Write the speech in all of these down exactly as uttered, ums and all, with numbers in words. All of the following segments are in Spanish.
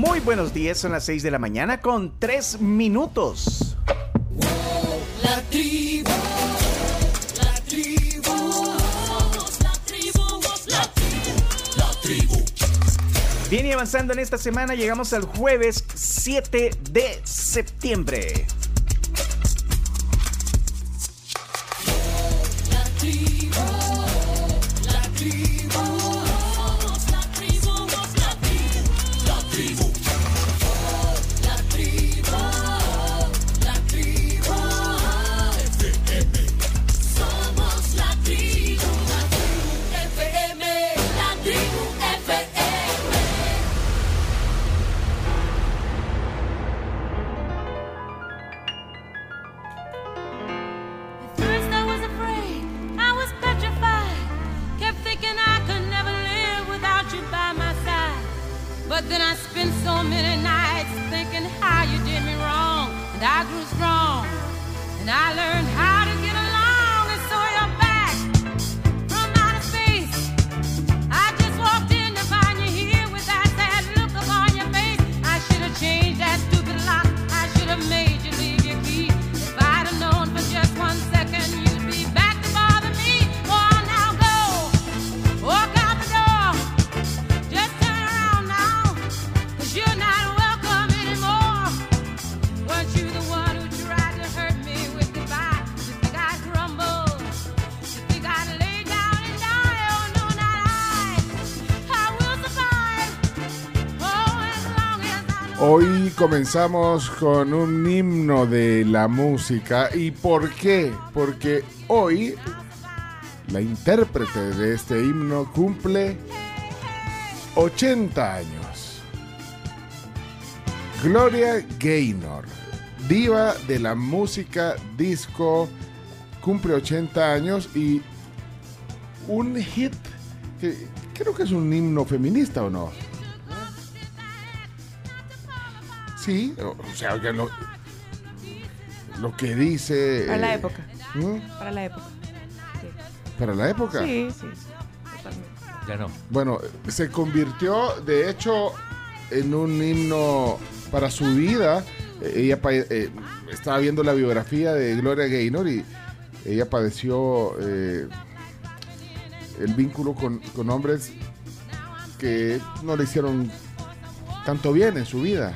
Muy buenos días, son las seis de la mañana con tres minutos. La tribu, la tribu, la tribu, la tribu, la tribu. Bien, y avanzando en esta semana, llegamos al jueves siete de septiembre. La tribu, la tribu, la tribu, la tribu, la tribu. La tribu, la tribu, F M. Somos la tribu, la tribu, F M. La tribu, F M. At first I was afraid, I was petrified. Kept thinking I could never live without you by my side. But then I spent so many nights thinking how you did me wrong. And I grew strong, and I learned how to get along. And so you're back from outer space. I just walked in to find you here with that sad look upon your face. I should have changed that stupid lock. I should have made you leave your key. If I'd have known for just one second you'd be back to bother me. Oh, now go, walk out the door. Just turn around now, 'cause you're not welcome anymore. Weren't you the one who tried to hurt me with goodbye? You think I'd crumble? You think I'd lay down and die? Oh, no, not I. I will survive. Oh, as long as I know. Hoy comenzamos con un himno de la música. ¿Y por qué? Porque hoy la intérprete de este himno cumple ochenta años. Gloria Gaynor, diva de la música disco, cumple ochenta años y un hit que creo que es un himno feminista, ¿o no? Sí, o o sea, que lo, lo que dice... Para la eh, época. ¿Mm? Para la época. ¿Para la época? Sí, sí, sí. Totalmente. Ya no. Bueno, se convirtió, de hecho, en un himno para su vida. Eh, Ella pa- eh, estaba viendo la biografía de Gloria Gaynor y ella padeció eh, el vínculo con, con hombres que no le hicieron tanto bien en su vida.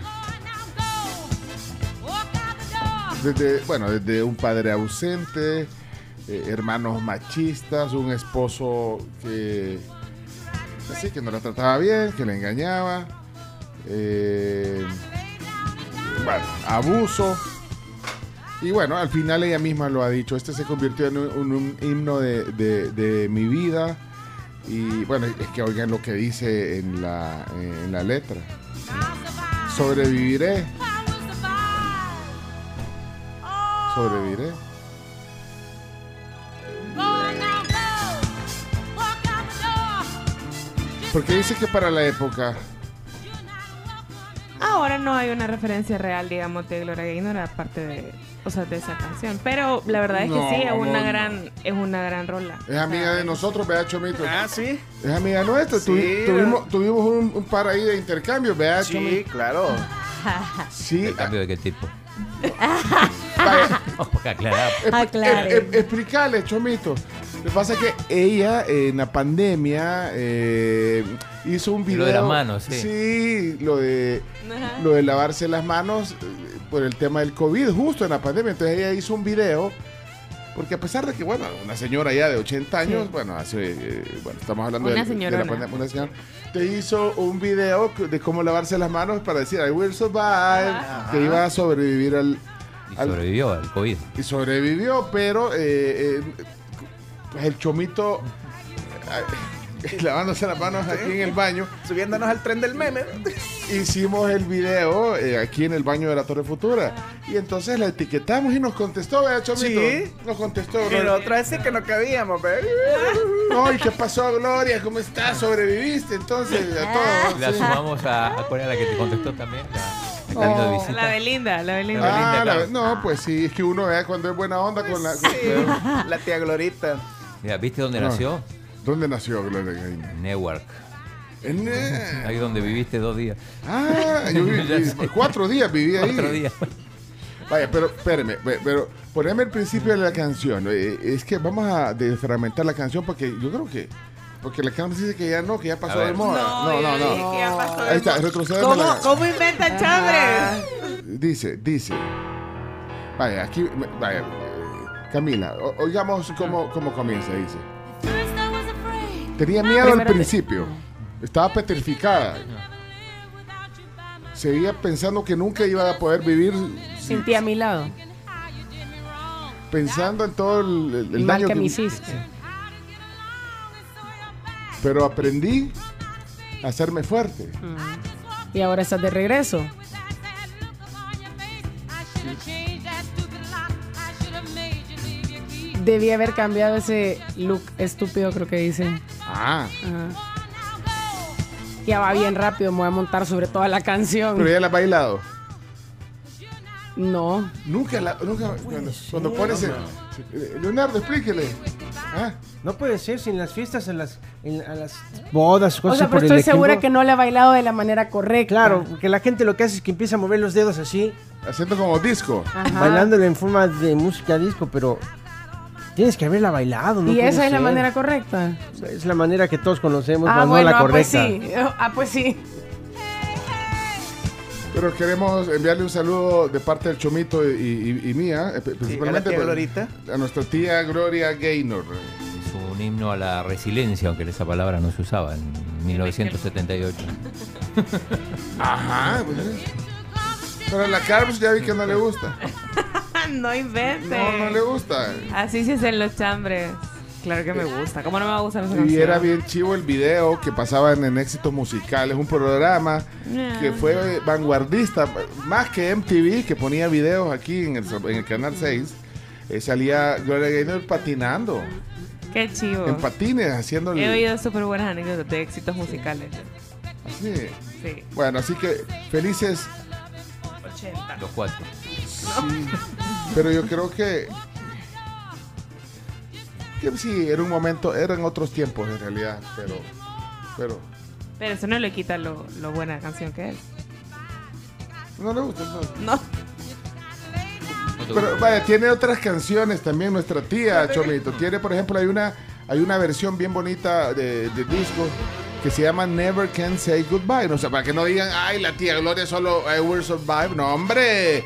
Desde, bueno, desde un padre ausente, eh, hermanos machistas, un esposo que así que no la trataba bien, que la engañaba, eh, bueno, abuso. Y bueno, al final ella misma lo ha dicho, este se convirtió en un, un- un himno de, de- de mi vida. Y bueno, es que oigan lo que dice en la, en la letra. Sobreviviré, sobreviviré. Porque dice que para la época... Ahora no hay una referencia real, digamos, de Gloria Gaynor aparte de, o sea, de esa canción. Pero la verdad es que No, sí, es una no. gran, es una gran rola. Es amiga de nosotros, vea, Chomito. Ah, sí. Es amiga nuestra. Sí, Tuvi- tuvimos tuvimos un, un par ahí de intercambio, vea, Sí, Chomito. claro. Sí. ¿El cambio de qué tipo? Vaya, Vamos a aclarar. Aclare. eh, eh, explícale, Chomito. Lo que pasa es que ella eh, en la pandemia eh, hizo un Lo video. de las manos, sí. Sí, lo de, Ajá. lo de lavarse las manos eh, por el tema del COVID, justo en la pandemia. Entonces ella hizo un video. Porque a pesar de que, bueno, una señora ya de ochenta años, Sí. bueno, hace, eh, bueno, estamos hablando Una de, de la señorona. pandemia, una señora, te hizo un video de cómo lavarse las manos para decir, I will survive, Ajá. que iba a sobrevivir al, Y al- sobrevivió al COVID. y sobrevivió, pero eh, eh, pues el Chomito eh, lavándose las manos aquí en el baño. Subiéndonos al tren del meme. Hicimos el video eh, aquí en el baño de la Torre Futura y entonces la etiquetamos y nos contestó, ¿verdad, Chomito? Sí. Nos contestó. Y ¿no? nosotros sí que no cabíamos, pero... No, ¿y qué pasó, Gloria? ¿Cómo estás? ¿Sobreviviste entonces a todo? La Sí. sumamos a, a cuál era la que te contestó también. La, la camino de Oh. visita. La Belinda, la Belinda. La Ah, Belinda, la- claro. no, pues sí, es que uno vea cuando es buena onda con la... con- Sí, la tía Glorita. Mira, ¿viste dónde No. nació? ¿Dónde nació Gloria Gaynor? Newark. En, eh, Ahí donde viviste dos días. Ah, yo viví, Ya sé. cuatro días viví ahí. Cuatro días. Vaya, pero espérame, ve- pero poneme el principio de la canción. Eh, Es que vamos a desfragmentar la canción porque yo creo que. Porque la canción dice que ya no, que ya pasó A ver. de moda. No, no, no. ¿Qué ha pasado? Ahí está, retrocedeme ¿Cómo, la- ¿Cómo inventan chambres? Dice, dice. Vaya, aquí. Vaya, eh, Camila, o- oigamos cómo, cómo comienza, dice. First I was afraid. Tenía miedo al Primero te- principio. Estaba petrificada. Never live without you by my Seguía pensando que nunca iba a poder vivir Sin ti a mi lado. side. How you did me wrong. pensando en todo el, el- el El mal daño que me hiciste. How to get along and so you're back. Pero aprendí a hacerme fuerte. Y ahora estás de regreso. That sad look upon your face. I should have changed that stupid lock. I should have made you leave your key. Debí haber cambiado ese look estúpido, creo que dice. Ah, Ajá. Ya va bien rápido, me voy a montar sobre toda la canción. pero ya la has bailado. No. Nunca, la, nunca cuando, cuando pones el- eh, Leonardo, explíquele. Ah, No puede ser sin las fiestas, en las, en, a las bodas, O cosas sea, por pero el estoy segura ejemplo. que no le ha bailado de la manera correcta. Claro, porque la gente lo que hace es que empieza a mover los dedos así, haciendo como disco. Ajá. bailándolo en forma de música disco, pero tienes que haberla bailado, ¿no? Y puede esa es la ser. manera correcta. Es la manera que todos conocemos, Ah, mas bueno, no la ah, pues correcta. sí. Ah, pues sí. Pero queremos enviarle un saludo de parte del Chomito y, y- y mía, eh, Sí, a la principalmente tía por- Glorita. a nuestra tía Gloria Gaynor. Es un himno a la resiliencia, aunque esa palabra no se usaba en mil novecientos setenta y ocho. Ajá, pues, eh. Pero a la Carms ya vi que no le gusta. No inventes. No, no le gusta. Así se hacen los chambres. Claro que me gusta. ¿Cómo no me va a gustar esa Y canción? era bien chivo el video que pasaban en Éxitos Musicales, un programa que fue vanguardista, más que M T V, que ponía videos aquí en el, en el Canal seis. Eh, salía Gloria Gaynor patinando, Qué chivo. en patines, haciendo el- He oído súper buenas anécdotas de éxitos musicales. así. Sí. Bueno, así que felices, ochenta. Los cuatro. sí. Pero yo creo que que sí, era un momento, eran otros tiempos en realidad, pero pero Pero eso no le quita lo, lo buena canción que es. no le gusta entonces. No. ¿No te Pero gusta? vaya, tiene otras canciones también nuestra tía Chomito. Tiene, por ejemplo, hay una hay una versión bien bonita de, de disco que se llama Never Can Say Goodbye. O sea, para que no digan, ay, la tía Gloria solo I Will Survive. No, hombre.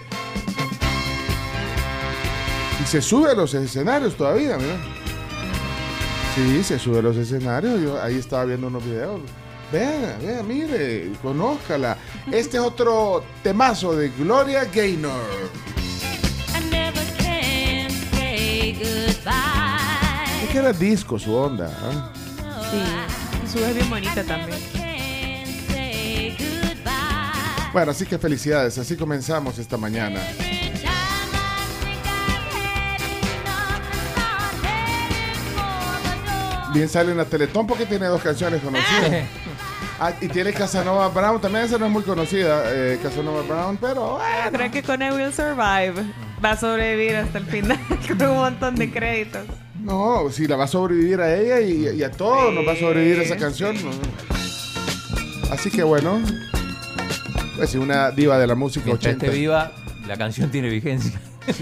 Y se sube a los escenarios todavía, mira. Sí, se sube a los escenarios. Yo ahí estaba viendo unos videos. Vea, vea, mire, conózcala. Este es otro temazo de Gloria Gaynor. I never can say goodbye. Es que era disco su onda. ¿Ah? Sí. Su es bien bonita también. Can't say goodbye. Bueno, así que felicidades. Así comenzamos esta mañana. Every time I think I've had enough, start heading for the door. Bien sale en la Teletón porque tiene dos canciones conocidas. Ah, y tiene Casanova Brown. También esa no es muy conocida, eh, Casanova Brown, pero bueno. Creo que con I Will Survive va a sobrevivir hasta el final con un montón de créditos. No, si la va a sobrevivir a ella y, y a todos nos va a sobrevivir esa canción. No. Así que bueno, pues sí, una diva de la música Mientras ochenta. esté viva, la canción tiene vigencia.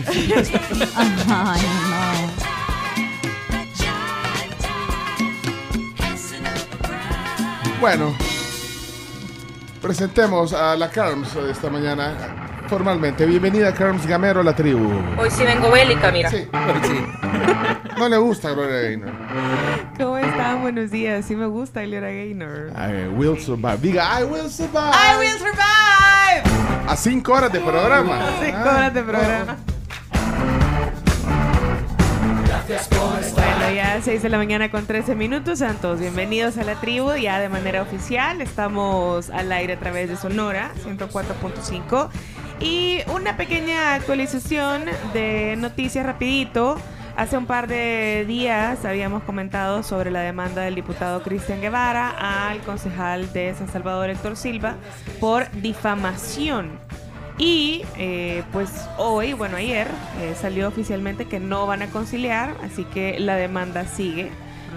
Bueno, presentemos a la Carms de esta mañana formalmente. Bienvenida, Carms Gamero, a la tribu. Hoy sí vengo bélica, mira. Sí, Sí. no le gusta Gloria Gaynor. ¿Cómo están? Buenos días. Sí me gusta Gloria Gaynor. I will survive. Diga, I will survive. I will survive. A cinco horas de programa. Cinco Ah, horas de programa. Bueno, ya seis de la mañana con trece minutos. Sean todos bienvenidos a la tribu. Ya de manera oficial estamos al aire a través de Sonora ciento cuatro punto cinco. Y una pequeña actualización de noticias rapidito. Hace un par de días habíamos comentado sobre la demanda del diputado Cristian Guevara al concejal de San Salvador, Héctor Silva, por difamación. Y eh, pues hoy, bueno ayer, eh, salió oficialmente que no van a conciliar, así que la demanda sigue.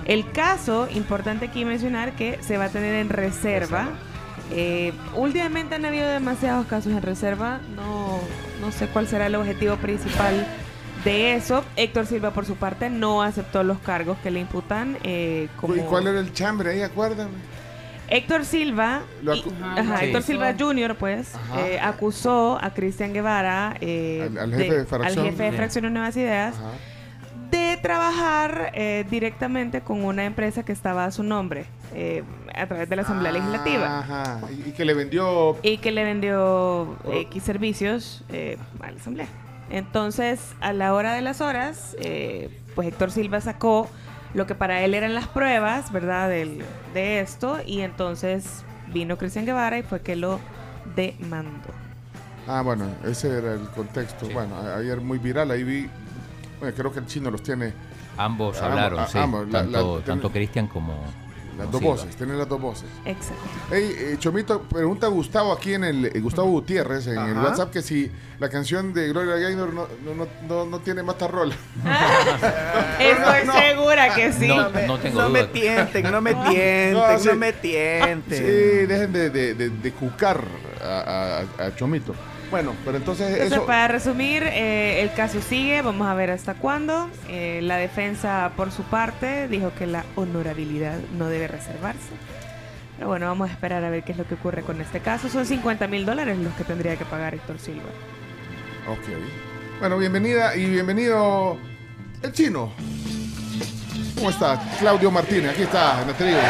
El caso, importante aquí mencionar que se va a tener en reserva. Eh, últimamente han habido demasiados casos en reserva. No, no sé cuál será el objetivo principal de eso. Héctor Silva, por su parte, no aceptó los cargos que le imputan. Eh, como... ¿Y cuál era el chambre ahí? Acuérdame. Héctor Silva, Lo y- acu- ajá, Sí. Héctor Silva junior pues, Ajá. eh, acusó a Cristian Guevara, eh, Al- al jefe de fracción. al jefe de Sí. fracción Nuevas Ideas, Ajá. de trabajar eh, directamente con una empresa que estaba a su nombre eh, a través de la Asamblea Legislativa Ajá. Y, y que le vendió. y que le vendió X servicios eh, a la Asamblea. Entonces, a la hora de las horas, eh, pues Héctor Silva sacó lo que para él eran las pruebas, ¿verdad?, del, de esto, y entonces vino Cristian Guevara y fue que lo demandó. Ah, bueno, ese era el contexto. Sí. Bueno, a- ayer muy viral, ahí vi. Bueno, creo que el chino los tiene Ambos Ambos, hablaron, a- sí. ambos, la- tanto la- tanto Cristian como. las como dos Silva. voces, tiene las dos voces. Exacto. Hey, eh, Chomito, pregunta Gustavo aquí en el eh, Gustavo Gutiérrez en el Ajá. WhatsApp que si la canción de Gloria Gaynor no, no, no, no, no tiene más tarrola. Estoy no. segura que sí. No, me, no tengo no me duda. tienten, no me tienten, No, no, sí. me tienten. Sí, dejen de, de, de, de cucar a, a- a Chomito. Bueno, pero entonces, Entonces, eso. para resumir, eh, el caso sigue, vamos a ver hasta cuándo. Eh, la defensa, por su parte, dijo que la honorabilidad no debe reservarse. Pero bueno, vamos a esperar a ver qué es lo que ocurre con este caso. Son cincuenta mil dólares los que tendría que pagar Héctor Silva. Ok. Bueno, bienvenida y bienvenido el chino. ¿Cómo está? Claudio Martínez, aquí está en la tribu.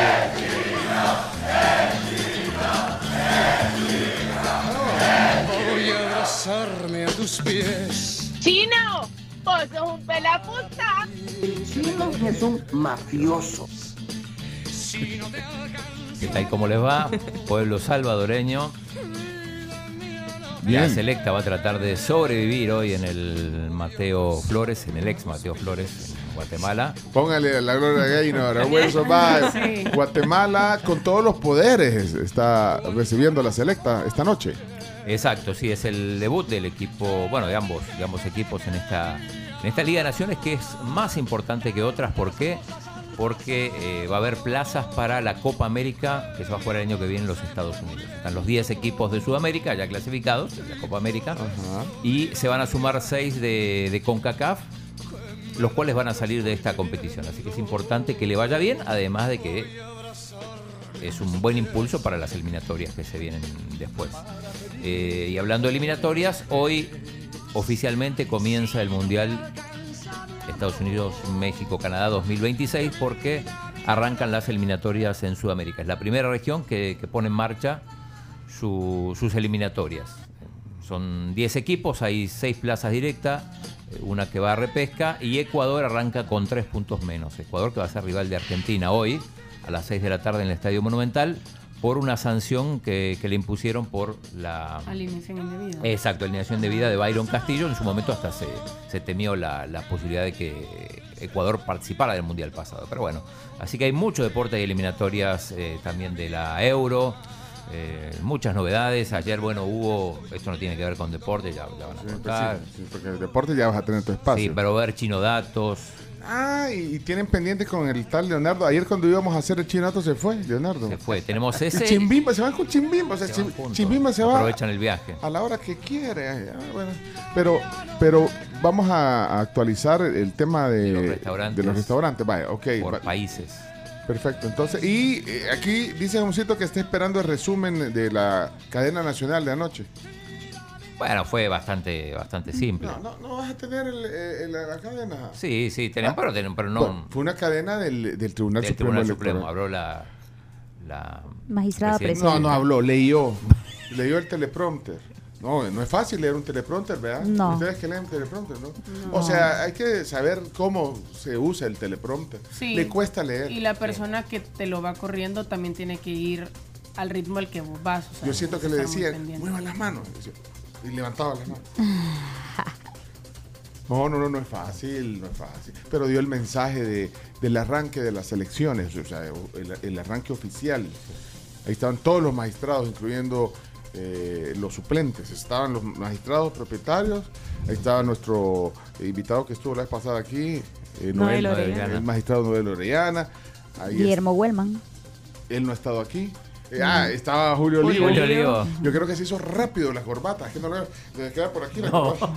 Voy a abrazarme a tus pies. Chino, vos sos un pelaputa. El chino es un mafioso. ¿Qué tal? ¿Cómo les va? Pueblo salvadoreño. Bien. La selecta va a tratar de sobrevivir hoy en el Mateo Flores, en el ex Mateo Flores, en Guatemala. Póngale a la Gloria Gaynor, a Will Survive. Sí. Guatemala, con todos los poderes, está recibiendo la selecta esta noche. Exacto, sí, es el debut del equipo, bueno, de ambos, de ambos equipos en esta, en esta Liga de Naciones, que es más importante que otras. ¿Por qué? Porque eh, va a haber plazas para la Copa América, que se va a jugar el año que viene en los Estados Unidos. Están los diez equipos de Sudamérica ya clasificados en la Copa América. Ajá. Y se van a sumar seis de, de CONCACAF, los cuales van a salir de esta competición. Así que es importante que le vaya bien, además de que es un buen impulso para las eliminatorias que se vienen después. Eh, y hablando de eliminatorias, hoy oficialmente comienza el Mundial Estados Unidos, México, Canadá dos mil veintiséis, porque arrancan las eliminatorias en Sudamérica. Es la primera región que, que pone en marcha su- sus eliminatorias. Son diez equipos, hay seis plazas directas, eh, una que va a repesca, y Ecuador arranca con tres puntos menos. Ecuador, que va a ser rival de Argentina hoy, a las seis de la tarde en el Estadio Monumental, por una sanción que, que le impusieron por la... Alineación indebida. Exacto, alineación de vida de Byron Castillo. En su momento hasta se, se temió la, la posibilidad de que Ecuador participara del Mundial pasado. Pero bueno, así que hay mucho deporte, hay eliminatorias eh, también de la Euro, eh, muchas novedades. Ayer, bueno, hubo, esto no tiene que ver con deporte, ya, ya van a Sí, pues contar. sí, sí, porque el deporte ya vas a tener tu espacio. Sí, pero ver Chino Datos. Ah, y, y tienen pendiente con el tal Leonardo. Ayer cuando íbamos a hacer el chinato se fue, Leonardo. Se fue. Tenemos Y ese. Chimbimba, se van con Chimbimba. O sea, se van Chim- juntos. Chimbimba se va Aprovechan el viaje. a la hora que quiere. Ay, ah, bueno. Pero, pero vamos a, a actualizar el tema de, De los restaurantes. de los restaurantes. Vaya, ok. Por va- países. Perfecto. Entonces, y eh, aquí dice Joncito que está esperando el resumen de la cadena nacional de anoche. Bueno, fue bastante, bastante simple. No, no, no vas a tener el, eh, la, la cadena. Sí, sí, tenemos, pero, tenemos, pero no. Bueno, fue una cadena del, del Tribunal del Supremo Tribunal Electoral. Supremo. Habló la. la Magistrada presidenta. No, no habló, leyó. Leyó el teleprompter. No, no es fácil leer un teleprompter, ¿verdad? No. Ustedes que leen teleprompter, ¿no? O sea, hay que saber cómo se usa el teleprompter. Sí. Le cuesta leer. Y la persona que te lo va corriendo también tiene que ir al ritmo al que vos vas. o sea, Yo siento que le estar muy decían, pendiente. mueva las manos. Y decía, Y levantaba las manos. No, no, no, no es fácil, no es fácil. Pero dio el mensaje de, del arranque de las elecciones, o sea, el, el arranque oficial. Ahí estaban todos los magistrados, incluyendo eh, los suplentes. Estaban los magistrados propietarios. Ahí estaba nuestro invitado que estuvo la vez pasada aquí, eh, Noel Noel- Orellana. el magistrado Noel Orellana. Ahí Guillermo Huelman. es- él no ha estado aquí. Eh, ah, estaba Julio Julio Olivo. Olivo. Yo creo que se hizo rápido la corbata. Es que no lo veo. Debe quedar por aquí la No. corbata.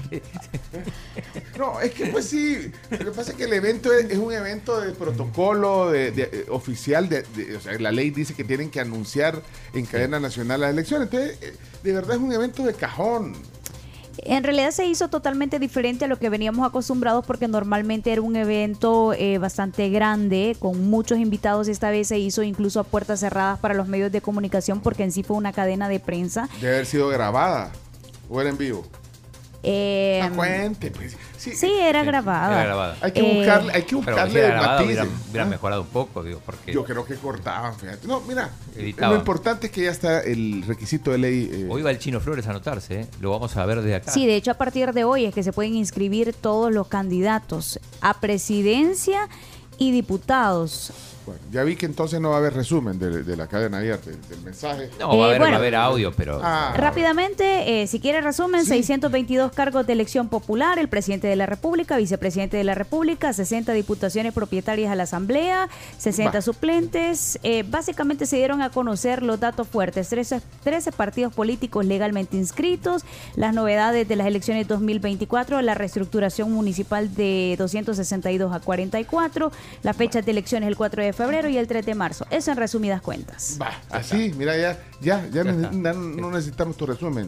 No, es que pues sí. Lo que pasa es que el evento es, es un evento de protocolo de, de, eh, oficial. De, de- o sea, la ley dice que tienen que anunciar en cadena nacional las elecciones. Entonces, eh, de verdad es un evento de cajón. En realidad se hizo totalmente diferente a lo que veníamos acostumbrados porque normalmente era un evento eh, bastante grande con muchos invitados. Esta vez se hizo incluso a puertas cerradas para los medios de comunicación porque en sí fue una cadena de prensa. Debe haber sido grabada. O era en vivo. Eh, Ah, cuente, pues. Sí, sí, era Sí, grabada. era grabada. Hay que Eh, buscarle, hay que Pero si buscarle era grabado, matices. hubieran, hubieran Ah, mejorado un poco, digo, porque Yo creo que cortaban, fíjate. No, mira, Editaban. lo importante es que ya está el requisito de ley. eh, hoy va el Chino Flores a anotarse, ¿eh? Lo vamos a ver desde acá. Sí, de hecho a partir de hoy es que se pueden inscribir todos los candidatos a presidencia y diputados. bueno, ya vi que entonces no va a haber resumen de, de la cadena abierta, del mensaje. No, va a Eh, haber, bueno. va a haber audio, pero... Ah. Rápidamente, eh, si quiere resumen, Sí. seiscientos veintidós cargos de elección popular, el presidente de la República, vicepresidente de la República, sesenta diputaciones propietarias a la Asamblea, sesenta Va. suplentes. Eh, básicamente se dieron a conocer los datos fuertes, trece, trece partidos políticos legalmente inscritos, las novedades de las elecciones dos mil veinticuatro, la reestructuración municipal de doscientos sesenta y dos a cuarenta y cuatro, la fecha de elecciones el cuatro de febrero y el tres de marzo. Eso en resumidas cuentas. Va, así, mira, ya, ya, ya, Ya ne- está. na- no necesitamos tu resumen.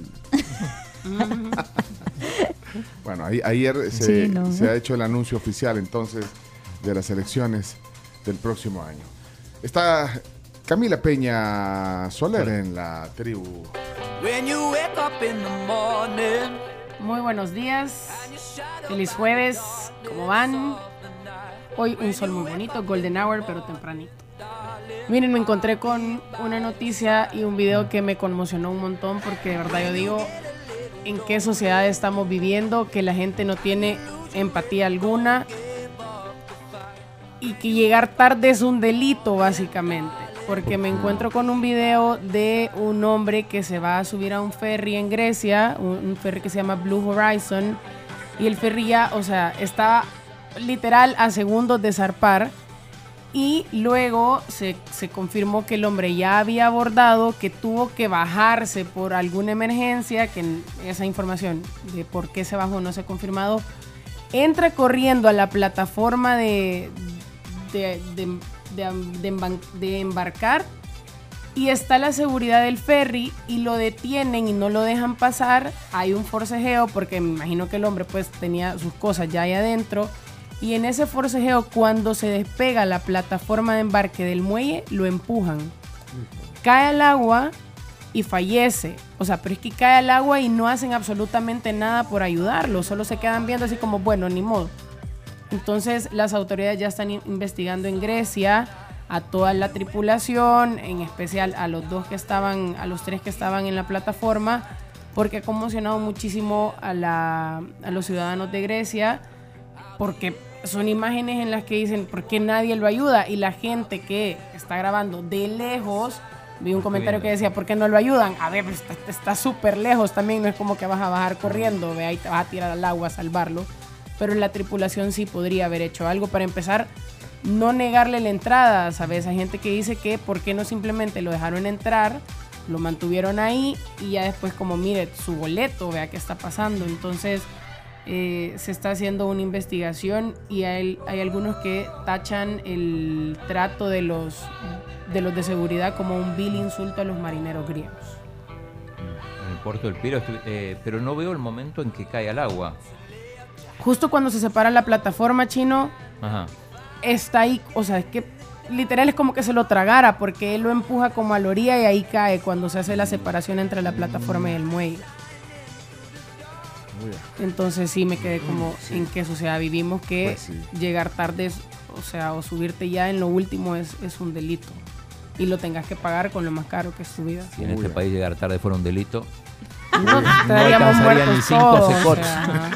Bueno, ahí- ayer se, Sí, no. se ha hecho el anuncio oficial entonces de las elecciones del próximo año. Está Camila Peña Soler en la tribu. Muy buenos días. Feliz jueves. ¿Cómo van? Hoy un sol muy bonito, golden hour, pero tempranito. Miren, me encontré con una noticia y un video que me conmocionó un montón porque de verdad yo digo en qué sociedad estamos viviendo, que la gente no tiene empatía alguna y que llegar tarde es un delito básicamente. Porque me encuentro con un video de un hombre que se va a subir a un ferry en Grecia, un, un ferry que se llama Blue Horizon, y el ferry ya, o sea, estaba literal a segundos de zarpar, y luego se, se confirmó que el hombre ya había abordado, que tuvo que bajarse por alguna emergencia, que esa información de por qué se bajó no se ha confirmado. Entra corriendo a la plataforma de... de, de De, de, emban- de embarcar y está la seguridad del ferry y lo detienen y no lo dejan pasar. Hay un forcejeo porque me imagino que el hombre pues tenía sus cosas ya ahí adentro, y en ese forcejeo, cuando se despega la plataforma de embarque del muelle, lo empujan, cae al agua y fallece. O sea, pero es que cae al agua y no hacen absolutamente nada por ayudarlo, solo se quedan viendo así como, bueno, ni modo. Entonces las autoridades ya están investigando en Grecia a toda la tripulación, en especial a los dos que estaban, a los tres que estaban en la plataforma, porque ha conmocionado muchísimo a, la, a los ciudadanos de Grecia, porque son imágenes en las que dicen, ¿por qué nadie lo ayuda? Y la gente que está grabando de lejos, vi un comentario que decía, ¿por qué no lo ayudan? A ver, pues, está súper lejos también, no es como que vas a bajar corriendo, ve ahí te vas a tirar al agua a salvarlo. Pero la tripulación sí podría haber hecho algo. Para empezar, no negarle la entrada, ¿sabes? Hay gente que dice que ¿por qué no simplemente lo dejaron entrar, lo mantuvieron ahí y ya después como, mire, su boleto, vea qué está pasando? Entonces eh, se está haciendo una investigación y hay, hay algunos que tachan el trato de los, de los de seguridad como un vil insulto a los marineros griegos. En el puerto del Piro, estu- eh, pero no veo el momento en que cae al agua. Justo cuando se separa la plataforma, Chino, Ajá. está ahí, o sea, es que literal es como que se lo tragara, porque él lo empuja como a la orilla y ahí cae cuando se hace la separación entre la plataforma y el muelle. Entonces sí me quedé como, Sí. en qué sociedad vivimos, que Pues sí. llegar tarde, es- o sea, o subirte ya en lo último es, es un delito. Y lo tengas que pagar con lo más caro que es tu vida. Si en Uy, este ya. país llegar tarde fuera un delito, No, no estaríamos alcanzaría muertos ni cinco todos, o secots. sea.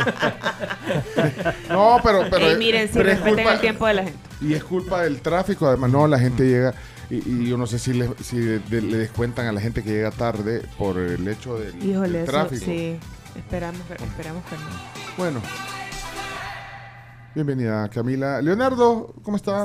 No, pero, pero, Ey, miren, si pero es respeten culpa- el tiempo de la gente. Y es culpa del tráfico, además, no, la gente llega, y, y yo no sé si, le, si de- de- le descuentan a la gente que llega tarde por el hecho del, Híjole, del eso tráfico. sí. Esperamos, esperamos que no. Bueno, Bienvenida, Camila. Leonardo, ¿cómo está?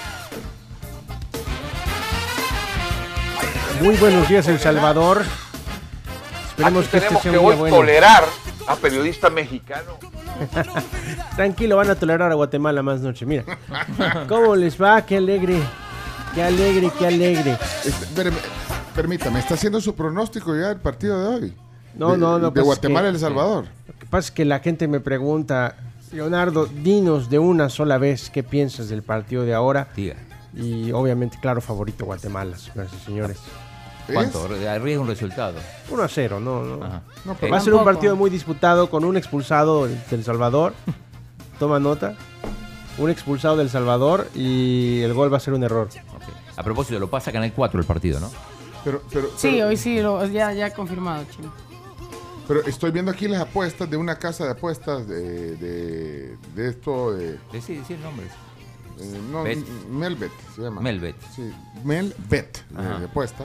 Muy buenos días, El Salvador. Esperemos Aquí que este tenemos sea que un hoy día bueno. tolerar a periodistas mexicanos. Tranquilo, van a tolerar a Guatemala más noche. Mira, ¿cómo les va? Qué alegre, qué alegre, qué alegre. Este, espérame, permítame, ¿está haciendo su pronóstico ya del partido de hoy? No, de, no, no. De pues Guatemala es que, El Salvador. Lo que pasa es que la gente me pregunta, Leonardo, dinos de una sola vez qué piensas del partido de ahora. Diga. Y obviamente, claro, favorito Guatemala, señoras y señores. ¿Cuánto? Arriesga un resultado. uno a cero, no, no. Ajá. no Okay. va a ser un Tampoco. partido muy disputado con un expulsado del Salvador. Toma nota. Un expulsado del Salvador y el gol va a ser un error. Okay. A propósito, lo pasa Canal cuatro el partido, ¿no? Pero, pero, Sí, pero, hoy sí, lo, ya, ya confirmado, Chino. pero estoy viendo aquí las apuestas de una casa de apuestas de, de, de esto. De, Decí, decí el nombre. eh, no, Bet. M- Melbet se llama. Melbet. Sí, Melbet, de, Ajá. de apuesta.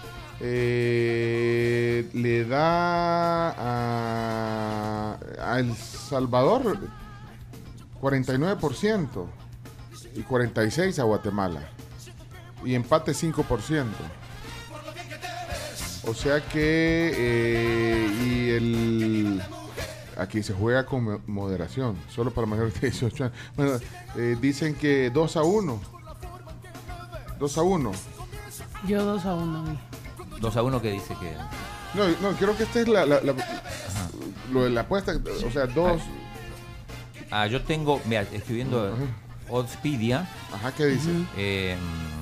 Eh, le da a, a El Salvador cuarenta y nueve por ciento y cuarenta y seis por ciento a Guatemala. Y empate cinco por ciento. O sea que eh, y el aquí se juega con mo- moderación, solo para mayores de dieciocho años. Bueno, eh, dicen que dos a uno. dos a uno. Yo dos a uno, vi. dos a uno que dice que... No, no, creo que esta es la, la- la- lo de la apuesta, o sea, dos. Ah, yo tengo, mira, estoy viendo Oddspedia. Ajá, ¿qué dice? Eh,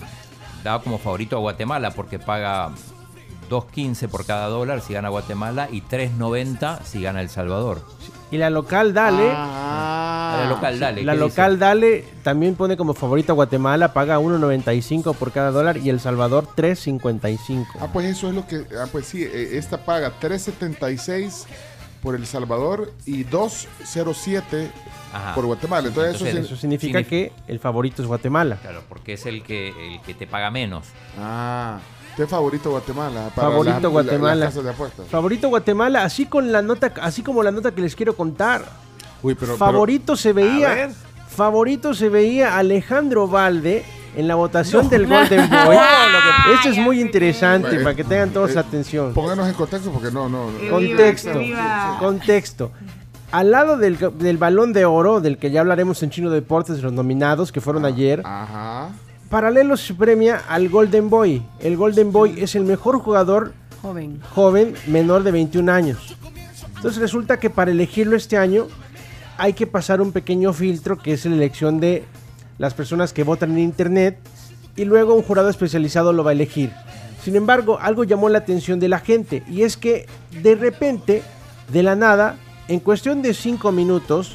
da como favorito a Guatemala porque paga dos quince por cada dólar si gana Guatemala y tres noventa si gana El Salvador. Y la local Dale, Ah, la local, dale. la ¿qué local dice? Dale también pone como favorito a Guatemala, paga uno noventa y cinco por cada dólar y El Salvador tres cincuenta y cinco. Ah, pues eso es lo que. Ah, pues sí, eh, esta paga tres setenta y seis por El Salvador y dos cero siete Ajá. por Guatemala. Entonces, eso Entonces, sí- Eso significa Signif- que el favorito es Guatemala. Claro, porque es el que, el que te paga menos. Ah, ¿qué favorito Guatemala? Para Favorito la- la- Guatemala. las casas de apuestas. Favorito Guatemala, así con la nota, así como la nota que les quiero contar. Uy, pero, favorito se A veía, ver. favorito se veía Alejandro Valde en la votación del Golden Boy. Esto es muy interesante Bueno, para que tengan todos eh, atención. pero pónganos en contexto porque no, no. no. Que Contexto, viva, que viva. contexto. Al lado del, del Balón de Oro, del que ya hablaremos en Chino Deportes, de los nominados que fueron ayer, Ajá. paralelo se premia al Golden Boy. El Golden Boy es el mejor jugador Joven. joven menor de veintiún años. Entonces resulta que para elegirlo este año hay que pasar un pequeño filtro que es la elección de las personas que votan en internet y luego un jurado especializado lo va a elegir. Sin embargo, algo llamó la atención de la gente y es que de repente, de la nada, en cuestión de cinco minutos,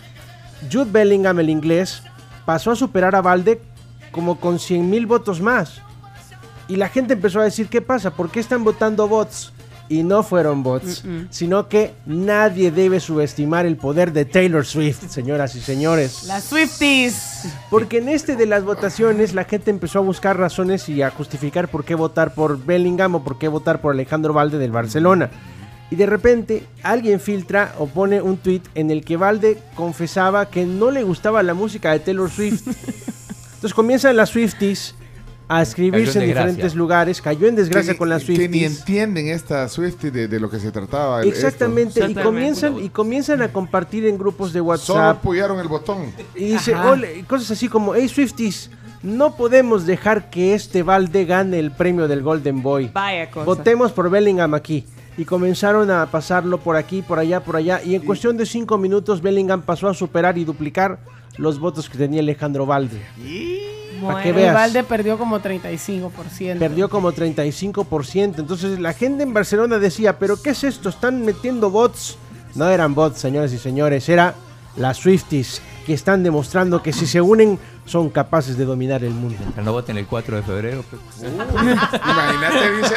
Jude Bellingham, el inglés, pasó a superar a Valde como con cien mil votos más. Y la gente empezó a decir, ¿qué pasa? ¿Por qué están votando bots? Y no fueron bots, Mm-mm. sino que nadie debe subestimar el poder de Taylor Swift, señoras y señores. Las Swifties. Porque en este de las votaciones la gente empezó a buscar razones y a justificar por qué votar por Bellingham o por qué votar por Alejandro Valde del Barcelona. Y de repente alguien filtra o pone un tweet en el que Valde confesaba que no le gustaba la música de Taylor Swift. Entonces comienzan las Swifties a escribirse Cayó en en desgracia. diferentes lugares, cayó en desgracia Que- con las que ni Swifties. entienden esta Swiftie de, de lo que se trataba. el- Exactamente, y Exactamente. comienzan, y comienzan a compartir en grupos de esto. Solo WhatsApp. apoyaron el botón. Y dice, Ajá. "Ole", y cosas así como, hey Swifties, no podemos dejar que este Valde gane el premio del Golden Boy. Vaya cosa. Votemos por Bellingham aquí. Y comenzaron a pasarlo por aquí, por allá, por allá. Y en cuestión de cinco minutos, Bellingham pasó a superar y duplicar los votos que tenía Alejandro Valde. Para que El veas. Valde perdió como treinta y cinco por ciento. Perdió como treinta y cinco por ciento. Entonces la gente en Barcelona decía, ¿pero qué es esto? ¿Están metiendo bots? No eran bots, señores y señores. Era las Swifties que están demostrando que si se unen son capaces de dominar el mundo. No voten el cuatro de febrero. pues. Imagínate, dice.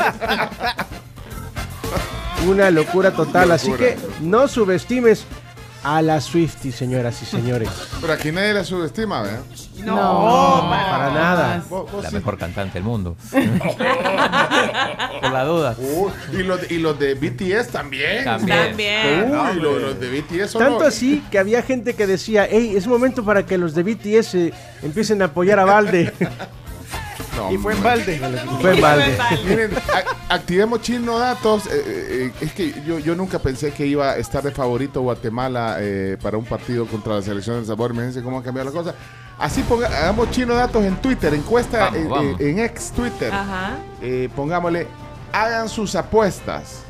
Una locura total. Así Locura. que no subestimes a la Swiftie, señoras y señores. Pero aquí nadie la subestima, ¿verdad? No, No, para nada. Vos- vos La sí. mejor cantante del mundo. Por la duda. Uy, y, los, de- y los de B T S también. También. También. Uy, No, los, hombre. los de B T S son Tanto los- así que había gente que decía, hey, es momento para que los de B T S eh, empiecen a apoyar a Valde. No, Y fue en hombre. balde. Fue en Valde. Miren, a- activemos Chino Datos. eh, eh, es que yo, yo nunca pensé que iba a estar de favorito Guatemala eh, para un partido contra la selección de El Salvador. Imagínense cómo han cambiado las cosas. Así ponga, hagamos Chino Datos en Twitter, encuesta Vamos, en, vamos. en ex Twitter. Ajá. Eh, pongámosle, hagan sus apuestas.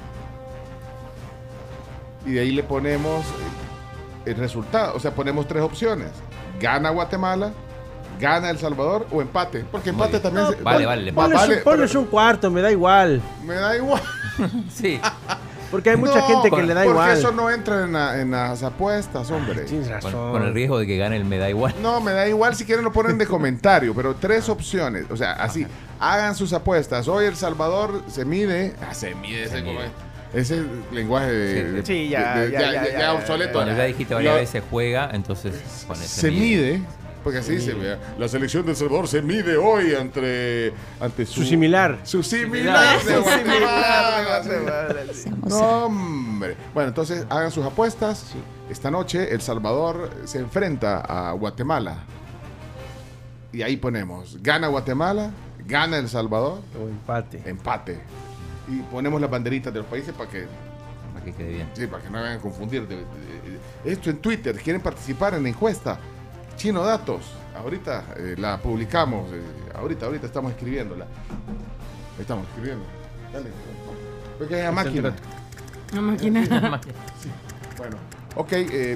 Y de ahí le ponemos eh, el resultado. O sea, ponemos tres opciones. Gana Guatemala, gana El Salvador o empate. Porque Muy empate bien. también... No, se- vale, va- vale, va- Ponles, vale, un, ponles pero un cuarto, me da igual. me da igual. Sí. Porque hay mucha No, gente que le da porque igual. eso no entra en, la- en las apuestas, hombre. Tienes Con, razón. con el riesgo de que gane el me da igual. No, me da igual si quieren lo ponen de comentario, pero tres opciones. O sea, así, hagan sus apuestas. Hoy El Salvador se mide. Ah, se mide ese, Se como mide. es. Ese lenguaje de, Sí, ya, de- de- ya, ya, ya, obsoleto. Cuando ya dijiste varias Lo- veces juega, entonces pones se mide, porque así dice, vea, la selección de El Salvador se mide hoy ante, ante su, Su similar. Su similar de Similar de Guatemala. Guatemala, sí. No, hombre. Bueno, entonces hagan sus apuestas. Esta noche El Salvador se enfrenta a Guatemala. Y ahí ponemos, gana Guatemala, gana El Salvador, O empate. empate. Y ponemos las banderitas de los países para que, Para que quede bien. sí, para que no vayan a confundir. De- de- de- esto en Twitter, ¿quieren participar en la encuesta? Chino Datos, ahorita eh, la publicamos, eh, ahorita, ahorita estamos escribiéndola. Ahí estamos escribiendo. Dale. Pequeña máquina. Una máquina. Bueno, ok. eh,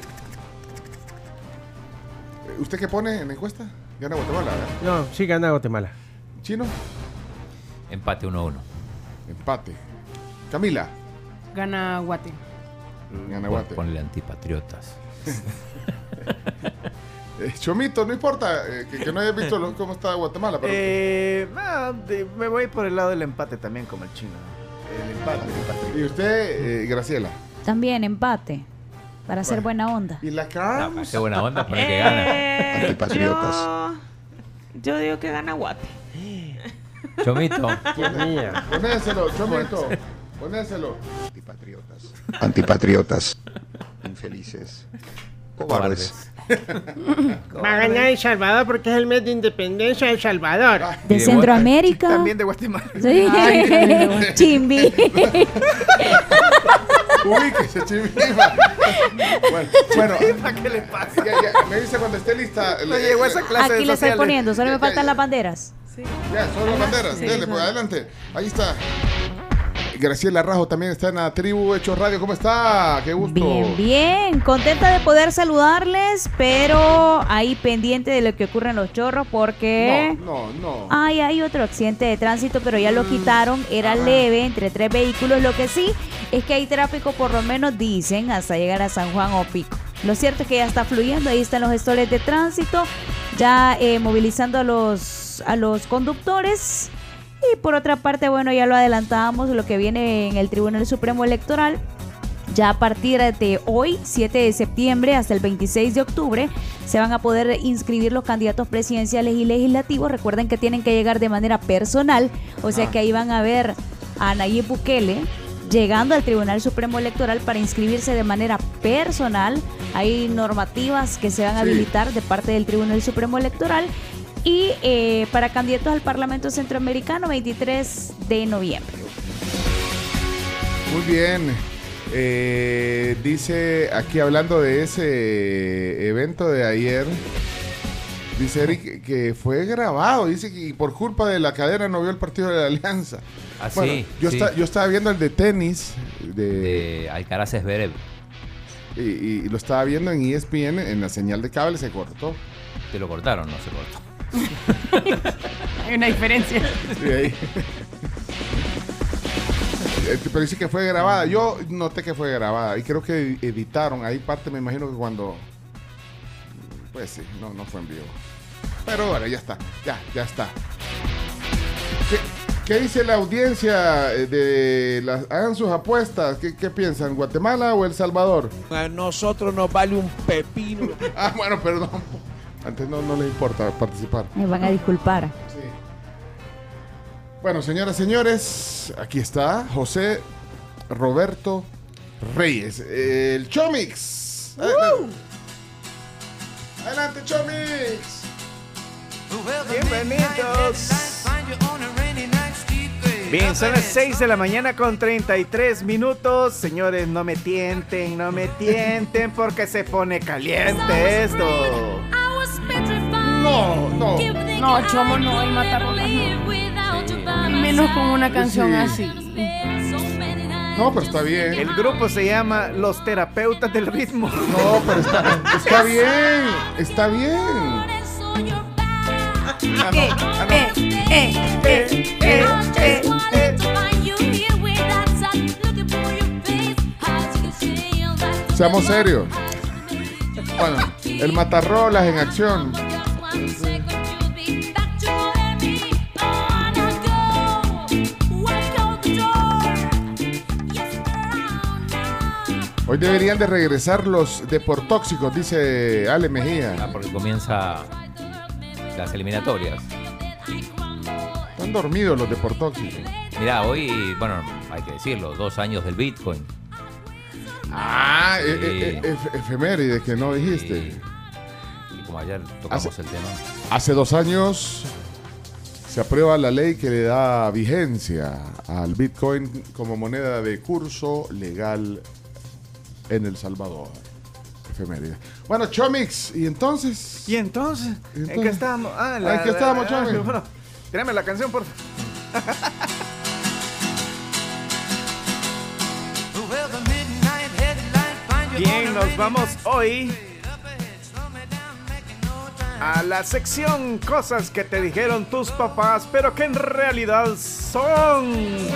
¿Usted qué pone en la encuesta? Gana Guatemala, ¿verdad? No, sí gana Guatemala. ¿Chino? Empate uno a uno. Empate. Camila. Gana Guate. Gana Pon- Guate. Ponle antipatriotas. Eh, Chomito, no importa eh, que, que no hayas visto lo- cómo está Guatemala, pero Eh, no, de- me voy por el lado del empate también, como el chino. El empate, el empate. ¿y usted, eh, Graciela? También empate. Para hacer buena onda. ¿Y la No, Carms? qué buena onda, poner que gana. Eh, Antipatriotas. Yo, yo digo que gana Guate. Chomito. Dios mía. Ponéselo, Chomito. Ponéselo. Antipatriotas. Antipatriotas. Infelices. Cobardes. Va a ganar El Salvador porque es el mes de independencia de El Salvador. De Y de Centroamérica. También de Guatemala. Sí. Chimbi. Ubíquese, Chimima. Bueno, bueno, ¿Qué le pasa? ya, ya, me dice cuando esté lista. No le- llegó a esa clase Aquí de lo estoy sociales. poniendo, solo Ya, me ya, faltan ya. las banderas. Ya, son las banderas. Sí, Dele, son- pues adelante. Ahí está. Graciela Rajo también está en la tribu Hechos Radio. ¿Cómo está? Qué gusto. Bien, bien. Contenta de poder saludarles, pero ahí pendiente de lo que ocurre en Los Chorros porque... No, no, no. Ay, hay otro accidente de tránsito, pero ya lo quitaron. Era leve entre tres vehículos. Lo que sí es que hay tráfico, por lo menos dicen, hasta llegar a San Juan o Pico. Lo cierto es que ya está fluyendo. Ahí están los gestores de tránsito, ya eh, movilizando a los, a los conductores. Y por otra parte, bueno, ya lo adelantábamos, lo que viene en el Tribunal Supremo Electoral. Ya a partir de hoy, siete de septiembre, hasta el veintiséis de octubre, se van a poder inscribir los candidatos presidenciales y legislativos. Recuerden que tienen que llegar de manera personal, o sea Ah. que ahí van a ver a Nayib Bukele llegando al Tribunal Supremo Electoral para inscribirse de manera personal. Hay normativas que se van a Sí. habilitar de parte del Tribunal Supremo Electoral. Y eh, para candidatos al Parlamento Centroamericano, veintitrés de noviembre. Muy bien. Eh, dice aquí hablando de ese evento de ayer, dice Eric que fue grabado. Dice que por culpa de la cadena no vio el partido de la Alianza. Ah, Bueno, sí, yo, sí. Está, yo estaba viendo el de tenis de, De Alcaraz Zverev. y, y lo estaba viendo en E S P N en la señal de cable, se cortó. Te lo cortaron, no se cortó. Hay una diferencia. Y ahí- Eh, Pero dice que fue grabada. Yo noté que fue grabada y creo que editaron. Ahí parte, me imagino que cuando. Pues sí, no, no fue en vivo. Pero bueno, ya está. Ya, ya está. ¿Qué, ¿Qué dice la audiencia de las, hagan sus apuestas? ¿Qué, qué piensan? ¿Guatemala o El Salvador? A nosotros nos vale un pepino. Ah, bueno, perdón. Antes no, no les importa participar. Me van a disculpar. Sí. Bueno, señoras y señores, aquí está José Roberto Reyes, el Chomix. Uh. Adelante, Chomix. Bienvenidos. Bien, son las seis de la mañana con treinta y tres minutos. Señores, no me tienten, no me tienten porque se pone caliente esto. No, no. No, Chomo, no, el matarrolas no. Sí. Menos con una canción Sí. así. No, pero está bien. El grupo se llama Los Terapeutas del Ritmo. No, pero está, está bien. Está bien. Ah, no, ah, no. Eh, eh, eh, eh, eh, eh. Seamos serios. Bueno, el Matarrolas en acción. Hoy deberían de regresar los deportóxicos, dice Ale Mejía. Ah, porque comienza las eliminatorias. Están dormidos los deportóxicos. Mirá, hoy, bueno, hay que decirlo, dos años del Bitcoin. Ah, Sí. e- e- e- ef- efeméride que no dijiste. Sí. Y como ayer tocamos Hace- el tema. Hace dos años se aprueba la ley que le da vigencia al Bitcoin como moneda de curso legal en El Salvador. Efeméride. Bueno, Chomix, ¿y entonces? ¿Y entonces? ¿Y ¿En entonces? qué estábamos? Ah, Ah, ¿en qué estábamos, Chomix? Bueno, tírame la canción, por favor. Bien, nos vamos hoy a la sección Cosas que te dijeron tus papás, pero que en realidad son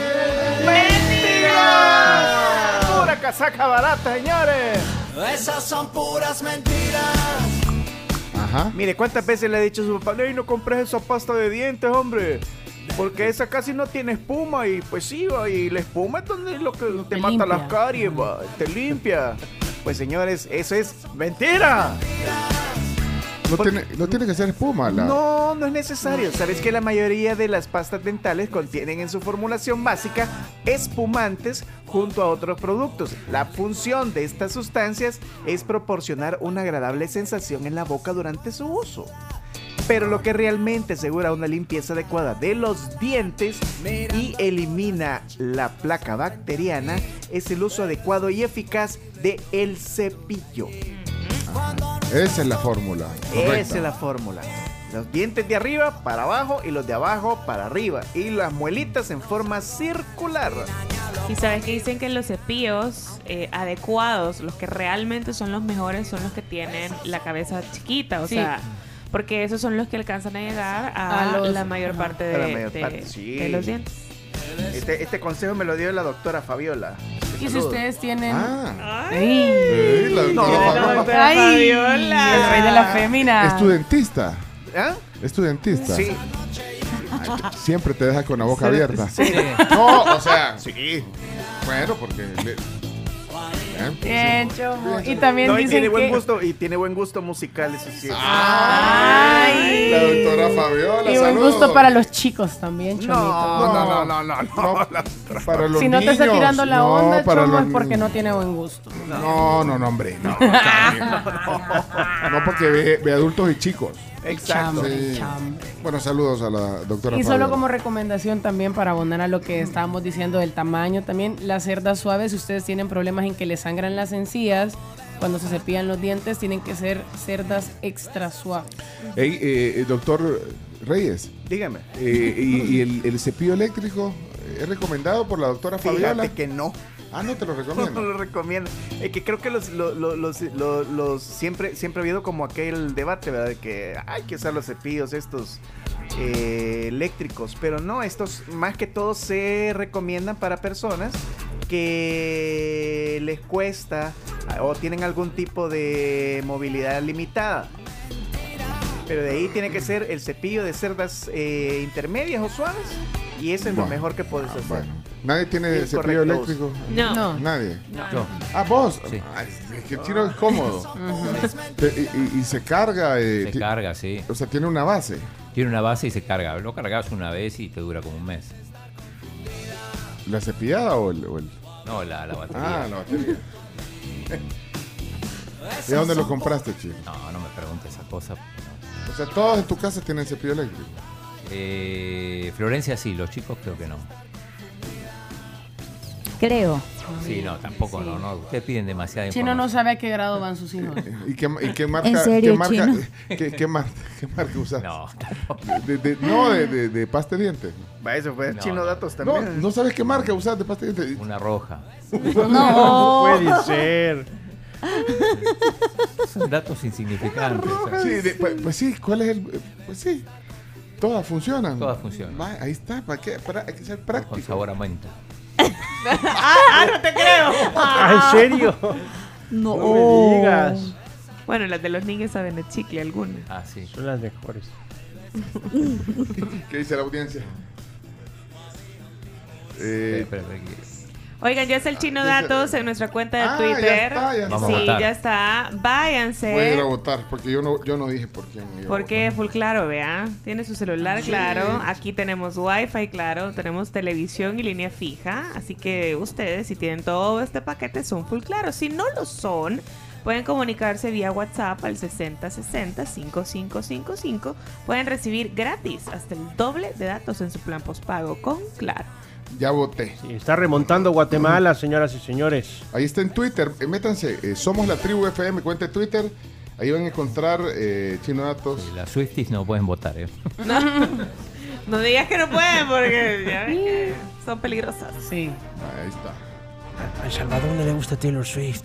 mentiras. Pura casaca barata, señores. Esas son puras mentiras. Ajá. Mire, ¿cuántas veces le ha dicho a su papá, "Ey, no compres esa pasta de dientes, hombre? Porque esa casi no tiene espuma", y pues sí, va, y la espuma es donde es lo que te, te mata limpia. las caries, va, te limpia. Pues señores, eso es mentira. No tiene, no tiene que ser espuma. La... No, no es necesario. Sabes que la mayoría de las pastas dentales contienen en su formulación básica espumantes junto a otros productos. La función de estas sustancias es proporcionar una agradable sensación en la boca durante su uso. Pero lo que realmente asegura una limpieza adecuada de los dientes y elimina la placa bacteriana es el uso adecuado y eficaz de el cepillo. Esa es la fórmula. Correcta. Esa es la fórmula. Los dientes de arriba para abajo y los de abajo para arriba. Y las muelitas en forma circular. Y sabes que dicen que los cepillos eh, adecuados, los que realmente son los mejores, son los que tienen la cabeza chiquita. O Sí. sea, porque esos son los que alcanzan a llegar a, A los- la mayor ajá. parte, A de, la mayor de- parte, sí. de los dientes. Este, este consejo me lo dio la doctora Fabiola. Y si Saludos. ustedes tienen... Ah. Ay. Ey, la No, doctora no, Fabiola. doctora Ay, Fabiola. el rey de la fémina. Estudentista. ¿Ah? Estudentista. Sí. Siempre te deja con la boca abierta. Sí. No, o sea. Sí. Bueno, porque. le- ¿Eh? Bien, Chomo. Y también No, y dicen tiene buen que... gusto y tiene buen gusto musical, eso sí. Ay. La doctora Fabiola. Y buen saludos. gusto para los chicos también, Chomito. No, no, no, no, no, No, no. para los Si no te está niños. tirando la No, onda, para Chomo, los es porque niños. no tiene buen gusto. No, no, no, hombre. No, no porque ve, ve adultos y chicos. Exacto. Chambre, Sí. chambre. Bueno, saludos a la doctora Y Fabiola. solo como recomendación también para abonar a lo que estábamos diciendo del tamaño también, las cerdas suaves, si ustedes tienen problemas en que les sangran las encías, cuando se cepillan los dientes, tienen que ser cerdas extra suaves. Ey, eh, doctor Reyes, Dígame. eh, y, y el, el cepillo eléctrico es recomendado por la doctora Fabiola. Fíjate que no. Ah, no te lo No recomiendo. lo recomiendo. Es que creo que los, los, los, los, los- los- siempre, siempre ha habido como aquel debate, ¿verdad? De que hay que usar los cepillos estos eh, eléctricos. Pero no, estos más que todo se recomiendan para personas que les cuesta o tienen algún tipo de movilidad limitada. Pero de ahí tiene que ser el cepillo de cerdas eh, intermedias o suaves. Y eso es Bueno. lo mejor que puedes Ah, hacer. bueno. ¿Nadie tiene Sí, es cepillo correcto. eléctrico? No. No. Nadie. Yo. Ah, vos. Sí. Ay, es que el chino es cómodo. Te- y, y- y se carga. eh, Se ti- carga, sí. O sea, tiene una base. Tiene una base y se carga. Lo cargas una vez y te dura como un mes. ¿La cepillada o el...? o el- No, la, la batería. Ah, la batería. ¿Y dónde lo compraste, chino? No, no me preguntes esa cosa. O sea, todos en tu casa tienen cepillo eléctrico. Eh, Florencia sí, los chicos creo que no. Creo. Sí, no, tampoco, no, no. Ustedes piden demasiada Chino no información. sabe a qué grado van sus hijos. ¿Y qué, y qué marca? ¿En serio, qué marca, chino? ¿qué, qué mar- qué marca usas? No, De, de- no, de, de, de pasta de dientes. Va, eso fue No, Chino no. Datos No, también. no sabes qué marca usas de pasta de dientes. una roja. No. Puede ser. Son datos insignificantes. o sea, Sí, de- pues, pues sí, ¿cuál es el...? Pues sí, todas funcionan. Todas funcionan. Va, ahí está, ¿para qué? Para, hay que ser Con práctico. sabor a menta. Ah, no te creo. Ah, ¿en serio? No. No me digas. Bueno, las de los niños saben de chicle algunas. Ah, sí. Son las mejores. ¿Qué dice la audiencia? Eh, Eh, espera, espera, que- Oigan, ya está el Chino Ah, Datos en nuestra cuenta de Ah, ya Twitter. está, ya Vamos sí, a votar. ya está. voy a ir Váyanse. a votar, porque yo no, yo no dije por quién iba a Porque votar. full claro, vea. Tiene su celular, Sí. claro. Aquí tenemos wifi, claro. Tenemos televisión y línea fija. Así que ustedes, si tienen todo este paquete, son full claro. Si no lo son, pueden comunicarse vía WhatsApp al sesenta sesenta cincuenta y cinco cincuenta y cinco. Pueden recibir gratis hasta el doble de datos en su plan postpago con Claro. Ya voté. Sí, está remontando Guatemala, señoras y señores. Ahí está en Twitter, eh, métanse, eh, Somos la Tribu F M, cuenta de Twitter. Ahí van a encontrar eh, Chino Datos. Sí, las Swifties no pueden votar, ¿eh? No, no digas que no pueden porque ya ven que son peligrosas. Sí. Ahí está. A El Salvador no le gusta Taylor Swift.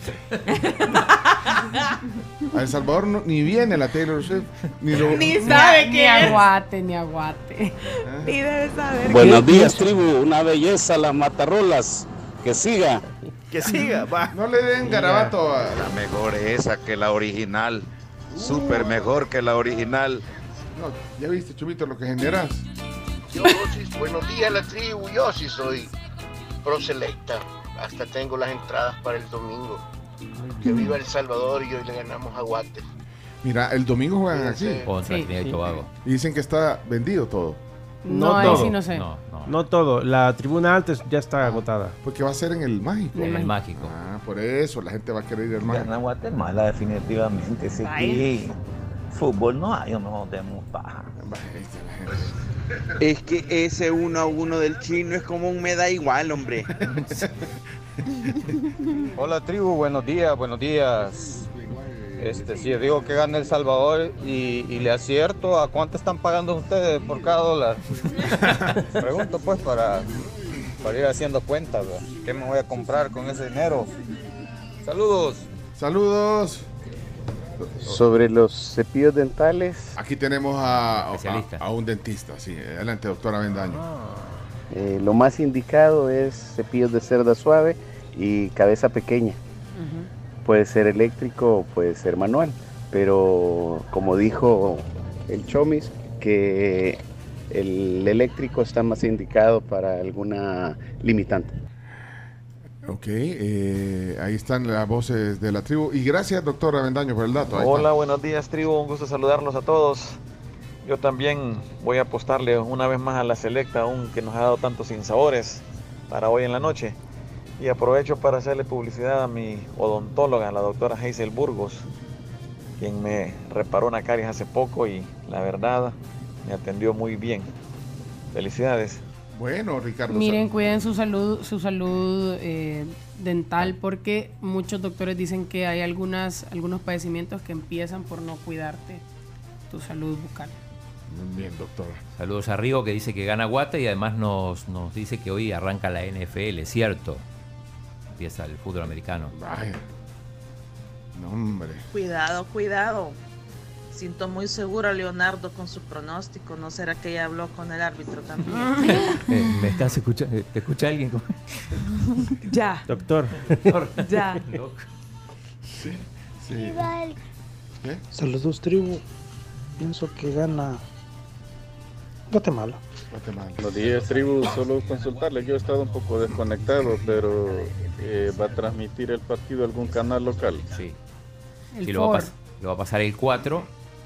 A El Salvador no- ni viene la Taylor Swift, ni lo... Ni Ni, sabe a- ni qué es. aguate, ni aguate. Ni debe saber. Buenos qué- días, tribu. Una belleza, las matarrolas. Que siga. Que siga, va. No le den garabato a... La mejor esa que la original. Súper mejor que la original. No, ya viste, Chumito, lo que generas. Yo sí, buenos días la tribu, yo sí soy pro selecta. Hasta tengo las entradas para el domingo. Que viva El Salvador y hoy le ganamos a Guate. Mira, el domingo juegan aquí. Contra Sí. Trinidad y Tobago. Y dicen que está vendido todo. No, No ahí todo. sí no sé. No, no. No todo. La tribuna alta ya está agotada. Porque va a ser en el mágico. En el mágico. Ah, por eso la gente va a querer ir al mágico. Gana Guatemala definitivamente. Ese que fútbol no hay, no tenemos paja. Es que ese uno a uno del chino es como un me da igual, hombre. Hola tribu, buenos días, buenos días. Este, sí, digo que gana El Salvador y, y le acierto a cuánto están pagando ustedes por cada dólar. Pregunto pues para, para ir haciendo cuentas, ¿verdad? ¿Qué me voy a comprar con ese dinero? Saludos. Saludos. Sobre los cepillos dentales. Aquí tenemos a, a, a un dentista, sí. Adelante, doctora Bendaño. Eh, lo más indicado es cepillos de cerda suave y cabeza pequeña. Puede ser eléctrico o puede ser manual, pero como dijo el Chomis, que el eléctrico está más indicado para alguna limitante. Ok, eh, ahí están las voces de la tribu. Y gracias, doctora Bendaño, por el dato. Ahí Hola, buenos días tribu, un gusto saludarlos a todos. Yo también voy a apostarle una vez más a la Selecta, aún que nos ha dado tantos sinsabores para hoy en la noche. Y aprovecho para hacerle publicidad a mi odontóloga, la doctora Hazel Burgos, quien me reparó una caries hace poco y la verdad me atendió muy bien. Felicidades. Bueno, Ricardo. Miren, cuiden su salud, su salud eh, dental, porque muchos doctores dicen que hay algunas, algunos padecimientos que empiezan por no cuidarte tu salud bucal. Muy bien, doctor. Saludos a Rigo, que dice que gana Guate y además nos, nos dice que hoy arranca la N F L, ¿cierto? Empieza el fútbol americano. Vaya. No, hombre. Cuidado, cuidado. Siento muy seguro a Leonardo con su pronóstico. ¿No será que ella habló con el árbitro también? Eh, ¿Me estás escuchando? ¿Te escucha alguien? Ya. Doctor. Ya. Sí, sí. Saludos tribu. Pienso que gana Guatemala. Guatemala. Buenos días, tribu. Solo consultarle. Yo he estado un poco desconectado, pero eh, ¿va a transmitir el partido algún canal local? Sí. El Sí, lo va, a Ford. pas- lo va a pasar el cuatro.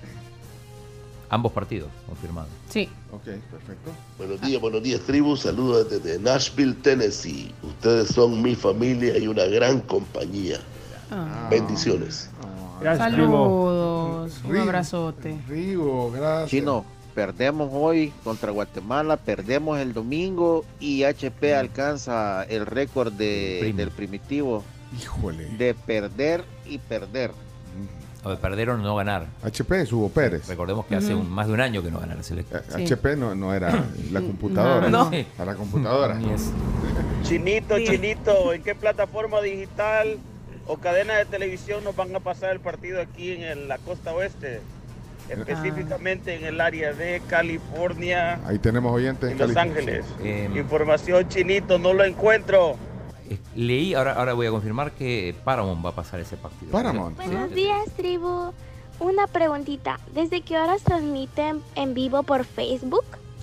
Ambos partidos confirmados. Sí. Ok, perfecto. Buenos días, buenos días, tribu. Saludos desde Nashville, Tennessee. Ustedes son mi familia y una gran compañía. Ah. Bendiciones. Gracias, Saludos. Un Rigo. abrazote. Rigo, gracias. Chino, perdemos hoy contra Guatemala, perdemos el domingo y H P alcanza el récord de, Primo. del primitivo Híjole. de perder y perder. O de perder o no ganar. H P es Hugo Pérez. Recordemos que hace Ujú. un- más de un año que no gana la selección. Eh, H P no, no era la computadora. No. Sí. A la computadora. Ni es- Chinito, Sí. Chinito, ¿en qué plataforma digital o cadena de televisión nos van a pasar el partido aquí en el- la costa oeste? Específicamente en el área de California, Ahí tenemos oyentes en en Los California. Ángeles. Eh, Información, Chinito, no lo encuentro. eh, leí, ahora, ahora voy a confirmar que Paramount va a pasar ese partido. Paramount. Buenos días, tribu. Una preguntita. ¿Desde qué horas transmiten en vivo por Facebook?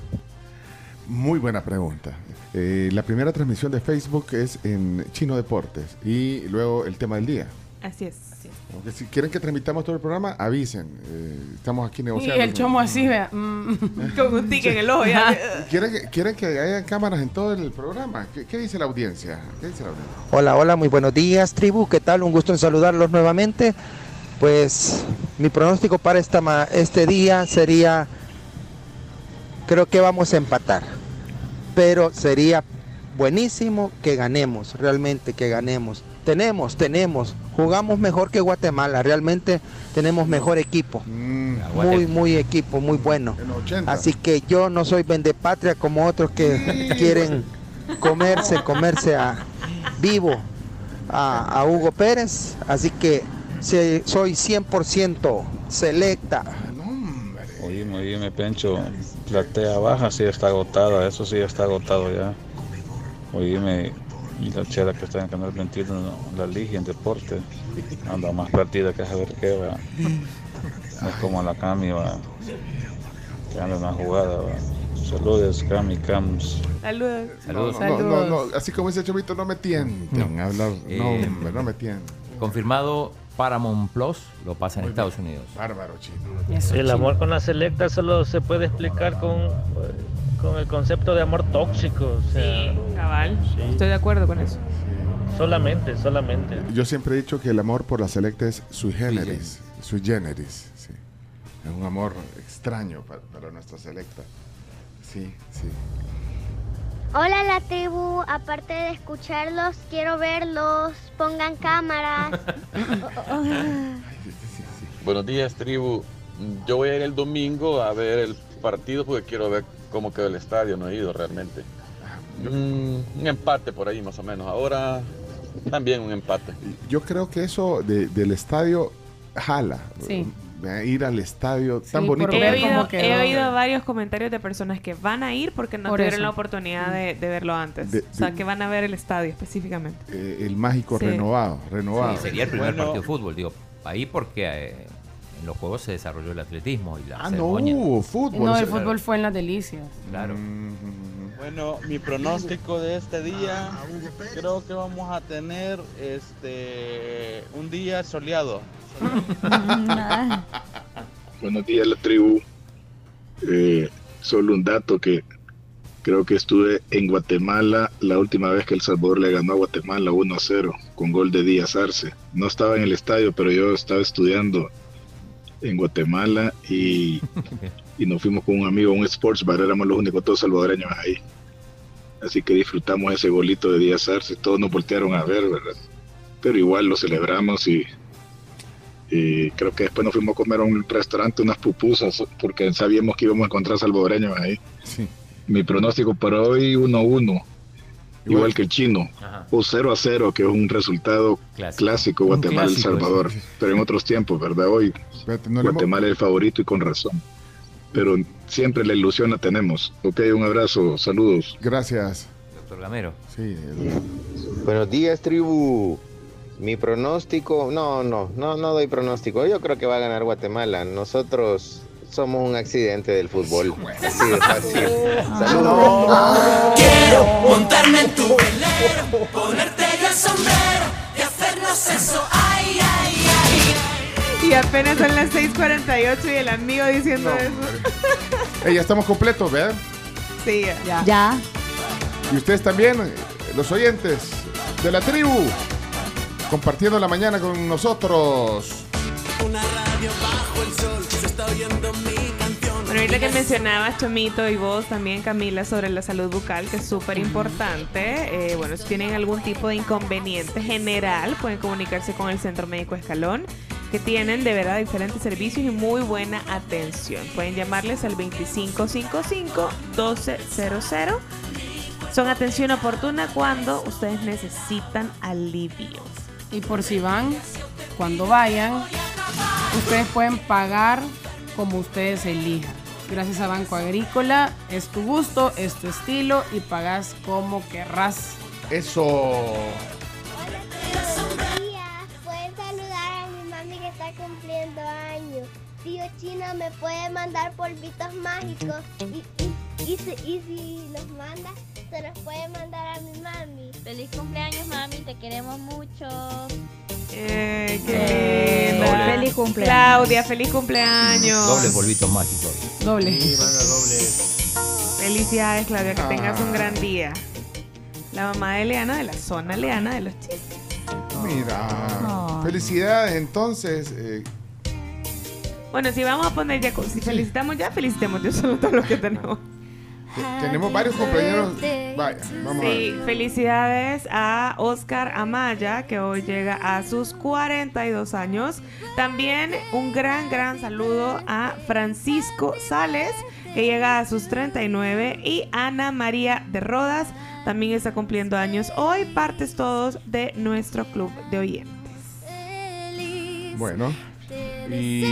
Muy buena pregunta. Eh, la primera transmisión de Facebook es en Chino Deportes y luego el tema del día. Así es. Aunque si quieren que transmitamos todo el programa, avisen. Eh, estamos aquí Y negociando. el chomo así, vea. Mm. Con un tique en el ojo. ya. ¿Quieren que, ¿Quieren que haya cámaras en todo el programa? ¿Qué, qué dice la audiencia? ¿Qué dice la audiencia? Hola, hola, muy buenos días, tribu. ¿Qué tal? Un gusto en saludarlos nuevamente. Pues mi pronóstico para esta ma- este día sería, creo que vamos a empatar, pero sería buenísimo que ganemos, realmente que ganemos. Tenemos, tenemos, jugamos mejor que Guatemala, realmente tenemos mejor equipo, muy, muy equipo, muy bueno. Así que yo no soy vendepatria como otros que quieren comerse, comerse a vivo a, a Hugo Pérez, así que se- soy cien por ciento selecta. Oíme, oíme, Pencho. Platea baja sí está agotada, eso sí está agotado ya. Oíme, y la chela que está en Canal veintiuno, no, la Liga en Deporte, anda más partida que saber qué va. No es como la Cami, va. Que anda en la jugada, va. Saludos, Cami, Cams. Saludos. Saludos. No, no, no, no, así como dice Chovito, no me tienten a hablar. Eh, no, hombre, no me tienten. Confirmado, Paramount Plus lo pasa en Estados Unidos. Bárbaro, chino. El amor con la selecta solo se puede explicar con, eh, con el concepto de amor tóxico. O sea, Sí, cabal. Estoy de acuerdo con eso. solamente, solamente. Yo siempre he dicho que el amor por la selecta es sui generis. Sui generis, sí. Es un amor extraño para, para nuestra selecta. Sí, sí. Hola, la tribu. Aparte de escucharlos, quiero verlos. Pongan cámaras. Buenos días, tribu. Yo voy a ir el domingo a ver el partido porque quiero ver cómo quedó el estadio. No he ido realmente. Mm, un empate por ahí más o menos. Ahora también un empate. Yo creo que eso de- del estadio jala. Sí. Eh, Ir al estadio tan Sí, bonito. He que- oído, he oído varios comentarios de personas que van a ir porque no Por tuvieron eso. la oportunidad de, de verlo antes. De- o sea, de- que van a ver el estadio específicamente. Eh, el mágico Sí. renovado. renovado. Sí, sería el primer Bueno. partido de fútbol, digo, ahí porque eh, en los juegos se desarrolló el atletismo y la Ah, no ceremonia. hubo fútbol. No, el Claro. fútbol fue en las delicias. Claro. Bueno, mi pronóstico de este día, creo que vamos a tener este un día soleado. Buenos días, la tribu. Eh, solo un dato que creo que estuve en Guatemala la última vez que El Salvador le ganó a Guatemala uno a cero con gol de Díaz Arce. No estaba en el estadio, pero yo estaba estudiando en Guatemala y, y nos fuimos con un amigo a un sports bar, éramos los únicos todos salvadoreños ahí. Así que disfrutamos ese golito de Díaz Arce, todos nos voltearon a ver, ¿verdad? Pero igual lo celebramos y y creo que después nos fuimos a comer a un restaurante unas pupusas porque sabíamos que íbamos a encontrar salvadoreños ahí. Sí. Mi pronóstico para hoy uno a uno, igual, Igual. que el chino, Ajá. o cero a cero, que es un resultado Clásico. clásico, Un Guatemala-El clásico, Salvador, sí. pero en otros tiempos, ¿verdad? Hoy Espérate, no le hemos- Guatemala es el favorito y con razón, pero siempre la ilusión la tenemos. Ok, un abrazo, saludos. Gracias. Doctor Gamero. Sí. Buenos días, tribu. Mi pronóstico, no, no, no, no doy pronóstico. Yo creo que va a ganar Guatemala. Nosotros somos un accidente del fútbol. Así de fácil. Saludos. Quiero montarme en tu velero, ponerte yo el sombrero y hacernos eso. Ay, ay, ay. Y apenas son las seis cuarenta y ocho y el amigo diciendo No, eso. Eh, ya estamos completos, ¿verdad? Sí, ya. Ya. Y ustedes también, eh, los oyentes de la tribu, compartiendo la mañana con nosotros. Una radio bajo el sol, se está oyendo mi canción. Bueno, ahorita que mencionabas, Chomito, y vos también, Camila, sobre la salud bucal, que es súper importante. Eh, bueno, si tienen algún tipo de inconveniente general, pueden comunicarse con el Centro Médico Escalón, que tienen de verdad diferentes servicios y muy buena atención. Pueden llamarles al veinticinco cincuenta y cinco, doce cero cero. Son atención oportuna cuando ustedes necesitan alivio. Y por si van, cuando vayan, ustedes pueden pagar como ustedes elijan. Gracias a Banco Agrícola, es tu gusto, es tu estilo y pagas como querrás. Eso. Pueden saludar a mi mami que está cumpliendo años. Tío Chino me puede mandar polvitos mágicos y, y, y, si, y si los manda, se los puede mandar a mi mami. Feliz cumpleaños, mami, te queremos mucho. Eh, qué linda. Doble. Feliz cumpleaños. Claudia, feliz cumpleaños. Doble polvitos mágicos. Doble. Sí, manga doble. Felicidades, Claudia, que Ah. tengas un gran día. La mamá de Leana, de la zona Leana de los chistes. Mira. No. Felicidades, entonces. eh, Bueno, si vamos a poner ya, si felicitamos ya, felicitemos yo solo todo lo que tenemos. te- tenemos varios compañeros. Vaya, vamos a Sí, ver. felicidades a Oscar Amaya, que hoy llega a sus cuarenta y dos años. También un gran, gran saludo a Francisco Sales, que llega a sus treinta y nueve. Y Ana María de Rodas, también está cumpliendo años hoy. Partes todos de nuestro club de oyentes. Bueno. Y.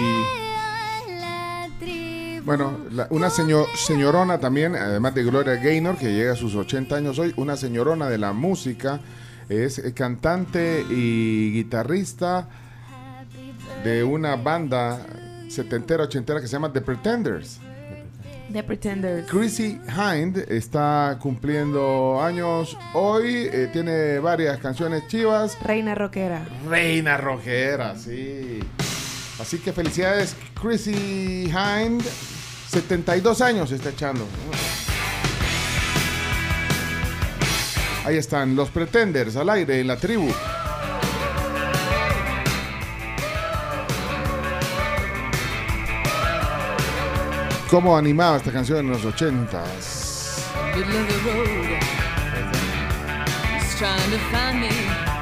Bueno, la- una señor, señorona también, además de Gloria Gaynor, que llega a sus ochenta años hoy, una señorona de la música, es eh, cantante y guitarrista de una banda setentera, ochentera que se llama The Pretenders. The Pretenders. Chrissy Hind está cumpliendo años hoy, eh, tiene varias canciones chivas. Reina rockera. Reina rockera, sí. Así que felicidades, Chrissy Hind. setenta y dos años está echando. Ahí están los Pretenders al aire en la tribu. ¿Cómo animaba esta canción en los ochentas? Middle of the road, he's trying to find me.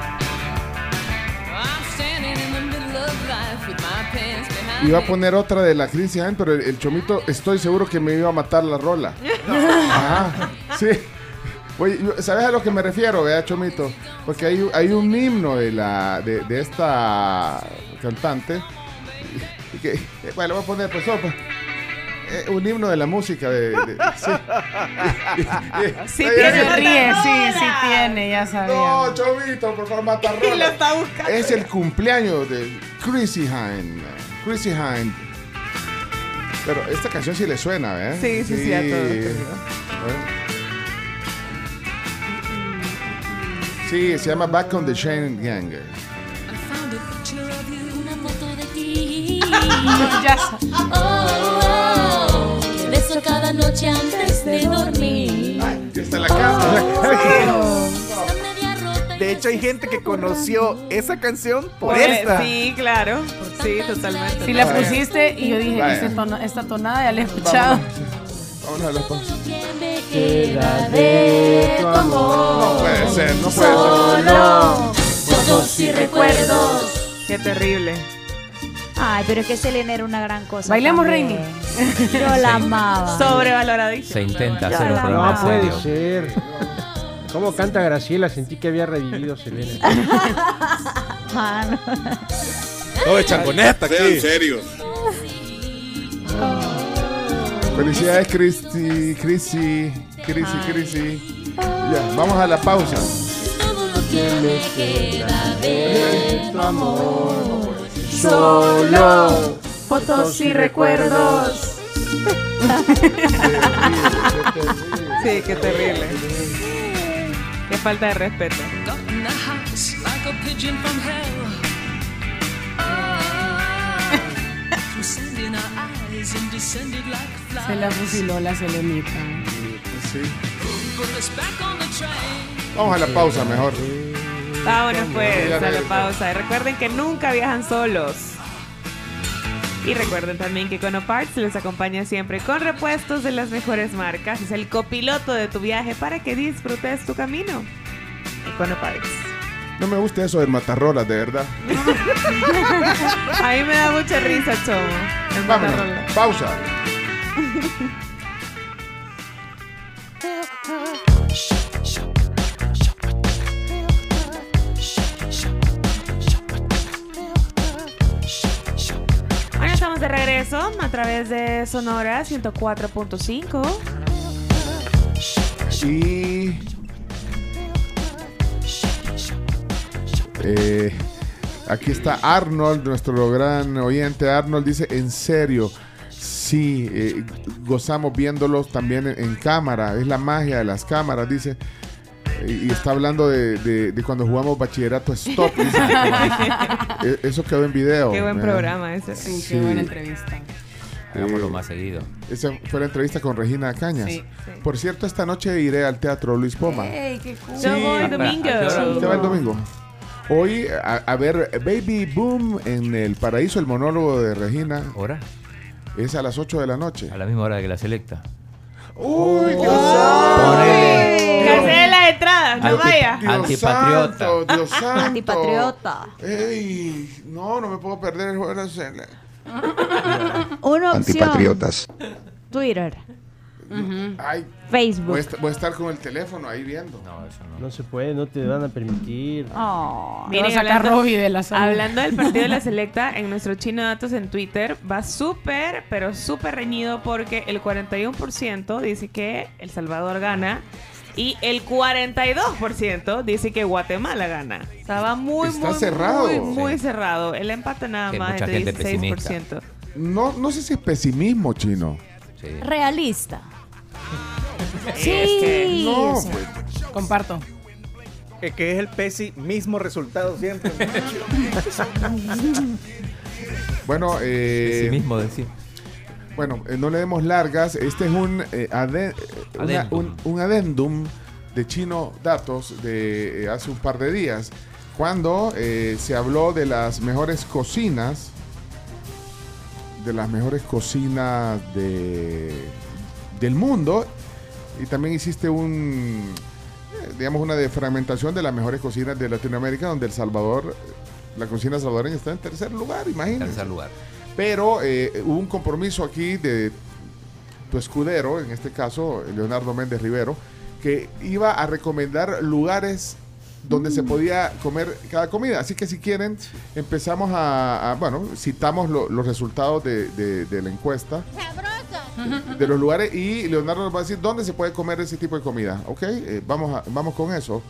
I'm standing in the middle of life with my pants behind Iba a me. poner otra de la Chrissy Hind, pero el, el Chomito estoy seguro que me iba a matar la rola. Ajá, sí. Oye, yo- ¿sabes a lo que me refiero, vea, Chomito? Porque hay, hay un himno de la de, de esta cantante. Y que, eh, bueno, lo voy a poner, pues, opa. Eh, un himno de la música de, de- sí. Sí, Ay, tiene, ay, ríe, sí, Ahora. sí tiene, ya sabía. No, Chomito, por favor, mata Y lo rola. está buscando. Es el cumpleaños de Chrissy Hind. Chrissy Hind. Pero esta canción sí le suena, ¿eh? Sí, sí, sí, a todos. Bueno. Sí, se llama Back on the Chain Gang. Found a picture of you, una foto de ti. Ya sa- Oh, te beso cada noche antes de dormir. Aquí está la canta. De hecho, hay gente que conoció esa canción por Pues, esta. Sí, claro. Sí, totalmente. Sí la pusiste y yo dije, Vaya. "Este tona- esta tonada ya la he escuchado. Vámonos a la pausa. Me queda de tu amor. No puede ser, no puede ser. Solo fotos y recuerdos. Qué terrible. Ay, pero es que Selena era una gran cosa. Bailemos, también. Reini. Yo la amaba. Sobrevaloradísimo. Se intenta Yo hacer un la programa No puede serio. ser. ¿Cómo canta Graciela? Sentí que había revivido Selena. Mano. Todo de changoneta aquí. serios. Felicidades, Chrissy, Chrissy, Chrissy, Chrissy. Ya, vamos a la pausa. Todo lo que me queda de tu amor. Solo fotos y recuerdos. Sí, qué terrible. Qué falta de respeto. Se la fusiló la Selenita. Sí. Vamos a la pausa mejor. Vámonos pues a la pausa. Y recuerden que nunca viajan solos. Y recuerden también que EconoParts les acompaña siempre con repuestos de las mejores marcas. Es el copiloto de tu viaje para que disfrutes tu camino. EconoParts. No me gusta eso del matarrolas, de verdad. A mí me da mucha risa, Chomo. El Vámonos, matarrolas. pausa. Bueno, estamos de regreso a través de Sonora ciento cuatro punto cinco. Y eh, aquí está Arnold, nuestro gran oyente. Arnold dice, en serio, sí, eh, gozamos viéndolos también en, en cámara. Es la magia de las cámaras, dice. Y, y está hablando de, de, de cuando jugamos Bachillerato Stop. Dice. Eh, Eso quedó en video. Qué buen eh. programa ese. Sí, Sí. qué buena entrevista. Hagámoslo Eh, más seguido. Esa fue la entrevista con Regina Cañas. Sí, sí. Por cierto, esta noche iré al Teatro Luis Poma. ¡Ey, qué cool! Yo voy Ah, domingo. ¿a qué hora? ¿Usted va el domingo? Hoy a, a ver Baby Boom en el Paraíso, el monólogo de Regina. ¿Hora? Es a las ocho de la noche. A la misma hora que la Selecta. ¡Uy, Dios Ponele. Cancele las entradas, no Anti- vaya. Dios Antipatriota. santo, Dios santo. Antipatriota. Ey, no, no me puedo perder el juego de la cena. Una opción. Antipatriotas. Twitter, Ay, Facebook. voy a, est- voy a estar con el teléfono ahí viendo. No, eso no. No se puede, no te van a permitir. Oh. Miren, Miren, a sacar hablando- Robbie de la sala. Hablando del partido de la Selecta, en nuestro Chino Datos en Twitter va súper, pero súper reñido porque el cuarenta y uno por ciento dice que El Salvador gana y el cuarenta y dos por ciento dice que Guatemala gana. O sea, va muy, Está muy, cerrado. muy, muy Sí. cerrado. El empate nada Sí, más mucha es de gente dieciséis por ciento. No, no sé si es pesimismo, Chino. Sí. Realista. Sí, es que- No, sí. pues, Comparto. Que, que es el Pesi, mismo resultado siempre. bueno, eh, Sí mismo decir. Bueno, eh, no le demos largas. Este es un, eh, ade- una- Adendum. un, un adendum de Chino Datos de eh, hace un par de días, cuando eh, se habló de las mejores cocinas, de las mejores cocinas de, del mundo, y también hiciste un, eh, digamos, una defragmentación de las mejores cocinas de Latinoamérica, donde El Salvador, la cocina salvadoreña está en tercer lugar, imagínense. Tercer lugar. Pero eh, hubo un compromiso aquí de tu escudero, en este caso Leonardo Méndez Rivero, que iba a recomendar lugares donde se podía comer cada comida. Así que si quieren, empezamos a, a- bueno, citamos lo- los resultados de, de- de la encuesta, de los lugares, y Leonardo nos va a decir dónde se puede comer ese tipo de comida. ¿Ok? Eh, vamos, a- vamos con eso.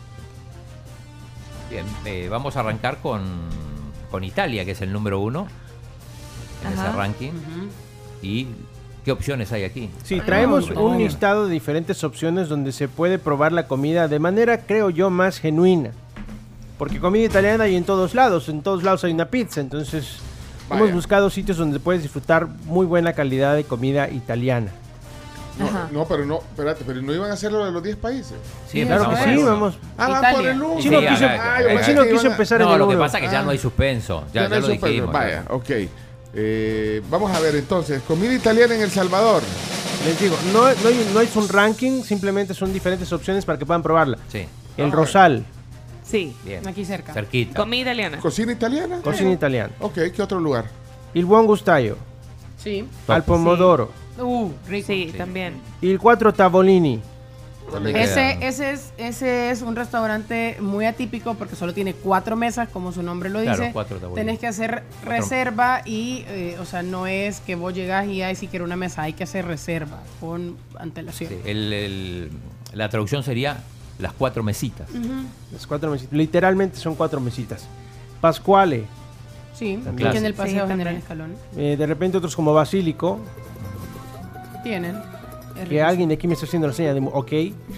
Bien, eh, vamos a arrancar con, con Italia, que es el número uno en Ajá. ese ranking. ¿Y qué opciones hay aquí? Sí, traemos Ay, un no. listado de diferentes opciones donde se puede probar la comida de manera, creo yo, más genuina. Porque comida italiana hay en todos lados, en todos lados hay una pizza, entonces Vaya. hemos buscado sitios donde puedes disfrutar muy buena calidad de comida italiana. No, Ajá. no, pero no, espérate, pero no iban a hacerlo de los diez países. Sí, Claro empezamos que por sí, el uno. vamos. Ah, van Italia. por el uno. Chino Sí, quiso, haga- Ah, haga- yo el pensé chino que quiso iban a- empezar en No, el lo que uno. pasa es que ya Ah. no hay suspenso. Ya, Ya no ya hay lo super- dijimos. Vaya, ok. Eh, vamos a ver entonces, comida italiana en El Salvador. Les digo, no, no, hay- no es un ranking, simplemente son diferentes opciones para que puedan probarla. Sí, El Rosal, Sí. bien. Aquí cerca. Cerquita. Comida italiana. ¿Cocina italiana? cocina italiana. Ok, ¿qué otro lugar? Il buon gustaio, Sí. Top. al pomodoro, Uh, rico. Sí, también. il quattro tavolini. ¿Dónde queda? Ese, ese, es, ese es un restaurante muy atípico porque solo tiene cuatro mesas, como su nombre lo Claro, dice. cuatro tabulitos. Tenés que hacer reserva y, eh, o sea, no es que vos llegás y hay si quiero una mesa, hay que hacer reserva con antelación. Sí, el- el- la traducción sería las cuatro mesitas. Ujú. Las cuatro mesitas, literalmente son cuatro mesitas. Pascuale, Sí, También. aquí en el Paseo Sí, General también. Escalón. eh, de repente otros como Basílico, Tienen. Es Que riquísimo. alguien de aquí me está haciendo la seña de ok.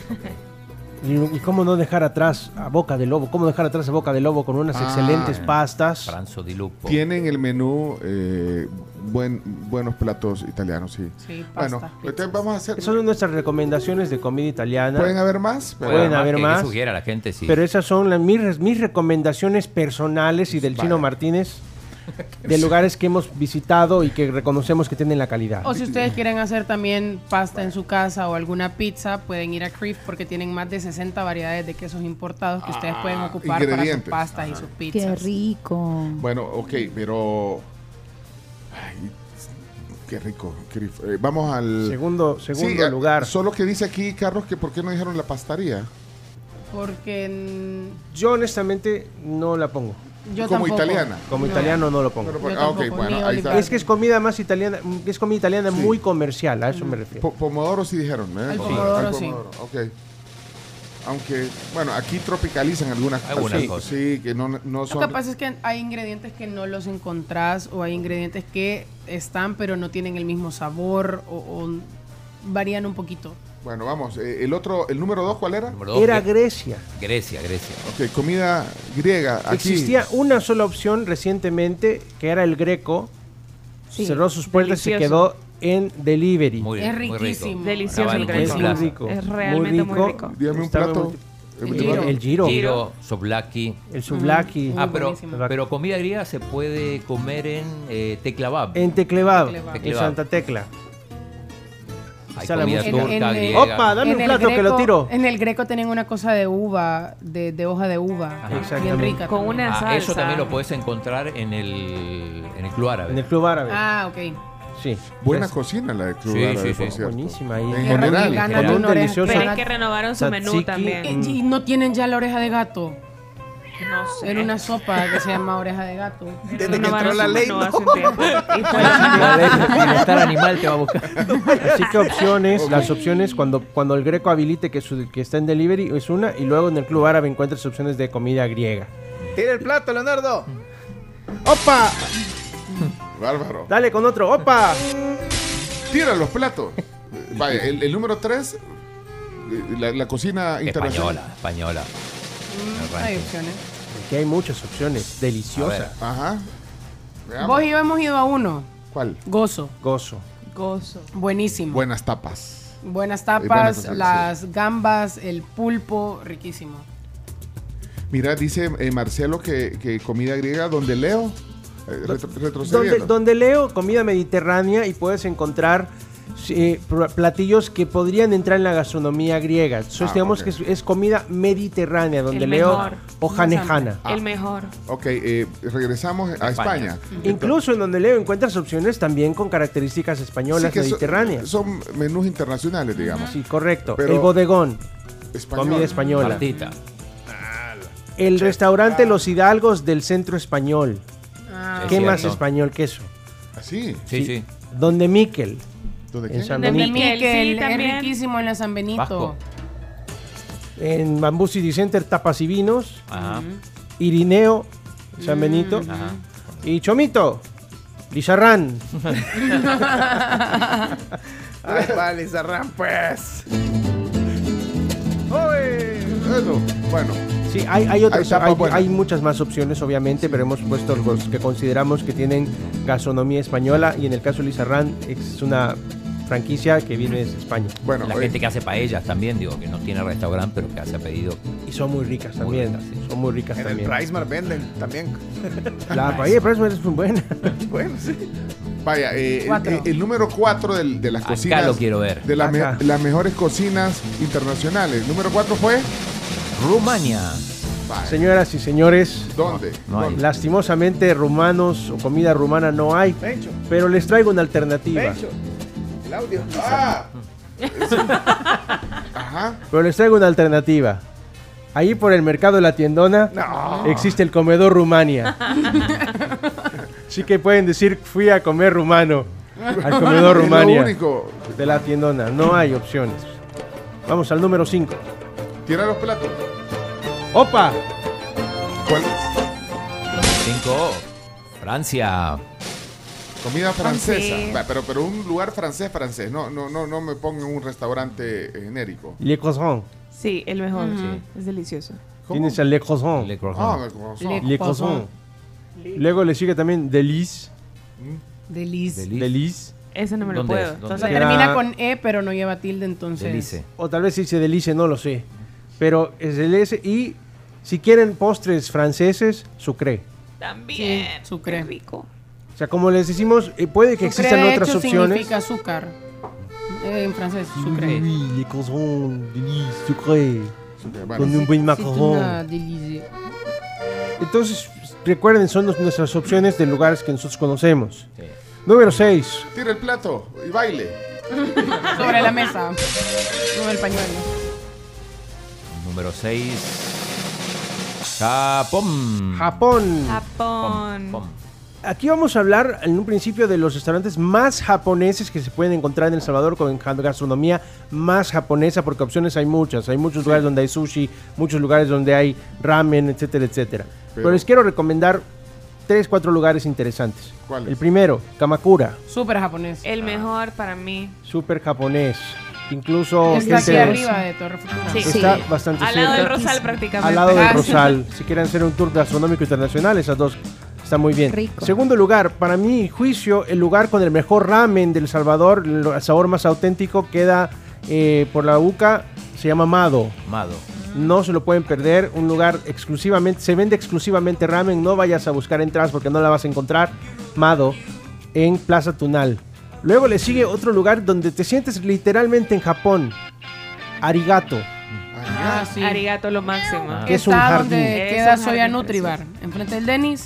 Y, y cómo no dejar atrás a Boca de Lobo, cómo dejar atrás a Boca de Lobo con unas Ah, excelentes eh. pastas. Franzo di Lupo. Tienen el menú eh, buen, buenos platos italianos, sí. Sí, Bueno, pasta, entonces vamos a hacer. Esas son nuestras recomendaciones de comida italiana. ¿Pueden haber más? Pueden Además, haber que- que más. sugiera a la gente, sí. Pero esas son las, mis, mis recomendaciones personales y del Chino Martínez de lugares que hemos visitado y que reconocemos que tienen la calidad. O si ustedes quieren hacer también pasta en su casa o alguna pizza, pueden ir a Crif porque tienen más de sesenta variedades de quesos importados que ustedes pueden ocupar para sus ingredientes. pastas y sus pizzas. Qué rico. Bueno, ok, pero. Ay, qué rico. qué rif- eh, vamos al. Segundo- segundo eh, lugar. Solo que dice aquí, Carlos, que por qué no dijeron la pastaría. Porque mm, Yo honestamente no la pongo. yo Como tampoco. italiana. Como No. italiano no lo pongo. Pero por- Yo ah, ok, tampoco, bueno, ni ahí está. olivar. Es que es comida más italiana, es comida italiana Sí. muy comercial, a eso me refiero. Po- pomodoro sí dijeron, ¿eh? Al Sí, pomodoro, al sí. pomodoro, ok. Aunque, bueno, aquí tropicalizan algunas, Algunas sí, cosas. sí, que no, no Lo son. que pasa es que hay ingredientes que no los encontrás o hay ingredientes que están pero no tienen el mismo sabor o, o varían un poquito. Bueno, vamos, eh, el otro, el número dos, ¿cuál era? Número dos, Era Gre- Grecia. Grecia, Grecia. Ok, comida griega. Aquí. Existía una sola opción recientemente, que era el Greco. Sí, Cerró sus puertas y se delicioso. quedó en delivery. Muy, Es muy rico. riquísimo. Delicioso Estaba en el Cruz es greco. muy Plaza. rico. Es realmente muy rico. Dígame un Estaba plato. muy- eh, El bueno, El giro. Giro, souvlaki. El souvlaki. Mm. Ah, Muy pero, buenísimo. pero comida griega se puede comer en eh, Teclabab. En Teclebab, Teclebab. en Teclebab. Santa Tecla. Hay Está la comida música. turca, En- en- griega. Opa, dame En un el plato que lo Greco- tiro. En el Greco tenían una cosa de uva, de, de hoja de uva, Ajá. bien Exactamente. rica. Con también. una Ah, salsa. eso también lo puedes encontrar en el, en el Club Árabe. En el Club Árabe. Ah, ok. Sí. Buena Pues, cocina la de Club Sí, Árabe, sí, por sí. cierto. buenísima. Y En Qué general. rico, ganan Con un una oreja- delicioso Pero es que renovaron su menú tzatziki. también. Eh, Y no tienen ya la oreja de gato. No sé. Era una sopa que se llama oreja de gato. Desde que Renovaron entró la su ley, menú ¿no? hace un tiempo. Y fue El bienestar animal te va a buscar. Así que opciones, las opciones cuando, cuando el Greco habilite que, su- que está en delivery es una y luego en el Club Árabe encuentras opciones de comida griega. Tira el plato, Leonardo. ¡Opa! Bárbaro. Dale con otro. ¡Opa! Tira los platos. Vaya, el, el número tres, eh, la, la cocina internacional. Española, española. Mm, hay opciones. Aquí hay muchas opciones deliciosas. Ajá. Veamos. Vos y yo hemos ido a uno. ¿Cuál? Gozo. Gozo. gozo. Buenísimo. Buenas tapas. Buenas Y tapas, buenas tapas, las gambas, el pulpo, riquísimo. Mira, dice eh, Marcelo que, que comida griega donde leo. eh, retro- Donde, retrocediendo. donde leo comida mediterránea y puedes encontrar eh, pr- platillos que podrían entrar en la gastronomía griega. Entonces, Ah, digamos ok. que es, es comida mediterránea, donde El leo mejor. hojanejana. Ah. El mejor. Ok, eh, regresamos a España. Incluso en donde leo encuentras opciones también con características Sí, españolas que so- mediterráneas. son menús internacionales, digamos. Sí, correcto. Pero- el bodegón, Español. comida española. Martita. El restaurante Los Hidalgos del Centro Español. Ah, ¿Qué Es más cierto. español que eso? Así. Sí, sí. Donde Miquel, ¿Dónde en qué? San Donde Benito. Miquel, Miquel, sí, es también. riquísimo en la San Benito. Vasco. En Bamboo City Center, Tapas y Vinos. Ajá. Irineo, San Benito. Ajá. Y Chomito, Lizarrán. Ay, vale, Zarrán, pues. Eso, bueno. Sí, hay, hay, otras, Hay tapas hay, buenas. hay muchas más opciones, obviamente, pero hemos puesto los que consideramos que tienen gastronomía española. Y en el caso de Lizarrán, es una franquicia que viene de España. Bueno, La eh, gente que hace paellas también, digo, que no tiene restaurante, pero que hace a pedido. Y son muy ricas Muy también. ricas, sí. Son muy ricas En el también. Pricemar venden también. La paella de Pricemar es muy buena. Bueno, sí. vaya, eh, el, Cuatro. el- el número cuatro del- de las Acá cocinas. lo quiero ver. De las me- Acá. las mejores cocinas internacionales. Número cuatro fue. Rumania. Vaya, Señoras y señores, ¿dónde? No hay. ¿Dónde? lastimosamente rumanos o comida rumana no hay, Pencho, pero les traigo una alternativa. Pencho. El audio. Ah. Ajá. Pero les traigo una alternativa. Ahí por el mercado de la tiendona No. existe el comedor Rumania. Así que pueden decir, fui a comer rumano al comedor Es lo Rumania único. de la tiendona. No hay opciones. Vamos al número cinco. Tira los platos. ¡Opa! ¿Cuál? Cinco. Francia. Comida francesa, sí. Va, pero, pero un lugar francés, francés. No, no, no, no me pongan un restaurante genérico. Le Croissant. Sí, el mejor. Ujú. Sí. Es delicioso. Tienes el Le Croissant. Le Ah, Croissant. le croissant. Le Croissant. Luego le sigue también Delice. Delice. Delice. Ese no me lo ¿Dónde puedo. es? ¿Dónde O sea, Era- termina con E, pero no lleva tilde, entonces. Delice. O tal vez se dice Delice, no lo sé. Pero es Delice. Y si quieren postres franceses, Sucré. También. Sí, sucre. Qué rico. O sea, como les decimos, eh, puede que Sucre, existan de otras hecho, opciones. significa azúcar. Eh, en francés, sucre. Oui, le croissant, delice, sucré. Bueno, Con un buen C'est macaron. una delicia. Entonces, recuerden, son nos- nuestras opciones de lugares que nosotros conocemos. Número seis. Tira el plato y baile. Sobre la mesa. Con el pañuelo. Número seis. Japón. Japón. Japón. Pom. Aquí vamos a hablar en un principio de los restaurantes más japoneses que se pueden encontrar en El Salvador con gastronomía más japonesa, porque opciones hay muchas. Hay muchos lugares donde hay sushi, muchos lugares donde hay ramen, etcétera, etcétera. Pero, Pero- les quiero recomendar tres, cuatro lugares interesantes. ¿Cuáles? El primero, Kamakura, Súper japonés. El mejor para mí. súper japonés. Incluso Está aquí gente- arriba de Torre Futura. Sí. está bastante Al lado del cerca. Rosal prácticamente. Al lado del Ah, sí. Rosal. Si quieren hacer un tour gastronómico internacional, esas dos están muy bien. Rico. Segundo lugar, para mi juicio, el lugar con el mejor ramen del Salvador, el sabor más auténtico, queda eh, por la UCA, se llama Mado. Mado. No se lo pueden perder, un lugar exclusivamente, se vende exclusivamente ramen, no vayas a buscar entradas porque no la vas a encontrar. Mado, en Plaza Tunal. Luego le sigue otro lugar donde te sientes literalmente en Japón, Arigato. Ah, sí. Arigato lo máximo. Ah. Que es un Está jardín. donde Es queda un Soya jardín Nutribar. Enfrente del Denis.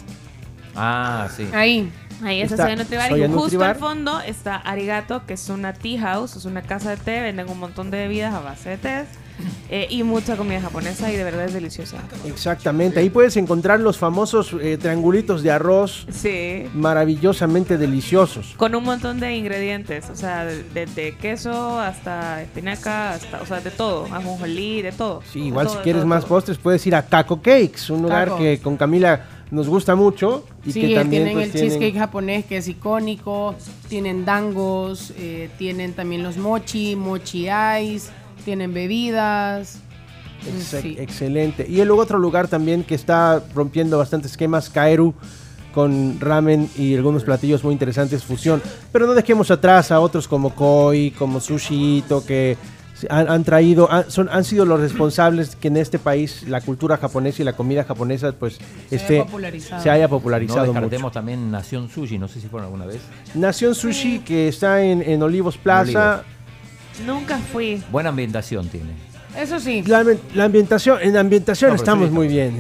Ah, sí. Ahí. Ahí está, Está Soya Nutribar. Soya Y justo Nutribar. al fondo está Arigato, que es una tea house, es una casa de té. Venden un montón de bebidas a base de té. Eh, y mucha comida japonesa y de verdad es deliciosa. Exactamente, ahí puedes encontrar los famosos eh, triangulitos de arroz Sí. maravillosamente deliciosos. Con un montón de ingredientes, o sea, desde de, queso hasta espinaca, hasta, o sea, de todo, ajonjolí, de todo. Sí, De igual todo, si de quieres todo, más todo. postres puedes ir a Kako Cakes, un lugar Kako. que con Camila nos gusta mucho y Sí, que también tienen pues, el tienen- cheesecake japonés que es icónico. Tienen dangos. eh, tienen también los mochi, mochi ice. Tienen bebidas. Ex- Sí. Excelente. Y luego otro lugar también que está rompiendo bastantes esquemas, Kaeru, con ramen y algunos platillos muy interesantes, fusión. Pero no dejemos atrás a otros como Koi, como Sushito, que se han, han traído, han, son, han sido los responsables que en este país la cultura japonesa y la comida japonesa pues Se esté, haya popularizado. se haya No popularizado descartemos mucho. también Nación Sushi, no sé si fueron alguna vez. Nación Sushi, que está en, en Olivos Plaza. Nunca fui. Buena ambientación tiene. Eso sí. La, ambi- la ambientación, en ambientación No, pero estamos sí, muy bien.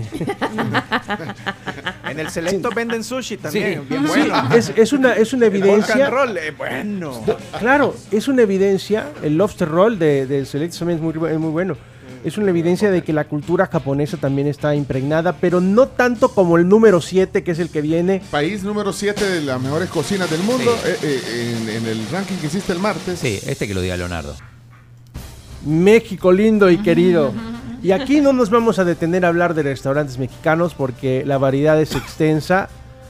En el Selecto venden sushi también, Sí. bien Sí, bueno. es, es una, es una El rock evidencia. and roll, eh, bueno. Claro, es una evidencia. El lobster roll de, de Select también es muy, bu- es muy bueno. Es una evidencia de que la cultura japonesa también está impregnada, pero no tanto como el número siete, que es el que viene. País número siete de las mejores cocinas del mundo Sí. eh, eh, en, en el ranking que hiciste el martes. Sí, este que lo diga Leonardo. México lindo y querido. Y aquí no nos vamos a detener a hablar de restaurantes mexicanos porque la variedad es extensa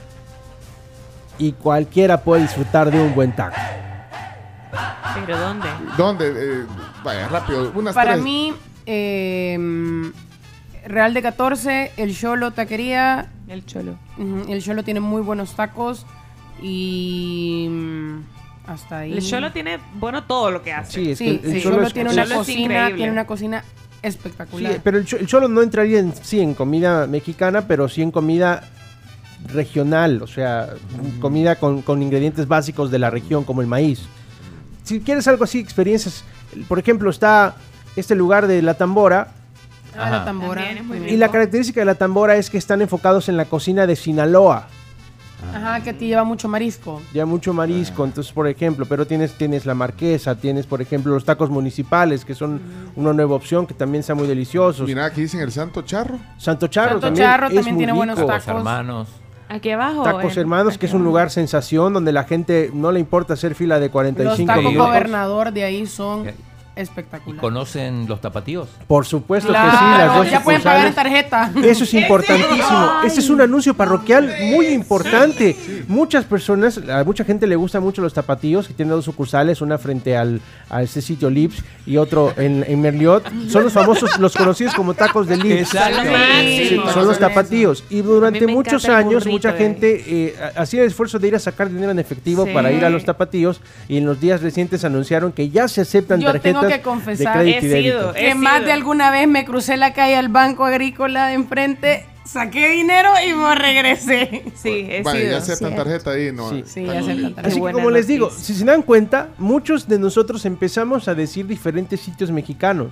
y cualquiera puede disfrutar de un buen taco. ¿Pero dónde? ¿Dónde? Eh, vaya, rápido. Unas Para tres. mí, eh, Real de catorce, el Cholo Taquería. El Cholo. Ujú, el Cholo tiene muy buenos tacos y mm, hasta ahí. El Cholo tiene, bueno, todo lo que hace. Sí, es Sí, que el, el el Cholo Cholo es- tiene Cholo una es cocina, increíble. tiene una cocina Sí, espectacular. pero el, cho- el cholo no entraría en, sí en comida mexicana, pero sí en comida regional, o sea, comida con, con ingredientes básicos de la región, como el maíz. Si quieres algo así, experiencias, por ejemplo, está este lugar de La Tambora, Ah, la tambora. También es muy muy y la rico. característica de La Tambora es que están enfocados en la cocina de Sinaloa. Ajá, que te lleva mucho marisco. Ya mucho marisco, entonces por ejemplo, pero tienes tienes la marquesa, tienes por ejemplo los tacos municipales, que son una nueva opción que también están muy deliciosos. Mira, aquí dicen el Santo Charro. Santo Charro Santo también, Charro es también muy tiene buenos rico. tacos. Tacos hermanos. Aquí abajo. Tacos en- Hermanos, aquí que es un abajo. lugar sensación donde la gente no le importa hacer fila de cuarenta y Los cinco tacos minutos. gobernador de ahí son espectacular. ¿Conocen los tapatíos? Por supuesto Claro, que sí, las dos ya pueden pagar en sucursales. tarjeta. Eso es importantísimo. Este es un anuncio parroquial muy importante. Muchas personas, a mucha gente le gustan mucho los tapatíos, que tienen dos sucursales, una frente al, a este sitio Lips y otro en, en Merliot. Son los famosos, los conocidos como tacos de Lips. Exacto. Sí, son los tapatíos. Y durante me muchos encanta el años, burrito, mucha eh. gente eh, hacía el esfuerzo de ir a sacar dinero en efectivo Sí. para ir a los tapatíos, y en los días recientes anunciaron que ya se aceptan Yo tengo tarjetas que de confesar crédito y he débito. sido, que He más sido. de alguna vez me crucé la calle al Banco Agrícola de enfrente, saqué dinero y me regresé. Sí, he Vale, sido. ya aceptan Cierto. tarjeta ahí, ¿no? Sí. Sí, Está ya bien. aceptan tarjeta. Así que buena como les digo, noticia. si se dan cuenta, muchos de nosotros empezamos a decir diferentes sitios mexicanos.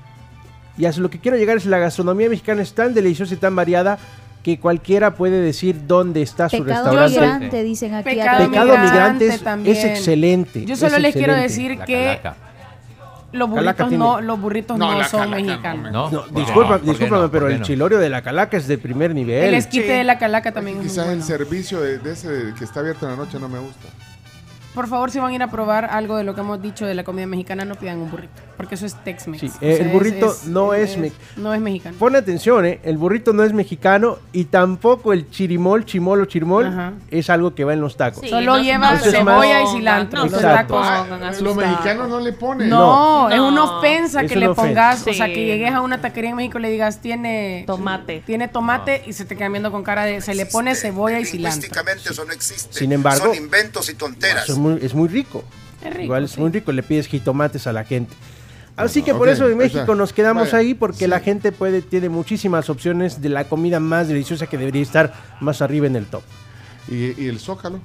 Y a lo que quiero llegar es la gastronomía mexicana es tan deliciosa y tan variada que cualquiera puede decir dónde está su Pecado restaurante. migrante, dicen aquí. Pecado acá. Pecado migrante es, también. es excelente. Yo solo es les quiero excelente. decir La que calaca. los Calaca burritos tiene- no, los burritos No, no, la son calaca no, mexicanos. ¿No? No, ¿Por qué disculpa, no? ¿Por qué discúlpame, no? pero ¿Por qué el no? chilorio de la calaca es de primer nivel. El esquite Sí. de la calaca también es muy Quizás bueno. el servicio de, de ese que está abierto en la noche no me gusta. Por favor, si van a ir a probar algo de lo que hemos dicho de la comida mexicana, no pidan un burrito, porque eso es Tex-Mex. Sí, O eh, sea, el burrito no es es mex- no es mexicano. Pon atención, eh, el burrito no es mexicano y tampoco el chirimol, chimol o chirmol Ajá. es algo que va en los tacos. Sí, Solo no- lleva no se cebolla y pongan, cilantro. No Los se Exacto. pongan a Ah, sus los tacos. mexicanos no le ponen. No, No. es una No. ofensa Es que una le ofensa. pongas, o sea, Sí. que llegues a una taquería en México y le digas, tiene Tomate. tiene tomate y se te queda viendo con cara de, se le pone cebolla y cilantro. Lingüísticamente eso no existe. Sin embargo, son inventos y tonteras. Eso es muy, es muy rico. Es rico, Igual es sí. muy rico, le pides jitomates a la gente. Así que por ok, eso en o México sea, nos quedamos vaya, ahí porque sí. la gente puede tiene muchísimas opciones de la comida más deliciosa que debería estar más arriba en el top. ¿Y, y el zócalo?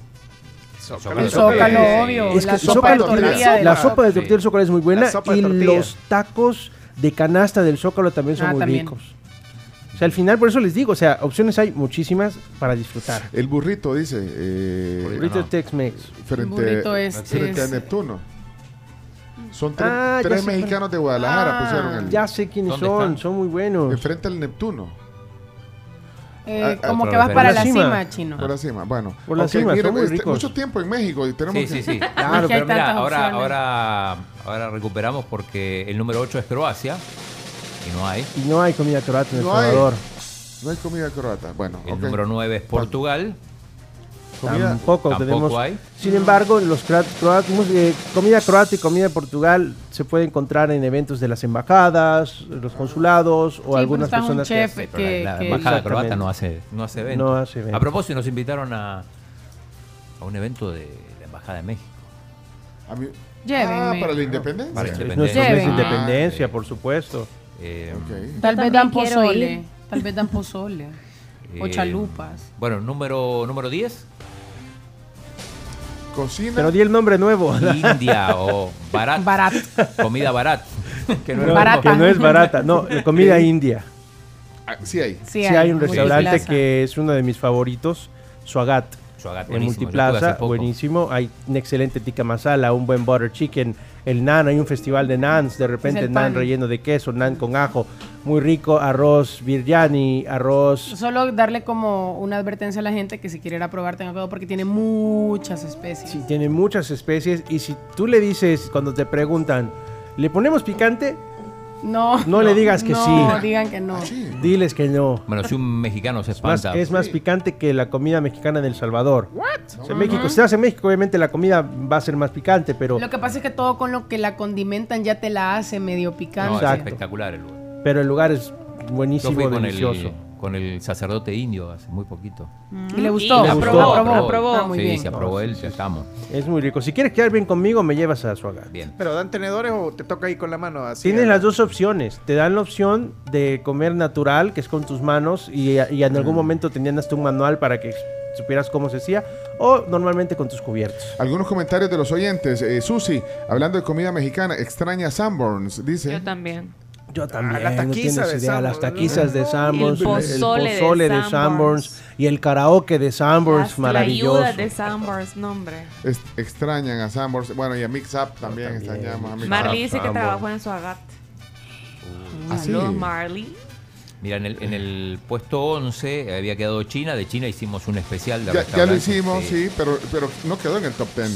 El zócalo, Sí. obvio. Es que la el sopa de Zócalo tiene- tortilla. de la la- sopa de Sí. tortilla del Zócalo es muy buena La sopa de y tortilla. los tacos de canasta del Zócalo también son Ah, muy también. ricos. O sea, al final por eso les digo, o sea, opciones hay muchísimas para disfrutar. El burrito, dice. Eh, Burrito Ajá. Tex-Mex. frente, burrito es- frente a es- Neptuno. Son tres, Ah, ya tres sé, mexicanos de Guadalajara Ah, pusieron el. Ya sé quiénes ¿Dónde son, están? son muy buenos. Enfrente al Neptuno. Eh, Ah, ah, como por que vas la para cima. la cima, chino. Por la cima, bueno. Por la Ok, cima, mire, son muy este, ricos. mucho tiempo en México y tenemos Sí, que... sí, sí. Claro, Es que hay pero mira, tantas ahora, opciones. ahora, ahora recuperamos porque el número ocho es Croacia y no hay. Y no hay comida croata en El No hay. Salvador. No hay comida croata. Bueno, El ok. número nueve es Portugal. Comida- Tampoco, Tampoco tenemos. hay. Sin embargo, los croat- croat- mus- eh, comida croata y comida de Portugal se puede encontrar en eventos de las embajadas, los consulados o Sí, algunas pero está un personas que chef hacen. Pero que, la, la que- embajada Exactamente. croata no hace, no hace eventos. No hace eventos. A propósito, nos invitaron a, a un evento de la Embajada de México. A mí- Llévenme. Ah, para la independencia. Para Es independencia. nuestro mes de Llévenme. independencia, Ah, por supuesto. Eh, Ok. Tal Yo vez dan también quiero pozole. ir. Tal vez dan pozole. O eh, chalupas. Bueno, número, número diez, Cocina. Pero di el nombre nuevo. India o barat. Barat. Comida barat. que no, No, es barata. que no es barata, no, la comida india. Ah, sí hay. Sí, Sí, hay un en restaurante Multiplaza. que es uno de mis favoritos, Suagat, Suagat, en buenísimo, lo estuve Multiplaza, hace poco. buenísimo. Hay un excelente tikka masala, un buen butter chicken, el naan, hay un festival de naans, de repente el naan pan. relleno de queso, naan con ajo, muy rico, arroz biryani, arroz. Solo darle como una advertencia a la gente que si quiere ir a probar tenga cuidado porque tiene muchas especies. Sí, tiene muchas especies y si tú le dices cuando te preguntan, ¿le ponemos picante? No, No le digas que no, sí. digan que no. Diles que no. Bueno, si un mexicano se Es más, espanta. es más picante que la comida mexicana en El Salvador. O sea, en México, si estás en México, obviamente la comida va a ser más picante, pero, Lo que pasa es que todo con lo que la condimentan ya te la hace medio No, picante. es Exacto. espectacular el lugar. pero el lugar es Yo buenísimo, fui con delicioso. el, con el sacerdote indio hace muy poquito. ¿Y le gustó? ¿Le ¿La gustó? probó? Aprobó, ¿Aprobó? Ah, muy sí, bien. se aprobó él, ya estamos. Es muy rico. Si quieres quedar bien conmigo, me llevas a Suagat. Bien. ¿Pero dan tenedores o te toca ahí con la mano? Así Tienes a- las dos opciones. Te dan la opción de comer natural, que es con tus manos, y, y en algún momento tenían hasta un manual para que supieras cómo se hacía, o normalmente con tus cubiertos. Algunos comentarios de los oyentes. Eh, Susi, hablando de comida mexicana, extraña Sanborns, dice. Yo también. Yo también, la no taquiza tienes de idea, las Sanborns. taquizas de Sanborns, El el pozole de pozole de Sanborns. Sanborns y el karaoke de Sanborns, Las maravilloso. ayudas de Sanborns, nombre. Es- extrañan a Sanborns. Bueno, y a Mix Up también, también, extrañamos a Mix Marley Up. dice que Sanborns. trabajó en Suagat. ¿Ah, sí? Saludos, Marley. Mira, en el, en el puesto once había quedado China. De China hicimos un especial de Ya, ya lo restaurantes, hicimos, eh, sí, pero, pero no quedó en el top ten.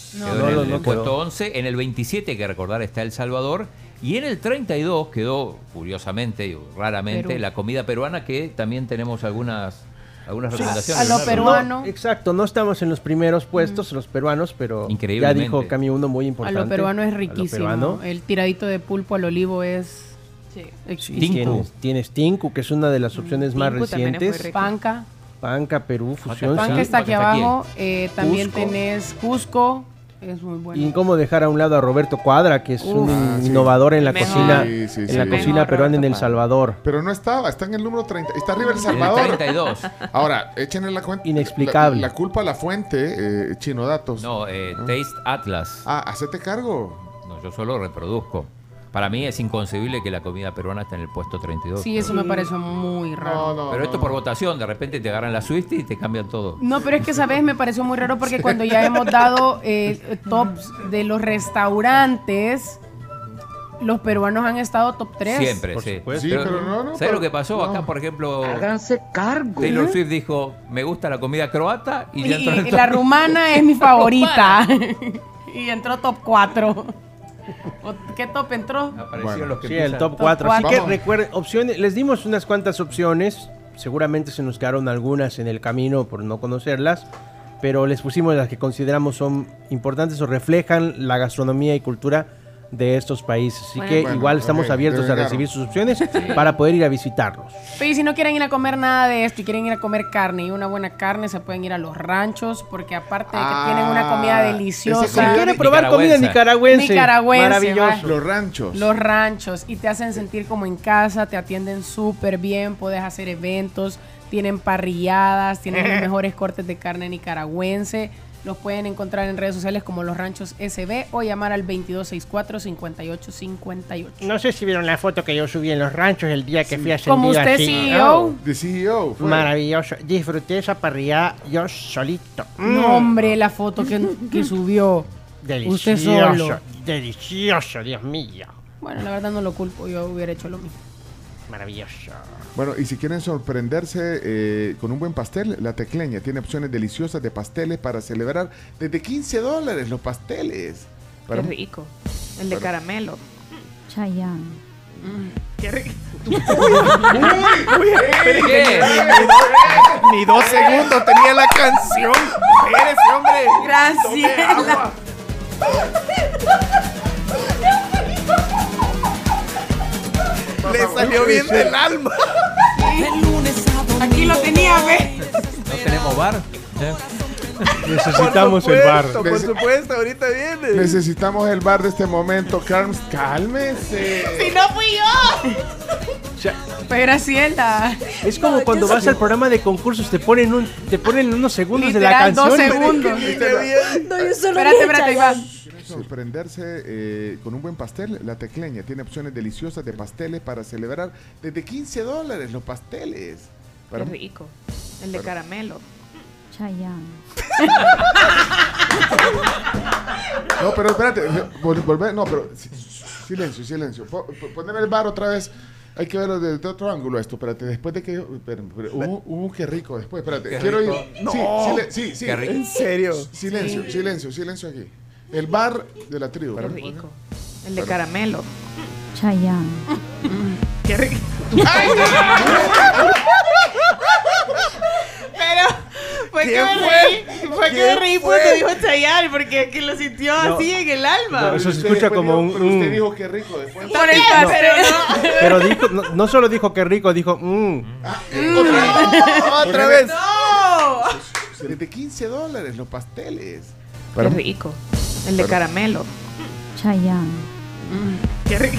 Quedó No, en no, el, no el quedó. puesto once. En el veintisiete, hay que recordar, está El Salvador. Y en el treinta y dos quedó, curiosamente y raramente, Perú. la comida peruana, que también tenemos algunas, algunas recomendaciones. a lo ¿verdad? peruano. No, exacto, no estamos en los primeros puestos, los peruanos, pero ya Increíblemente. dijo Cami uno muy A importante. lo peruano es A lo riquísimo. peruano. El tiradito de pulpo al olivo es Sí. Sí, exquisito. tienes, tienes Tinku, que es una de las opciones más Tinku también es muy recientes. rico. Panca. Panca, Perú, fusión. Panca Panca sí. está aquí Panca está aquí. abajo. Eh, también Cusco. tenés Cusco. Es muy bueno. Y cómo dejar a un lado a Roberto Cuadra, que es Uf. un Ah, sí. innovador en la El mejor. cocina, Sí, sí, en sí. la El cocina mejor peruana en Roberto El Cuadra. Salvador. Pero no estaba, está en el número treinta. Está arriba El En el Salvador. treinta y dos. Ahora, échenle la cuenta. Inexplicable. La, la culpa a la fuente, eh, Chino Datos. No, eh, Taste Atlas. Ah, hacete cargo. No, yo solo reproduzco. Para mí es inconcebible que la comida peruana esté en el puesto treinta y dos. Sí, eso me parece muy raro. No, no. Pero esto no. por votación, de repente te agarran la Swift y te cambian todo. No, pero es que, ¿sabes? Me pareció muy raro porque cuando ya hemos dado eh, tops de los restaurantes, los peruanos han estado top tres. Siempre, Por sí. supuesto. Sí, pero no, no, ¿Sabes pero- lo que pasó? no. Acá, por ejemplo, Háganse cargo. Taylor Swift dijo, me gusta la comida croata y Y, ya entró en el y top. la rumana es mi favorita. Y entró top cuatro. ¿O ¿Qué top entró? Aparecieron Bueno, los que Sí, empiezan. el top cuatro. Así cuatro. que recuerden, opciones, les dimos unas cuantas opciones. Seguramente se nos quedaron algunas en el camino por no conocerlas. Pero les pusimos las que consideramos son importantes o reflejan la gastronomía y cultura de estos países. Así Bueno. que Bueno, igual estamos ok, abiertos a devengaron. recibir sus opciones para poder ir a visitarlos. Pero y si no quieren ir a comer nada de esto y quieren ir a comer carne y una buena carne, se pueden ir a los ranchos porque aparte de que Ah, tienen una comida esa deliciosa. comida Si quiere probar comida Nicaragüense. nicaragüense, Nicaragüense, maravilloso. Los ranchos. Los ranchos y te hacen sentir como en casa, te atienden súper bien, puedes hacer eventos, tienen parrilladas, tienen los mejores cortes de carne nicaragüense. Los pueden encontrar en redes sociales como Los Ranchos S B o llamar al veintidós sesenta y cuatro, cincuenta y ocho cincuenta y ocho. No sé si vieron la foto que yo subí en los ranchos el día que fui a Como usted C E O. De C E O. fue. Maravilloso. Disfruté esa parrilla yo solito. Mm. No, hombre, la foto que, que subió. Delicioso. Usted solo. Delicioso, Dios mío. Bueno, la verdad no lo culpo, yo hubiera hecho lo mismo. Maravilloso. Bueno, y si quieren sorprenderse eh, con un buen pastel, La Tecleña tiene opciones deliciosas de pasteles para celebrar desde quince dólares los pasteles. Para- Qué rico. El de Para- caramelo. Chayanne. Qué rico. ¿Qué? Ni dos segundos tenía la canción. Espérese, hombre. Graciela. Le salió bien del alma. Aquí lo tenía, ve. ¿No tenemos bar? ¿Eh? Necesitamos el bar. Por supuesto, ahorita viene. Necesitamos el bar de este momento. Carms, cálmese. Si no fui yo. Fue Graciela. Es como cuando vas al programa de concursos, te ponen un, te ponen unos segundos de la Literal, canción. dos segundos. No, yo solo Espérate, dije espérate, Chayanne. Iván. Sorprenderse eh, con un buen pastel, La Tecleña tiene opciones deliciosas de pasteles para celebrar desde quince dólares los pasteles. Para- Qué rico. El de Para- caramelo. Chayanne. No, pero espérate, vol- volver, no, pero si- silencio, silencio. Po- po- Poneme el bar otra vez. Hay que verlo desde otro ángulo esto, espérate, después de que yo, espérate, espérate, uh, uh, qué rico, después, espérate, Qué quiero rico. ir. No. Sí, sile- sí, sí. Qué rico. ¿En serio? Silencio, silencio, silencio aquí. El bar de la tribu. Qué ¿verdad? rico. El de caramelo. Chayanne. Qué rico. Pero fue que ¿Quién me fue? reí, fue que me ¿Quién reí fue? porque dijo Chayanne, porque es que lo sintió No. así en el alma. No, eso se Usted escucha después como dijo- un... Pero usted mm. dijo qué rico después. Por el pero no. Pero dijo, no, no solo dijo que rico, dijo... mm. Otra vez. No. Desde quince dólares los pasteles. Qué Para- rico. El de Para- caramelo. Chayanne. Qué rico.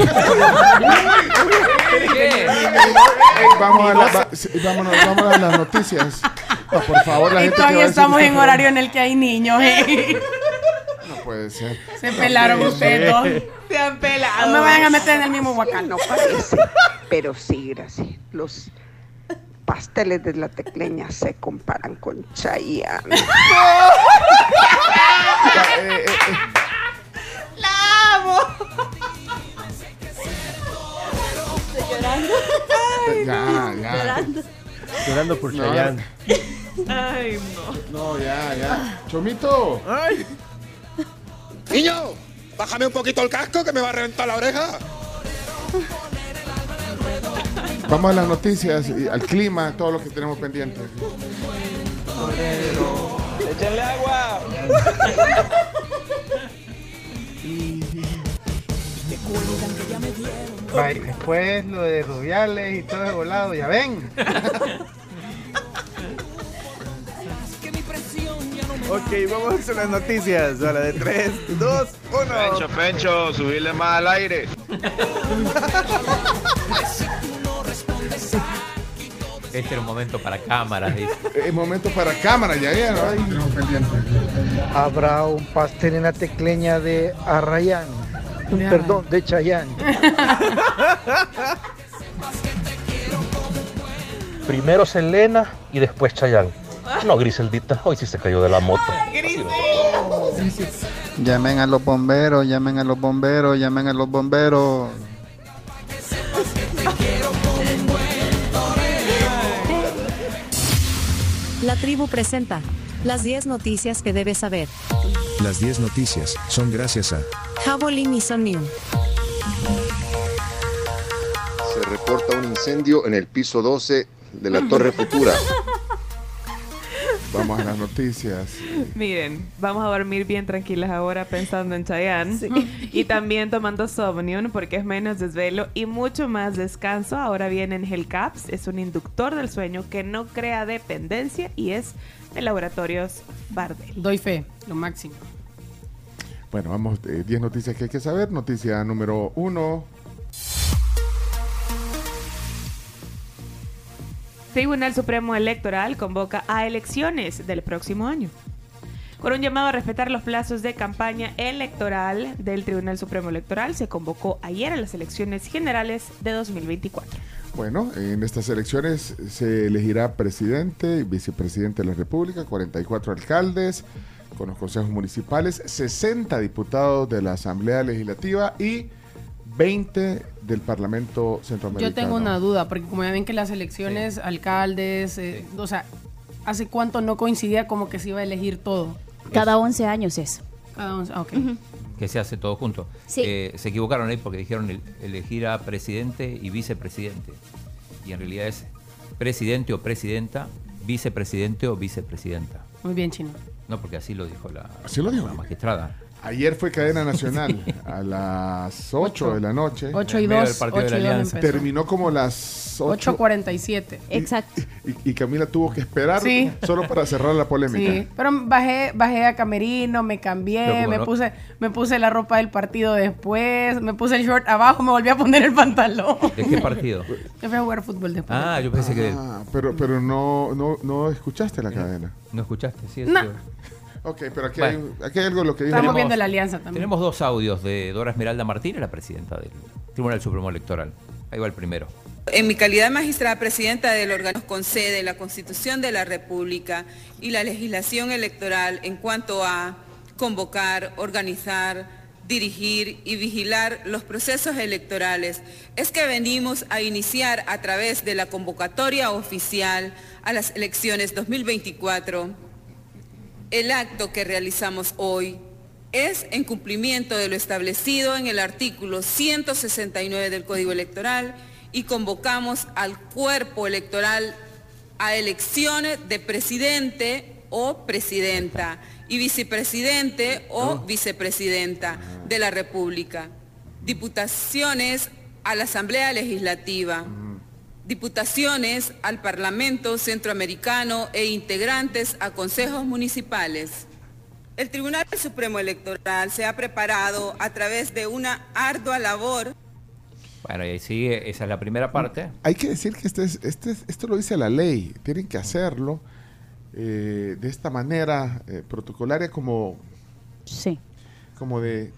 ¿Qué? Ey, vamos, a la- va- sí, vámonos, vámonos a las noticias. No, por favor, la Y gente que todavía va a decir estamos que en este horario en el que hay niños. ¿eh? No puede ser. Se pelaron ustedes dos. Se han pelado. No me vayan a meter en el mismo huacal. No parece, pero sí, gracias. Los pasteles de La Tecleña se comparan con Chayanne. Ya, eh, eh, eh, ¡La amo! ya, ya. Llorando. Llorando por No. Chayanne. Ay, no. No, ya, ya. Chomito. Ay. Niño, bájame un poquito el casco que me va a reventar la oreja. Vamos a las noticias, y al clima, todo lo que tenemos pendiente. ¡Échenle agua! Bye. Después lo de Rubiales y todo de volado, ya ven. Ok, vamos a las noticias. A la de tres, dos, uno. Pencho, Pencho, subirle más al aire. Este era un momento para cámaras. Dice. Es momento para cámaras, ya vieron. Habrá un pastel en la tecleña de Arrayán. Perdón, de Chayán. Primero Selena y después Chayán. No, Griseldita, hoy sí se cayó de la moto. Llamen a los bomberos, llamen a los bomberos, llamen a los bomberos. La tribu presenta las diez noticias que debes saber. Las diez noticias son gracias a Javelin y Sonium. Se reporta un incendio en el piso doce de la Torre Futura. Vamos a las noticias. Miren, vamos a dormir bien tranquilas ahora pensando en Chayanne. Sí. Y también tomando Somnium porque es menos desvelo y mucho más descanso. Ahora viene en Hellcaps. Es un inductor del sueño que no crea dependencia y es de Laboratorios Bardel. Doy fe, lo máximo. Bueno, vamos, eh, diez noticias que hay que saber. Noticia número uno. Tribunal Supremo Electoral convoca a elecciones del próximo año. Con un llamado a respetar los plazos de campaña electoral del Tribunal Supremo Electoral, se convocó ayer a las elecciones generales de dos mil veinticuatro. Bueno, en estas elecciones se elegirá presidente y vicepresidente de la República, cuarenta y cuatro alcaldes con los consejos municipales, sesenta diputados de la Asamblea Legislativa y veinte del Parlamento Centroamericano. Yo tengo una duda, porque como ya ven que las elecciones, sí. alcaldes, eh, sí. o sea, ¿hace cuánto no coincidía como que se iba a elegir todo? Cada once años eso. Cada once, ok. Uh-huh. Que se hace todo junto. Sí. Eh, se equivocaron ahí porque dijeron el, elegir a presidente y vicepresidente. Y en realidad es presidente o presidenta, vicepresidente o vicepresidenta. Muy bien, Chino. No, porque así lo dijo la, ¿Así lo dijo? la magistrada. Ayer fue cadena nacional sí. a las ocho de la noche. ocho y dos. Terminó como las ocho cuarenta y siete. Exacto. Y, y Camila tuvo que esperar sí. solo para cerrar la polémica. Sí, pero bajé, bajé a camerino, me cambié, me no. puse, me puse la ropa del partido después, me puse el short abajo, me volví a poner el pantalón. ¿De qué partido? Yo fui a jugar fútbol después. Ah, yo pensé que... Ah, pero, pero no, no, no escuchaste la cadena. No escuchaste, sí. No. Sí. Ok, pero aquí, bueno, hay, aquí hay algo lo que dijo. Estamos viendo la alianza también. Tenemos dos audios de Dora Esmeralda Martínez, la presidenta del Tribunal Supremo Electoral. Ahí va el primero. En mi calidad de magistrada presidenta del órgano concede la Constitución de la República y la legislación electoral en cuanto a convocar, organizar, dirigir y vigilar los procesos electorales, es que venimos a iniciar a través de la convocatoria oficial a las elecciones dos mil veinticuatro. El acto que realizamos hoy es en cumplimiento de lo establecido en el artículo ciento sesenta y nueve del Código Electoral y convocamos al cuerpo electoral a elecciones de presidente o presidenta y vicepresidente o vicepresidenta de la República, diputaciones a la Asamblea Legislativa, diputaciones al Parlamento Centroamericano e integrantes a consejos municipales. El Tribunal Supremo Electoral se ha preparado a través de una ardua labor. Bueno, y ahí sigue, esa es la primera parte. Hay que decir que este es, este es, esto lo dice la ley, tienen que hacerlo eh, de esta manera eh, protocolaria como, sí. como de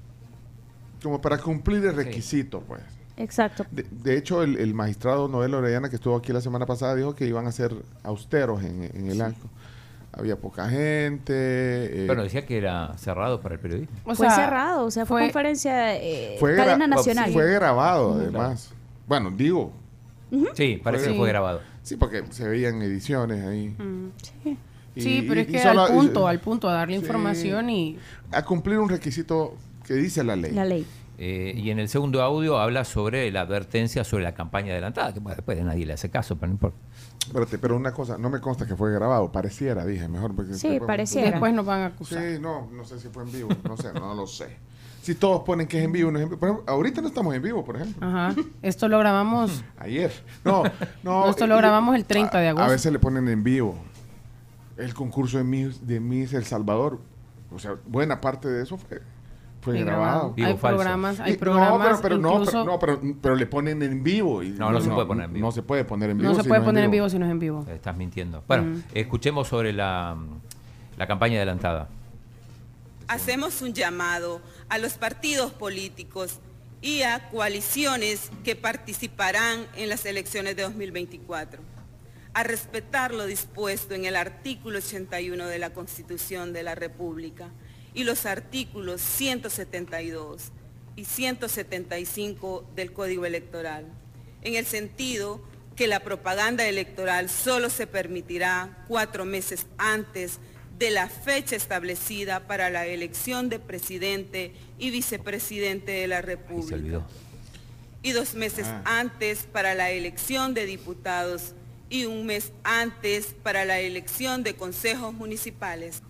como para cumplir el requisito, sí. pues. Exacto. De, de hecho, el, el magistrado Noel Orellana, que estuvo aquí la semana pasada, dijo que iban a ser austeros en, en el sí. acto. Había poca gente. Eh, Pero decía que era cerrado para el periodismo. O fue sea, cerrado, o sea, fue, fue conferencia eh, fue cadena gra- nacional. Fue grabado, además. Claro. Bueno, digo. Uh-huh. Sí, parece fue, que fue grabado. Sí, porque se veían ediciones ahí. Mm, sí. Sí, Y- pero y- es y que solo- al punto, al punto, a darle Sí. información y... A cumplir un requisito que dice la ley. La ley. Eh, y en el segundo audio habla sobre la advertencia sobre la campaña adelantada, que bueno, después nadie le hace caso, pero no importa. Espérate, pero una cosa, no me consta que fue grabado, pareciera, dije, mejor. Porque Sí, después- pareciera. Después nos van a acusar. Sí, no, no sé si fue en vivo, no sé, no lo sé. Si todos ponen que es en vivo, no es en vivo. Por ejemplo, ahorita no estamos en vivo, por ejemplo. Ajá. Esto lo grabamos... Ayer. No, no. No, esto lo eh, grabamos el treinta de a- agosto. A veces le ponen en vivo el concurso de Miss, de Miss El Salvador. O sea, buena parte de eso fue, fue Sí, grabado. grabado. Vivo Hay falso. programas, hay Y- programas no, pero, pero, no, incluso... pero, no, pero, pero le ponen en vivo. Y No, no se puede poner en vivo. No se puede poner en vivo. No se si puede es poner en vivo si no es en vivo. Estás mintiendo. Bueno, Mm. escuchemos sobre la, la campaña adelantada. Hacemos un llamado a los partidos políticos y a coaliciones que participarán en las elecciones de dos mil veinticuatro a respetar lo dispuesto en el artículo ochenta y uno de la Constitución de la República y los artículos ciento setenta y dos y ciento setenta y cinco del Código Electoral, en el sentido que la propaganda electoral solo se permitirá cuatro meses antes de la fecha establecida para la elección de presidente y vicepresidente de la Ahí se República olvidó. y dos meses Ah. antes para la elección de diputados y un mes antes para la elección de consejos municipales.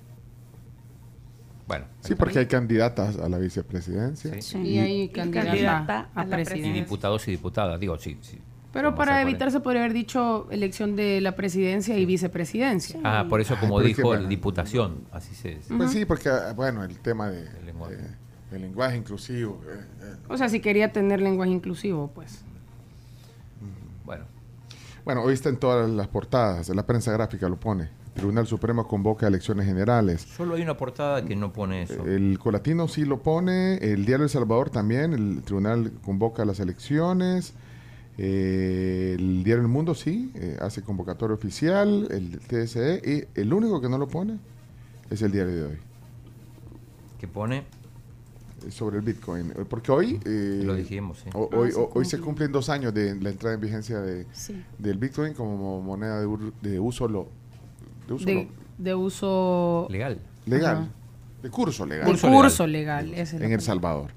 Bueno. Sí, porque hay candidatas a la vicepresidencia. Sí. Y hay candidata, candidata a, a la Y presidencia. diputados y diputadas, digo, sí. sí. Pero Vamos para a poner- evitar se podría haber dicho elección de la presidencia y vicepresidencia. Ah, por eso como Ay, pero es que, dijo, bueno. diputación, así se... Pues sí, porque, ah, bueno, el tema de, El lenguaje. de- el lenguaje inclusivo. eh, eh. O sea, si quería tener lenguaje inclusivo, pues. Bueno, Bueno, hoy está en todas las portadas, la prensa gráfica lo pone. El Tribunal Supremo convoca elecciones generales. solo hay una portada que no pone eso. El Colatino sí lo pone, el Diario El Salvador también, el tribunal convoca las elecciones, eh, el Diario El Mundo sí, eh, hace convocatoria oficial, el T S E, y el único que no lo pone es el Diario de Hoy, Que pone, eh, sobre el Bitcoin, Eh, porque hoy... eh, lo dijimos, sí. ho- hoy, Ah, se ho- hoy se cumple. cumplen dos años de la entrada en vigencia de, Sí. del Bitcoin como moneda de, ur- de uso, lo, de uso De, lo- de uso... Legal. legal, Ajá. de curso legal De Curso curso legal. esa es la en El palabra. Salvador.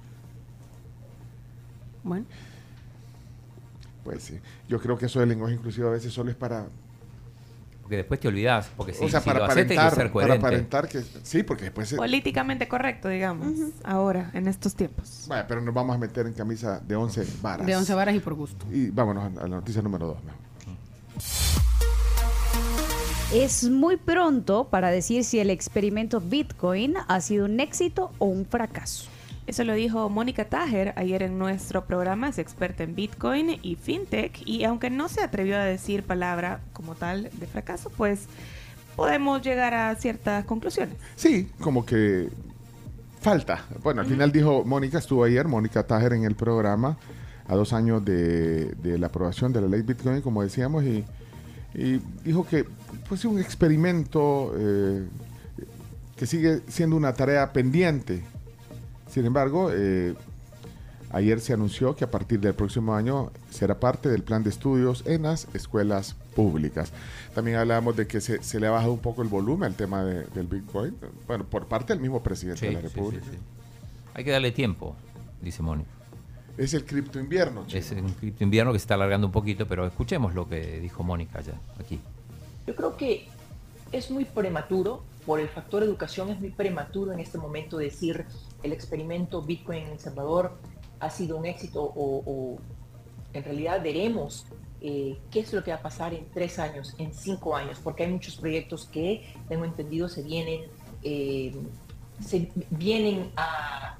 Bueno, Pues sí, yo creo que eso del lenguaje inclusivo a veces solo es para... Porque después te olvidás, porque si, o sea, si para lo haces, tenés que aparentar, ser para coherente. aparentar que... Sí, porque después... se- Políticamente correcto, digamos, ahora, en estos tiempos. Vaya, pero nos vamos a meter en camisa de once varas. de once varas y por gusto. Y vámonos a, a la noticia número dos. mejor. Es muy pronto para decir si el experimento Bitcoin ha sido un éxito o un fracaso. Eso lo dijo Mónica Tajer ayer en nuestro programa, es experta en Bitcoin y FinTech, y aunque no se atrevió a decir palabra como tal de fracaso, pues podemos llegar a ciertas conclusiones. Sí, como que falta. Bueno, al final dijo Mónica, estuvo ayer, Mónica Tajer en el programa, a dos años de, de la aprobación de la ley Bitcoin, como decíamos, y, y dijo que pues un experimento eh, que sigue siendo una tarea pendiente. Sin embargo, eh, ayer se anunció que a partir del próximo año será parte del plan de estudios en las escuelas públicas. También hablábamos de que se, se le ha bajado un poco el volumen al tema de- del Bitcoin, bueno, por parte del mismo presidente Sí, de la sí, República. sí, sí. Hay que darle tiempo, dice Mónica. Es el cripto invierno. Es un cripto invierno que se está alargando un poquito, pero escuchemos lo que dijo Mónica ya aquí. Yo creo que es muy prematuro, por el factor educación es muy prematuro en este momento decir el experimento Bitcoin en El Salvador ha sido un éxito o, o en realidad veremos eh, qué es lo que va a pasar en tres años, en cinco años, porque hay muchos proyectos que, tengo entendido, se vienen, eh, se vienen a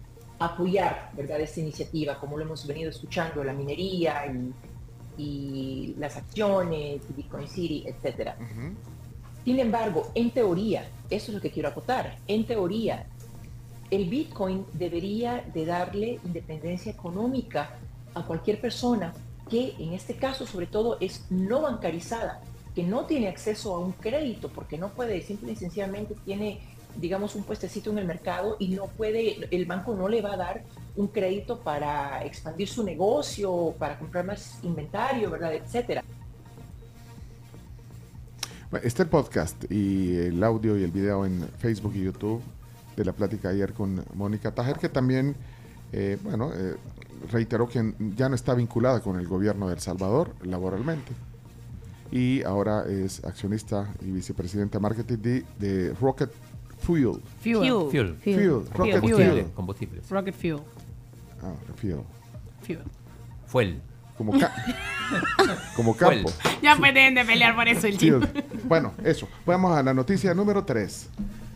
apoyar, ¿verdad?, esta iniciativa, como lo hemos venido escuchando, la minería y, y las acciones, Bitcoin City, etcétera. Sin embargo, en teoría, eso es lo que quiero acotar, en teoría, el Bitcoin debería de darle independencia económica a cualquier persona que en este caso sobre todo es no bancarizada, que no tiene acceso a un crédito porque no puede, simple y sencillamente tiene, digamos, un puestecito en el mercado y no puede, el banco no le va a dar un crédito para expandir su negocio, para comprar más inventario, ¿verdad?, etcétera. Bueno, está el podcast y el audio y el video en Facebook y YouTube de la plática ayer con Mónica Tajer, que también, eh, bueno, eh, reiteró que ya no está vinculada con el gobierno de El Salvador laboralmente. Y ahora es accionista y vicepresidenta de marketing de, de Rocket Fuel. Fuel. Fuel. Fuel. Fuel. Rocket Combustible. Fuel. Combustibles. Rocket Fuel. Ah, Fuel. Fuel. Fuel. Como, ca como campo. Ya pueden de pelear por eso el chip. Bueno, eso. Vamos a la noticia número tres.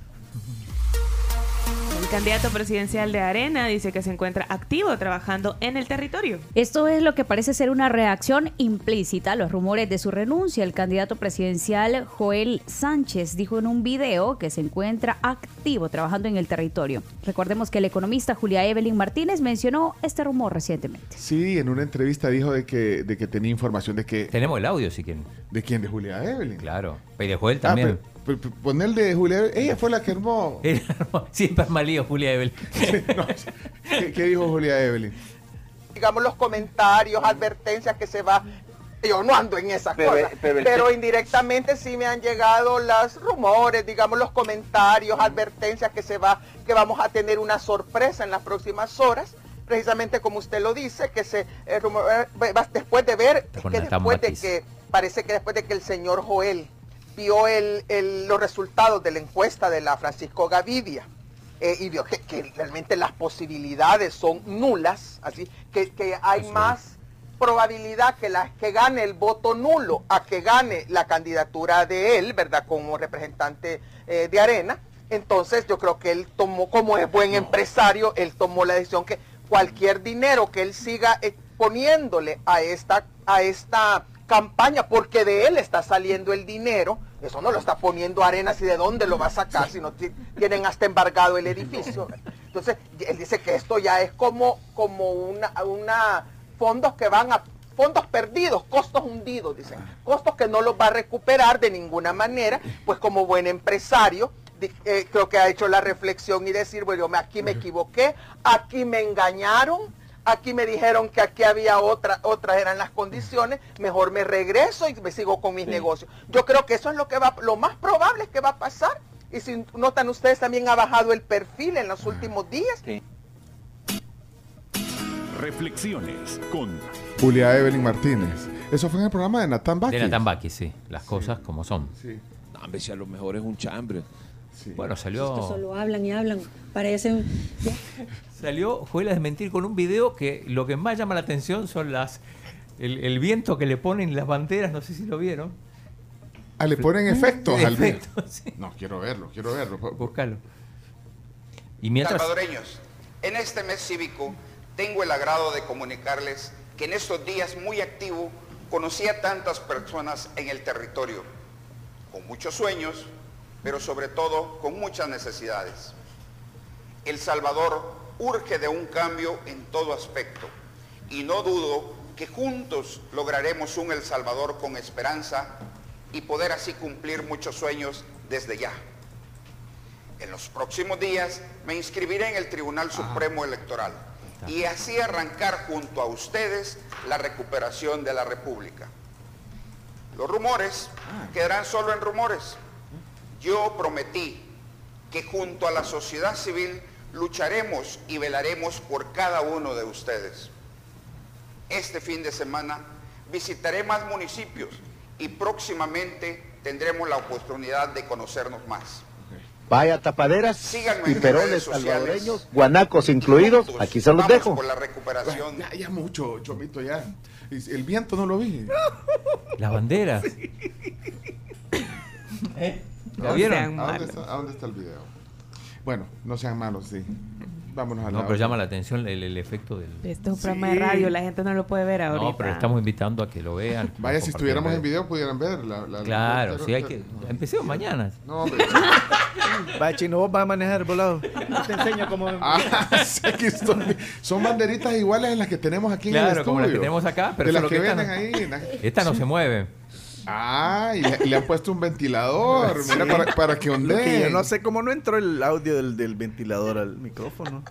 El candidato presidencial de Arena dice que se encuentra activo trabajando en el territorio. Esto es lo que parece ser una reacción implícita a los rumores de su renuncia. El candidato presidencial Joel Sánchez dijo en un video que se encuentra activo trabajando en el territorio. Recordemos que el economista Julia Evelyn Martínez mencionó este rumor recientemente. Sí, en una entrevista dijo de que, de que tenía información de que... Tenemos el audio si quieren. ¿De quién? ¿De Julia Evelyn? Claro. Y de Joel también. Ah, pero, pero, pero, pon el de Julia Evelyn. Ella fue la que armó. Siempre es malío Julia Evelyn. no, ¿qué, ¿Qué dijo Julia Evelyn? Digamos los comentarios, advertencias que se va... Yo no ando en esas Pero, cosas, pero el pero te- indirectamente sí me han llegado los rumores, digamos los comentarios, advertencias que se va, que vamos a tener una sorpresa en las próximas horas, precisamente como usted lo dice, que se eh, rumor, eh, después de ver, es que después de que parece que después de que el señor Joel vio el, el, los resultados de la encuesta de la Francisco Gavidia. Eh, y vio que, que realmente las posibilidades son nulas, así que, que hay Eso más probabilidad que, la, que gane el voto nulo a que gane la candidatura de él, ¿verdad? Como representante eh, de Arena. Entonces yo creo que él tomó, como es buen empresario, él tomó la decisión que cualquier dinero que él siga eh, poniéndole a esta, a esta campaña, porque de él está saliendo el dinero, eso no lo está poniendo Arenas y de dónde lo va a sacar, si no tienen hasta embargado el edificio. Entonces él dice que esto ya es como, como una, una fondos que van a fondos perdidos, costos hundidos, dicen, costos que no los va a recuperar de ninguna manera, pues como buen empresario, eh, creo que ha hecho la reflexión y decir, bueno, aquí me equivoqué, aquí me engañaron, aquí me dijeron que aquí había otra, otras eran las condiciones, mejor me regreso y me sigo con mis sí. negocios. Yo creo que eso es lo que va, lo más probable es que va a pasar. Y si notan ustedes, también ha bajado el perfil en los últimos días. Sí. Reflexiones con Julia Evelyn Martínez. Eso fue en el programa de Natán Bakis. De Natán Bakis, sí. Las cosas sí. como son. Sí. No, hombre, si a lo mejor es un chambre. Sí. Bueno, salió... Es que solo hablan y hablan. Parece... Salió, fue a desmentir con un video que lo que más llama la atención son las el, el viento que le ponen las banderas, no sé si lo vieron. Ah, le ponen efectos al viento. Sí. No, quiero verlo, quiero verlo. Búscalo. Y mientras... Salvadoreños, en este mes cívico tengo el agrado de comunicarles que en estos días muy activo conocí a tantas personas en el territorio, con muchos sueños, pero sobre todo con muchas necesidades. El Salvador urge de un cambio en todo aspecto y no dudo que juntos lograremos un El Salvador con esperanza y poder así cumplir muchos sueños desde ya. En los próximos días me inscribiré en el Tribunal Supremo Electoral y así arrancar junto a ustedes la recuperación de la República. Los rumores quedarán solo en rumores. Yo prometí que junto a la sociedad civil lucharemos y velaremos por cada uno de ustedes. Este fin de semana visitaré más municipios y próximamente tendremos la oportunidad de conocernos más. Vaya tapaderas Síganme y en perones redes sociales. salvadoreños, guanacos incluidos, Juntos, aquí se los vamos dejo. por la recuperación. Ya, ya mucho, Chomito, ya. El viento no lo vi. Las banderas. ¿Eh? ¿La no vieron? ¿A dónde, está, ¿A dónde está el video? Bueno, no sean malos, sí. Vámonos a la... No, pero llama la atención el, el efecto del... Este es un programa sí. de radio, la gente no lo puede ver ahorita. No, pero estamos invitando a que lo vean. Vaya, si estuviéramos en video pudieran ver la... la claro, la, sí, hay que... Empecemos mañana. No, pero... Va, Chino, vos vas a manejar el volado. Te enseño cómo... Ah, sí, aquí estoy. Son banderitas iguales a las que tenemos aquí claro, en el estudio. como las que tenemos acá, pero de las que, que venden ahí. La... Esta no se mueve. Ah, y le, y le han puesto un ventilador, sí. Mira, para, para que ondee. Que yo no sé cómo no entró el audio del, del ventilador al micrófono.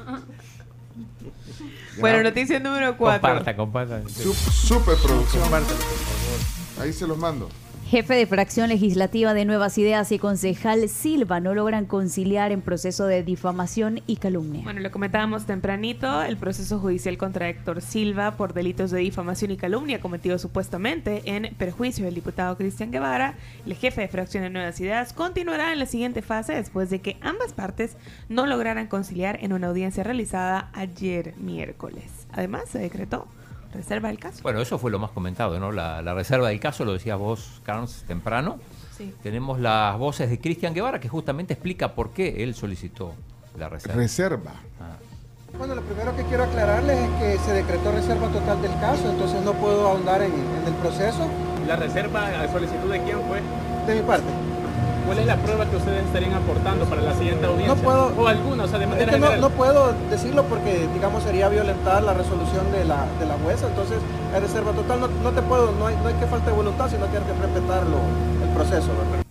Bueno, noticia número cuatro. Comparta, comparta. Super producción. Compártelo, por favor. Ahí se los mando. Jefe de fracción legislativa de Nuevas Ideas y concejal Silva no logran conciliar en proceso de difamación y calumnia. Bueno, lo comentábamos tempranito, el proceso judicial contra Héctor Silva por delitos de difamación y calumnia cometidos supuestamente en perjuicio del diputado Cristian Guevara, el jefe de fracción de Nuevas Ideas, continuará en la siguiente fase después de que ambas partes no lograran conciliar en una audiencia realizada ayer miércoles. Además, se decretó reserva del caso. Bueno, eso fue lo más comentado, ¿no? La, la reserva del caso, lo decías vos, Carlos, temprano. Sí. Tenemos las voces de Cristian Guevara, que justamente explica por qué él solicitó la reserva. Reserva. Ah. Bueno, lo primero que quiero aclararles es que se decretó reserva total del caso, entonces no puedo ahondar en, en el proceso. ¿La reserva a solicitud de quién fue? De mi parte. ¿Cuál es la prueba que ustedes estarían aportando para la siguiente audiencia? No puedo, o alguna, o sea, de manera es que no, general. no puedo decirlo porque, digamos, sería violentar la resolución de la, de la jueza, entonces la reserva total no, no te puedo, no hay, no hay que falta de voluntad, sino que hay que respetarlo, el proceso, ¿verdad?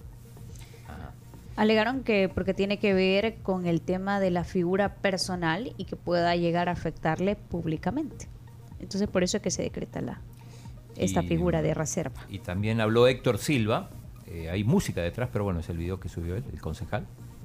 Alegaron que porque tiene que ver con el tema de la figura personal y que pueda llegar a afectarle públicamente. Entonces por eso es que se decreta la esta Y- figura de reserva. Y también habló Héctor Silva. Eh, hay música detrás, pero bueno, es el video que subió él, el concejal.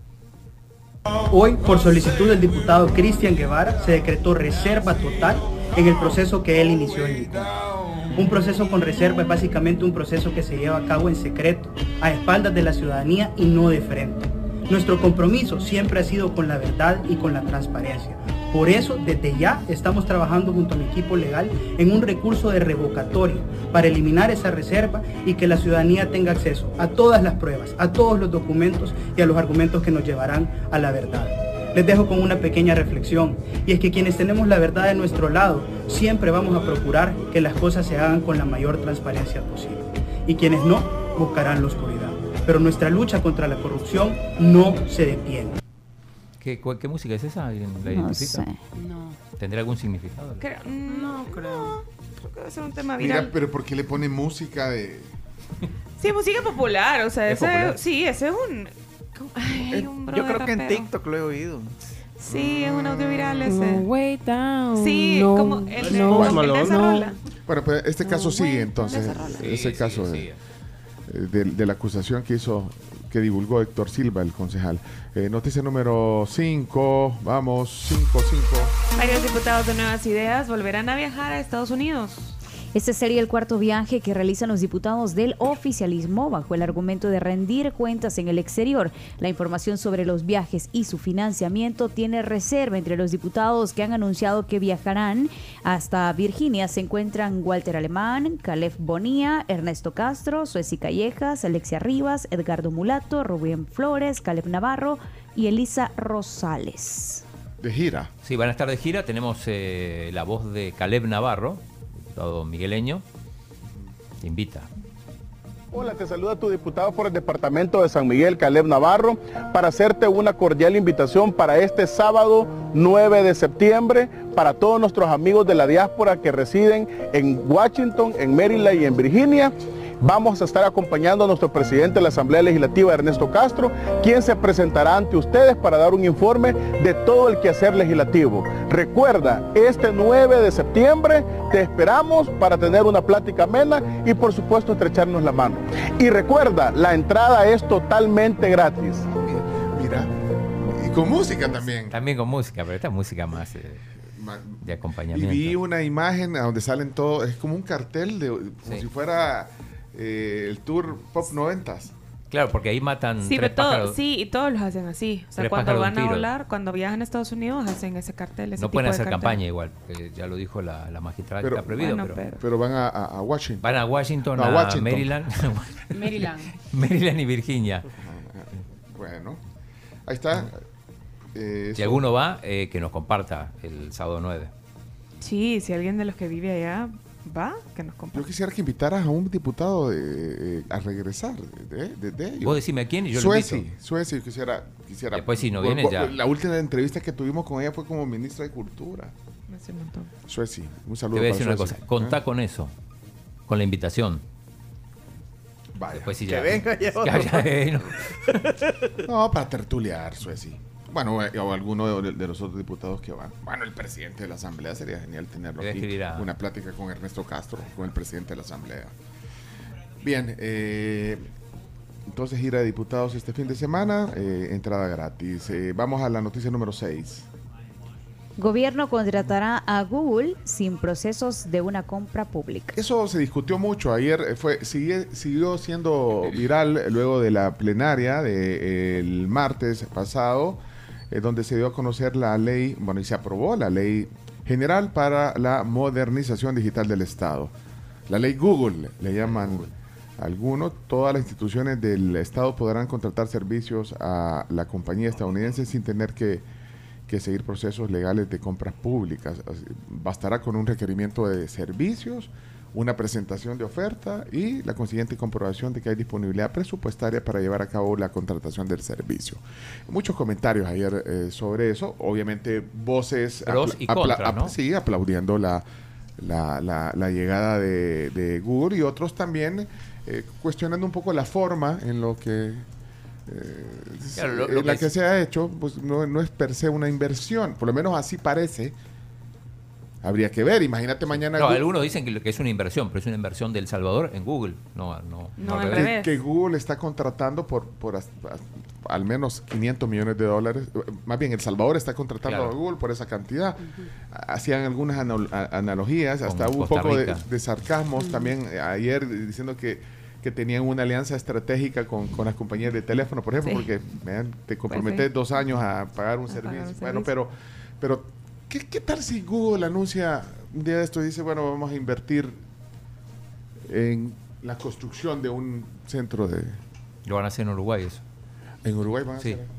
Hoy, por solicitud del diputado Cristian Guevara, se decretó reserva total en el proceso que él inició en mi contra. Un proceso con reserva es básicamente un proceso que se lleva a cabo en secreto, a espaldas de la ciudadanía y no de frente. Nuestro compromiso siempre ha sido con la verdad y con la transparencia. Por eso, desde ya estamos trabajando junto a mi equipo legal en un recurso de revocatoria para eliminar esa reserva y que la ciudadanía tenga acceso a todas las pruebas, a todos los documentos y a los argumentos que nos llevarán a la verdad. Les dejo con una pequeña reflexión, y es que quienes tenemos la verdad de nuestro lado, siempre vamos a procurar que las cosas se hagan con la mayor transparencia posible. Y quienes no, buscarán la oscuridad. Pero nuestra lucha contra la corrupción no se detiene. ¿Qué, cu- qué música es esa? ¿La No identifica? sé. No. ¿Tendrá algún significado? Creo, no, creo. Creo que debe ser un tema Mira, viral. pero ¿por qué le pone música de...? Sí, música popular, o sea, ¿Es ese, popular? sí, ese es un... Ay, hay un Yo brother creo que en rapero. TikTok lo he oído. Sí, es un audio viral ese. No, way down. Sí, no, como el de, no, el de esa no. rola. Bueno, pues este caso sigue entonces, Sí, ese sí, caso sí, de, sí. eh, de, de la acusación que hizo, que divulgó Héctor Silva, el concejal. Eh, noticia número cinco, vamos, cinco, cinco. Varios diputados de Nuevas Ideas volverán a viajar a Estados Unidos. Este sería el cuarto viaje que realizan los diputados del oficialismo bajo el argumento de rendir cuentas en el exterior. La información sobre los viajes y su financiamiento tiene reserva. Entre los diputados que han anunciado que viajarán hasta Virginia se encuentran Walter Alemán, Caleb Bonilla, Ernesto Castro, Sueci Callejas, Alexia Rivas, Edgardo Mulato, Rubén Flores, Caleb Navarro y Elisa Rosales. De gira. Sí, van a estar de gira. Tenemos eh, la voz de Caleb Navarro, diputado migueleño. Te invita. Hola, te saluda tu diputado por el departamento de San Miguel, Caleb Navarro, para hacerte una cordial invitación para este sábado nueve de septiembre para todos nuestros amigos de la diáspora que residen en Washington, en Maryland y en Virginia. Vamos a estar acompañando a nuestro presidente de la Asamblea Legislativa, Ernesto Castro, quien se presentará ante ustedes para dar un informe de todo el quehacer legislativo. Recuerda, este nueve de septiembre te esperamos para tener una plática amena y por supuesto estrecharnos la mano. Y recuerda, la entrada es totalmente gratis. Mira, y con música también. También con música, pero esta es música más eh, de Y acompañamiento. vi una imagen a donde salen todos, es como un cartel de como Sí. si fuera eh, el tour Pop noventas. Claro, porque ahí matan Sí, tres pero todo, pájaros. sí, y todos los hacen así. O sea, Tres cuando pájaros de van un a tiro. volar, cuando viajan a Estados Unidos, hacen ese cartel. Ese No tipo pueden de hacer cartel. campaña igual, porque ya lo dijo la, la magistrada que Pero- está prohibido. Bueno, pero, pero- Pero van a, a- a Washington. Van a Washington, No, a, a Washington. Maryland, Maryland. Maryland y Virginia. Bueno, ahí está. Eh, Si eso. alguno va, eh, que nos comparta el sábado nueve. Sí, si alguien de los que vive allá va, que nos Yo comparta. quisiera que invitaras a un diputado de- eh, a regresar de, de- de ellos. Vos decime a quién y yo lo Sueci, invito. Sueci, quisiera, quisiera. Después, si no Bo- viene, bo- ya. La última entrevista que tuvimos con ella fue como ministra de Cultura. Hace un montón. Sueci, un Te saludo voy a para decir una Sueci. cosa, contá ¿Eh? con eso, con la invitación. Vaya. Después si Que ya, venga ya ya- otro. ya, eh, no. No, para tertuliar, Sueci. Bueno, eh, o alguno de, de los otros diputados que van. Bueno, el presidente de la Asamblea, sería genial tenerlo Voy a aquí. escribir a- Una plática con Ernesto Castro, con el presidente de la Asamblea. Bien, eh, entonces gira de diputados este fin de semana, eh, entrada gratis. Eh, vamos a la noticia número seis. Gobierno contratará a Google sin procesos de una compra pública. Eso se discutió mucho. Ayer fue sigue, siguió siendo viral luego de la plenaria del martes pasado, eh, donde se dio a conocer la ley, bueno, y se aprobó la ley general para la modernización digital del Estado. La ley Google, le llaman algunos. Todas las instituciones del Estado podrán contratar servicios a la compañía estadounidense sin tener que, que seguir procesos legales de compras públicas. Bastará con un requerimiento de servicios, una presentación de oferta y la consiguiente comprobación de que hay disponibilidad presupuestaria para llevar a cabo la contratación del servicio. Muchos comentarios ayer eh, sobre eso, obviamente voces pros y contra, ¿no? Sí, aplaudiendo la, la, la, la llegada de, de Google, y otros también eh, cuestionando un poco la forma en lo que eh, claro, lo, en lo la que, que es... se ha hecho, pues no, no es per se una inversión, por lo menos así parece. Habría que ver, imagínate mañana... No, Google, algunos dicen que, que es una inversión, pero es una inversión de El Salvador en Google. No, no, no, no al que, revés. que Google está contratando por, por hasta, al menos quinientos millones de dólares. Más bien, El Salvador está contratando claro. a Google por esa cantidad. Uh-huh. Hacían algunas anal analogías, hasta hubo un poco de, de sarcasmos uh-huh. también eh, ayer diciendo que, que tenían una alianza estratégica con, con las compañías de teléfono, por ejemplo, sí. porque man, te comprometes pues sí. dos años a pagar un a servicio. Pagar un bueno, servicio. pero... pero ¿Qué, ¿Qué tal si Google anuncia un día de esto y dice, bueno, vamos a invertir en la construcción de un centro de... Lo van a hacer en Uruguay eso. ¿En Uruguay van a sí. hacer?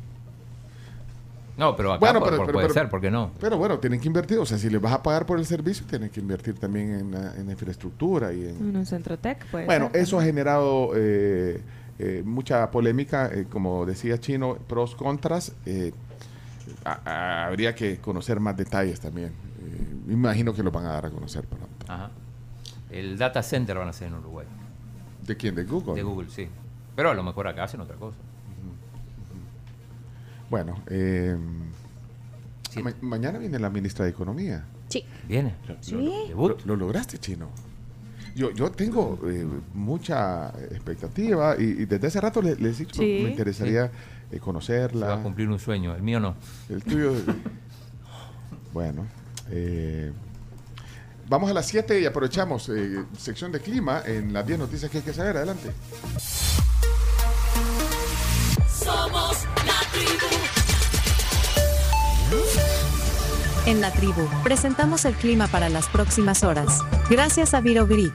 No, pero acá bueno, por, pero, por, pero, puede pero, ser, ¿por qué no? Pero bueno, tienen que invertir. O sea, si les vas a pagar por el servicio, tienen que invertir también en, en infraestructura y en... En un centro tech, pues. Bueno, ser, eso ha generado eh, eh, mucha polémica, eh, como decía Chino, pros, contras. Eh, A, a, habría que conocer más detalles también. Eh, me imagino que lo van a dar a conocer pronto. Ajá. El data center van a hacer en Uruguay. ¿De quién? ¿De Google? De Google, sí. Pero a lo mejor acá hacen otra cosa. Uh-huh. Uh-huh. Bueno, eh, sí. ma mañana viene la ministra de Economía. Sí. Viene. Lo, ¿Sí? Lo, lo, lo lograste, Chino. Yo, yo tengo eh, mucha expectativa y, y desde hace rato les, les he dicho, sí. me interesaría sí. eh, conocerla. Se va a cumplir un sueño, el mío no. El tuyo. Bueno, eh, vamos a las siete y aprovechamos eh, sección de clima en las diez noticias que hay que saber. Adelante. Somos la tribu. En la tribu, presentamos el clima para las próximas horas. Gracias a Virogrip.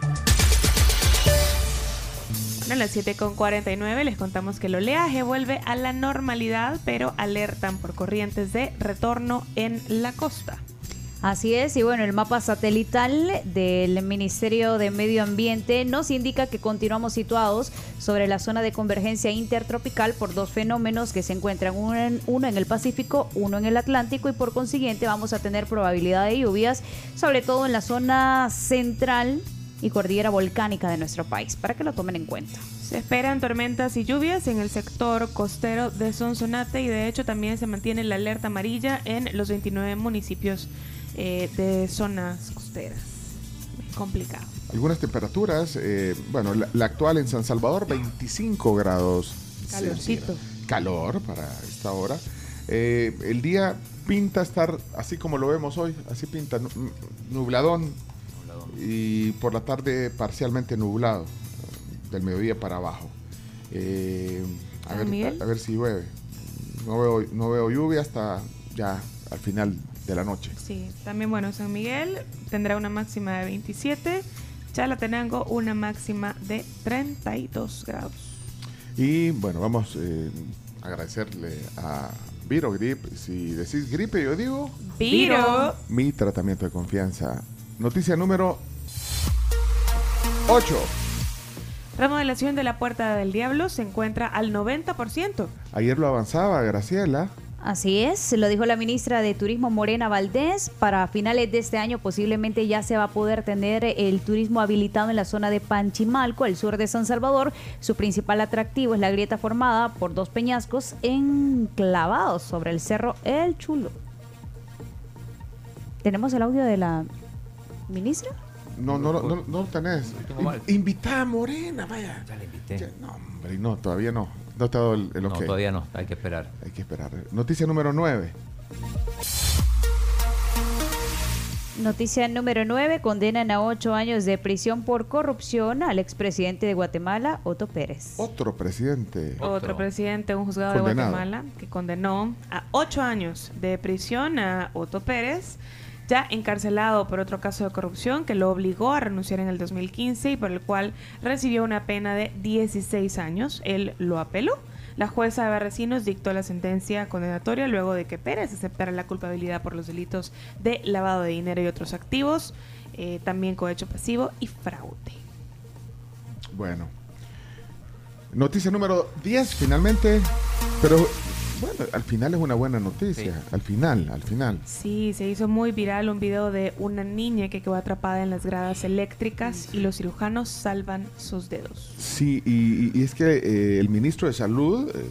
A las siete con cuarenta y nueve les contamos que el oleaje vuelve a la normalidad, pero alertan por corrientes de retorno en la costa. Así es, y bueno, el mapa satelital del Ministerio de Medio Ambiente nos indica que continuamos situados sobre la zona de convergencia intertropical por dos fenómenos que se encuentran, uno en, uno en el Pacífico, uno en el Atlántico, y por consiguiente vamos a tener probabilidad de lluvias, sobre todo en la zona central y cordillera volcánica de nuestro país, para que lo tomen en cuenta. Se esperan tormentas y lluvias en el sector costero de Sonsonate y de hecho también se mantiene la alerta amarilla en los veintinueve municipios eh, de zonas costeras. Complicado. Algunas temperaturas, eh, bueno, la, la actual en San Salvador, veinticinco grados. Calorcito. Calor para esta hora. Eh, el día pinta estar así como lo vemos hoy, así pinta, nubladón. Y por la tarde parcialmente nublado, del mediodía para abajo. Eh, a, ver, a, a ver si llueve. No veo, no veo lluvia hasta ya al final de la noche. Sí, también bueno, San Miguel tendrá una máxima de veintisiete, Chalatenango una máxima de treinta y dos grados. Y bueno, vamos eh, a agradecerle a Virogrip. Si decís gripe, yo digo Viro. Mi tratamiento de confianza. Noticia número ocho. Remodelación de la Puerta del Diablo se encuentra al noventa por ciento. Ayer lo avanzaba Graciela. Así es, lo dijo la ministra de Turismo Morena Valdés. Para finales de este año posiblemente ya se va a poder tener el turismo habilitado en la zona de Panchimalco, el sur de San Salvador. Su principal atractivo es la grieta formada por dos peñascos enclavados sobre el cerro El Chulo. ¿Tenemos el audio de la ministra? No, no, no, no, no lo tenés. In- Invitá a Morena, vaya. Ya le invité. Ya, no, hombre, no, todavía no. No te ha dado el, el ok. No, todavía no, hay que esperar. Hay que esperar. Noticia número nueve. Noticia número nueve. Condenan a ocho años de prisión por corrupción al expresidente de Guatemala, Otto Pérez. Otro presidente. Otro, Otro presidente, un juzgado condenado. de Guatemala, que condenó a ocho años de prisión a Otto Pérez, ya encarcelado por otro caso de corrupción que lo obligó a renunciar en el dos mil quince y por el cual recibió una pena de dieciséis años. Él lo apeló. La jueza de Barrecinos dictó la sentencia condenatoria luego de que Pérez aceptara la culpabilidad por los delitos de lavado de dinero y otros activos, eh, también cohecho pasivo y fraude. Bueno. Noticia número diez, finalmente, pero bueno, al final es una buena noticia, sí. al final, al final. Sí, se hizo muy viral un video de una niña que quedó atrapada en las gradas eléctricas y los cirujanos salvan sus dedos. Sí, y, y es que eh, el ministro de Salud, eh,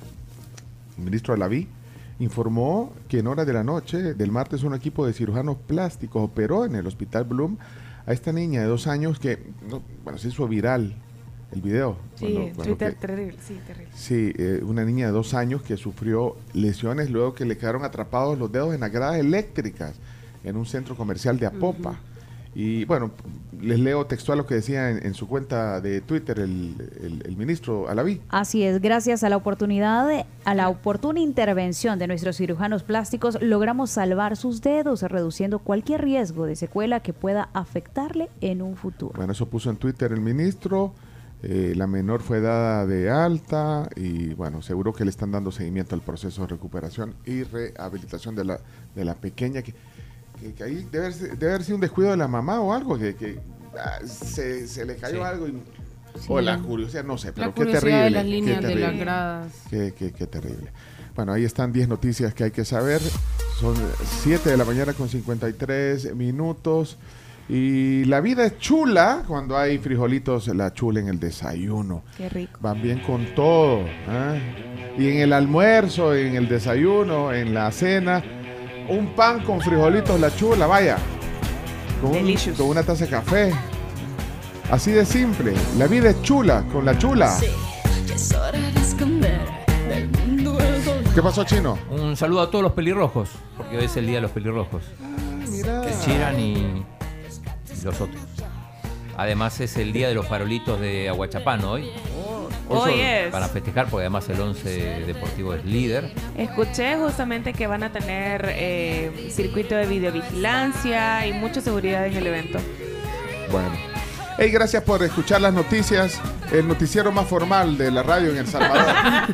el ministro Alaví, informó que en horas de la noche del martes un equipo de cirujanos plásticos operó en el Hospital Bloom a esta niña de dos años que, no, bueno, se hizo viral el video. Sí, cuando, cuando Twitter, que, terrible, sí, terrible. Sí, eh, una niña de dos años que sufrió lesiones luego que le quedaron atrapados los dedos en las gradas eléctricas en un centro comercial de Apopa. Uh-huh. Y bueno, les leo textual lo que decía en, en su cuenta de Twitter el, el, el ministro Alaví. Así es, gracias a la oportunidad, de, a la oportuna intervención de nuestros cirujanos plásticos, logramos salvar sus dedos, reduciendo cualquier riesgo de secuela que pueda afectarle en un futuro. Bueno, eso puso en Twitter el ministro. Eh, la menor fue dada de alta y bueno, seguro que le están dando seguimiento al proceso de recuperación y rehabilitación de la, de la pequeña que, que, que ahí debe, debe haber sido un descuido de la mamá o algo, que, que ah, se, se le cayó sí. algo y, sí. o la curiosidad, no sé, pero la qué terrible. De las líneas qué terrible, de las gradas. Qué, qué, qué terrible. Bueno, ahí están diez noticias que hay que saber. Son siete de la mañana con cincuenta y tres minutos. Y la vida es chula cuando hay frijolitos, la chula en el desayuno. Qué rico. Van bien con todo. ¿eh? Y en el almuerzo, en el desayuno, en la cena, un pan con frijolitos, la chula, vaya. Con, un, con una taza de café. Así de simple. La vida es chula con la chula. Sí, es hora de esconder del mundo. ¿Qué pasó, Chino? Un saludo a todos los pelirrojos, porque hoy es el día de los pelirrojos. Ah, mira. Que Chiran y los otros. Además es el día de los farolitos de Aguachapán hoy. Oh, hoy es. Para festejar, porque además el once Deportivo es líder. Escuché justamente que van a tener eh, circuito de videovigilancia y mucha seguridad en el evento. Bueno. Hey, gracias por escuchar las noticias. El noticiero más formal de la radio en El Salvador.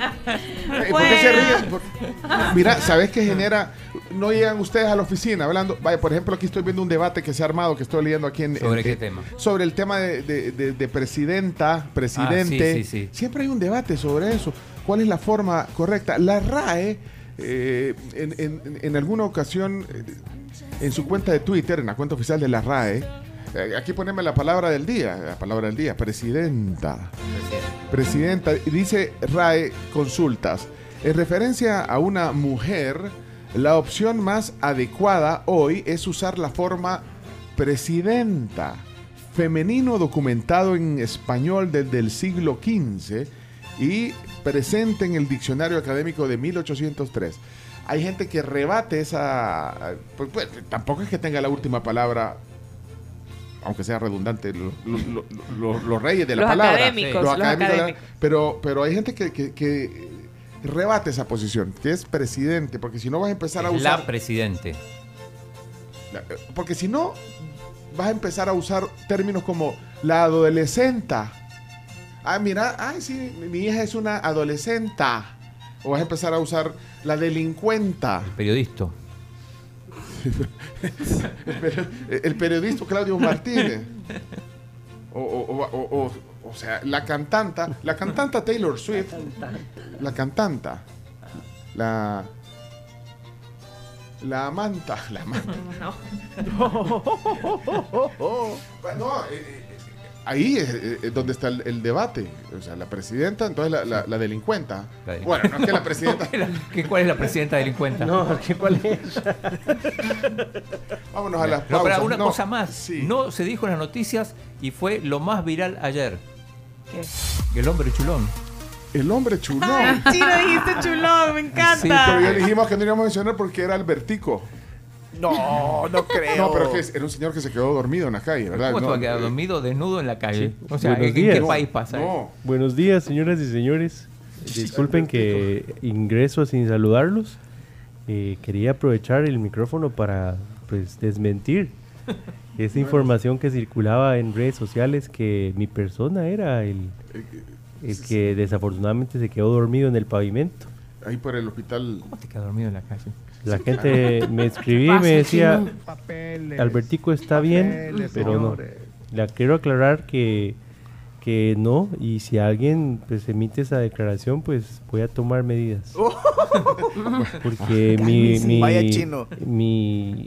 Hey, ¿por qué se ríen? Por... Mira, ¿sabes qué genera? No llegan ustedes a la oficina hablando. Vaya, por ejemplo, aquí estoy viendo un debate que se ha armado, que estoy leyendo aquí en... ¿Sobre en, qué en, tema? Sobre el tema de, de, de, de presidenta, presidente. Ah, sí, sí, sí. Siempre hay un debate sobre eso. ¿Cuál es la forma correcta? La R A E, eh, en, en, en alguna ocasión, en su cuenta de Twitter, en la cuenta oficial de la R A E, aquí poneme la palabra del día, la palabra del día, presidenta. Presidenta, dice R A E Consultas, en referencia a una mujer, la opción más adecuada hoy es usar la forma presidenta, femenino documentado en español desde el siglo quince y presente en el diccionario académico de mil ochocientos tres. Hay gente que rebate esa, pues, pues tampoco es que tenga la última palabra, aunque sea redundante, lo, lo, lo, lo, los reyes de la los palabra. Académicos, los académicos. Los académicos. Pero, pero hay gente que, que, que rebate esa posición, que es presidente, porque si no vas a empezar es a usar... La presidente. Porque si no, vas a empezar a usar términos como la adolescenta. Ah, mira, ay, sí, mi hija es una adolescenta. O vas a empezar a usar la delincuenta. El periodista. El periodista Claudio Martínez. O, o, o, o, o sea, la cantanta, la cantanta Taylor Swift. La cantanta. La. La amanta. La amanta. No. Bueno, eh, eh, ahí es, es donde está el, el debate. O sea, la presidenta, entonces la, la, la delincuenta. La delincuenta. Bueno, no es que la presidenta... ¿Qué, ¿Cuál es la presidenta delincuenta? No, ¿qué, ¿cuál es? Vámonos a las No, pausas. pero una No, cosa más. sí. No se dijo en las noticias y fue lo más viral ayer. ¿Qué? El hombre chulón. El hombre chulón. Sí, lo dijiste chulón, me encanta. Sí, pero ya dijimos que no íbamos a mencionar porque era Albertico. No, no creo. No, pero es que era un señor que se quedó dormido en la calle, ¿verdad? ¿Cómo te No, va a quedar eh, dormido desnudo en la calle? Sí. O sea, Buenos ¿en qué días. país pasa eso? No. Buenos días, señoras y señores. Disculpen que ingreso sin saludarlos. Eh, quería aprovechar el micrófono para pues desmentir esa información que circulaba en redes sociales que mi persona era el, el que desafortunadamente se quedó dormido en el pavimento. Ahí por el hospital. ¿Cómo te quedas dormido en la calle? La gente me escribía y me decía, Albertico está bien, pero no. La quiero aclarar que, que no, y si alguien pues emite esa declaración, pues voy a tomar medidas. Porque mi, mi, Vaya chino. mi,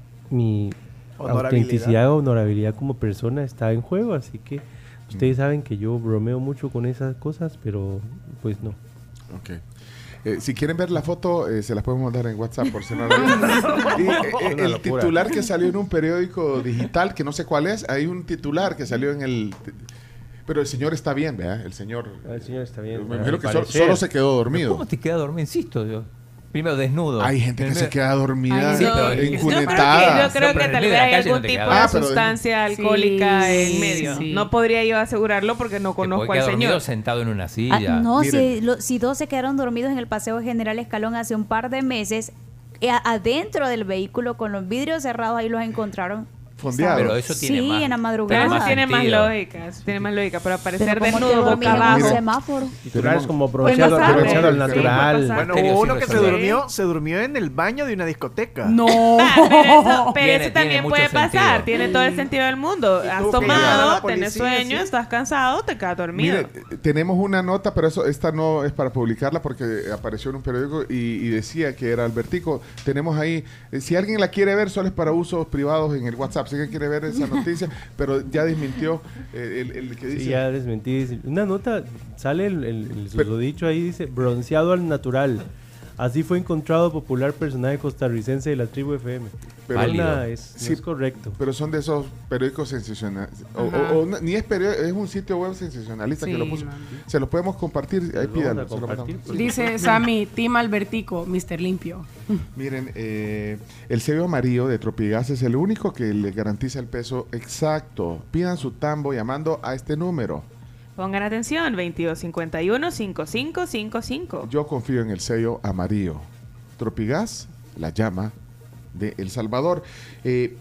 mi Honorabilidad. autenticidad o honorabilidad como persona está en juego, así que ustedes saben que yo bromeo mucho con esas cosas, pero pues no. Ok. Eh, si quieren ver la foto, eh, se las podemos mandar en WhatsApp por si no la ven. Y, eh, Una el locura. titular que salió en un periódico digital, que no sé cuál es, hay un titular que salió en el... Pero el señor está bien, ¿verdad? El señor... El señor está bien. Me al imagino que so- parecer. solo se quedó dormido. ¿Cómo te queda dormido? Insisto, yo. Primero desnudo. Hay gente que Primero- se queda dormida, Ay, sí, pero- encunetada. Yo creo que, yo creo No, pero que en tal medio vez de la hay calle algún no te tipo queda. de Ah, pero de- sustancia alcohólica Sí, en medio. sí. No podría yo asegurarlo porque no Te conozco puede al quedar dormido señor. sentado en una Ah, silla. no, Miren. si, lo- si dos se quedaron dormidos en el Paseo General Escalón hace un par de meses, eh, a- adentro del vehículo con los vidrios cerrados, ahí los encontraron. Fondeado. Pero eso tiene Sí, más. en la Pero madrugada. eso más tiene más sentido. lógica, eso tiene más lógica, pero aparecer Pero ¿cómo te desnudo dormís boca en un abajo. semáforo? Titulares como Puede bronceado, pasar, bronceado al sí, natural. puede pasar. Bueno, Misterio hubo sin uno que se resolver. durmió, se durmió en el baño de una discoteca. No. Ah, pero eso, pero Tiene- eso tiene también mucho puede pasar, sentido. tiene todo el sentido del mundo. Y Has tuvo que llamar a tomado, la tenés policía, sueño, sí. estás cansado, te quedas dormido. Mire, eh, tenemos una nota, pero eso esta no es para publicarla porque apareció en un periódico y, y decía que era Albertico. Tenemos ahí, eh, si alguien la quiere ver, solo es para usos privados en el WhatsApp. Si alguien quiere ver esa noticia, pero ya desmintió eh, el, el que dice... Sí, ya desmentí. Dice- Una nota, sale el, el, el susodicho ahí, dice, bronceado al natural. Así fue encontrado popular personaje costarricense de la tribu F M. Pero- Pero Válido. es, no Sí, es correcto. Pero son de esos periódicos sensacionales. O, Ajá. o- o no- ni es periódico, es un sitio web sensacionalista que Sí, lo puso. mami. Se los podemos compartir, ahí Los vamos pídanlo. a se lo compartir, mandamos. pues. Dice Sammy, Team Albertico, mister Limpio. Miren, eh, el sello amarillo de Tropigas es el único que le garantiza el peso exacto. Pidan su tambo llamando a este número. Pongan atención, veintidós cincuenta y uno, cincuenta y cinco cincuenta y cinco. Yo confío en el sello amarillo. Tropigas, la llama de El Salvador. Eh,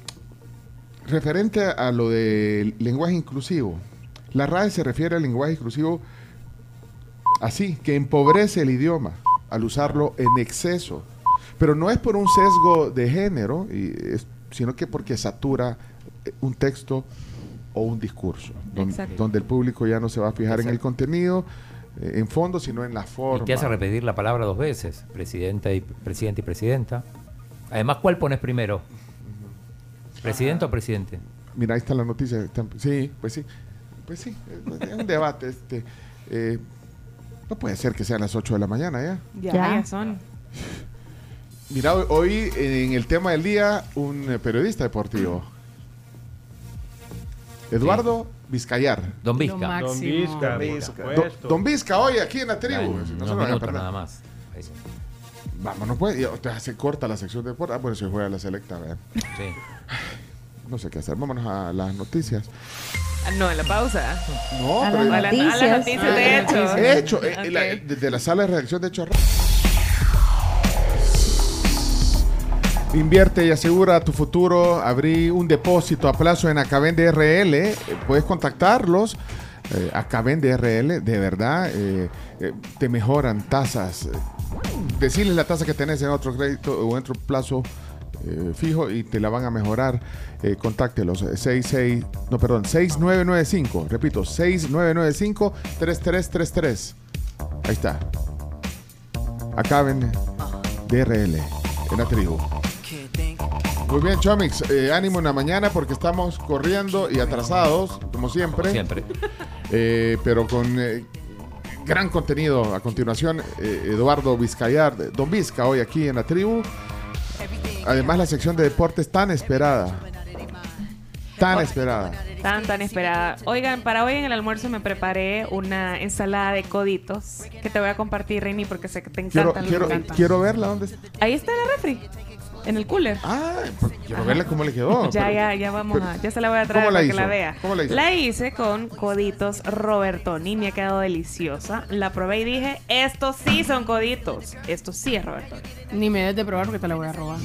referente a lo del lenguaje inclusivo, la R A E se refiere al lenguaje inclusivo así, que empobrece el idioma al usarlo en exceso. Pero no es por un sesgo de género, y es- sino que porque satura eh, un texto o un discurso, don- Exacto. donde el público ya no se va a fijar en el Exacto. contenido, eh, en fondo, sino en la forma. Y te hace repetir la palabra dos veces, presidenta y presidente y presidenta. Además, ¿cuál pones primero? ¿Presidente o presidente? Mira, ahí está la noticia. está- Sí, pues sí. Pues sí, es un debate. Este, eh, no puede ser que sean las ocho de la mañana ya. Ya, Ya. ya son. Mira, hoy, hoy en el tema del día, un eh, periodista deportivo. Eduardo Vizcayar. Don Lo Vizca. máximo. Don Vizca, Don por Vizca. Don, supuesto. Don Vizca, hoy aquí en la tribu. Ya, en No se unos lo van a minutos perder. nada más. Ahí. Vámonos pues, ya, ya se corta la sección de deporte. Ah, bueno, se juega la selecta, ¿verdad? Sí. No sé qué hacer. Vámonos a las noticias. Ah, no, en la pausa. No, A pero- las A la- a noticias. las noticias de hecho. He hecho, eh, Ok. la- desde la sala de redacción de Hecho. Invierte y asegura tu futuro. Abrí un depósito a plazo en Acabende R L. Eh, puedes contactarlos. Eh, Acabende R L, de verdad, eh, eh, te mejoran tasas. Eh, Decirles la tasa que tenés en otro crédito o en otro plazo eh, fijo y te la van a mejorar. Eh, contáctelos. eh, seis seis, no, perdón, seis nueve nueve cinco. Repito, seis nueve nueve cinco, tres tres tres tres. Ahí está. Acabende D R L en la tribu. Muy bien, Chomix, eh, ánimo en la mañana porque estamos corriendo y atrasados, como siempre. Como siempre. Eh, pero con eh, gran contenido. A continuación, eh, Eduardo Vizcayar, Don Vizca, hoy aquí en la tribu. Además, la sección de deportes tan esperada. Tan esperada. Tan, tan esperada. Oigan, para hoy en el almuerzo me preparé una ensalada de coditos que te voy a compartir, Reini, porque sé que te Quiero, encantan. quiero, me encantan. quiero verla. ¿Dónde está? Ahí está en la refri, en el cooler. Ah, pues quiero verla cómo le quedó. Ya, pero, ya, ya vamos pero, a... Ya se la voy a traer ¿cómo la para hizo? que la vea. ¿Cómo la hizo? La hice con coditos Robertoni. Me ha quedado deliciosa. La probé y dije, estos sí son coditos. Esto sí es Robertoni. Ni me des de probar porque te la voy a robar.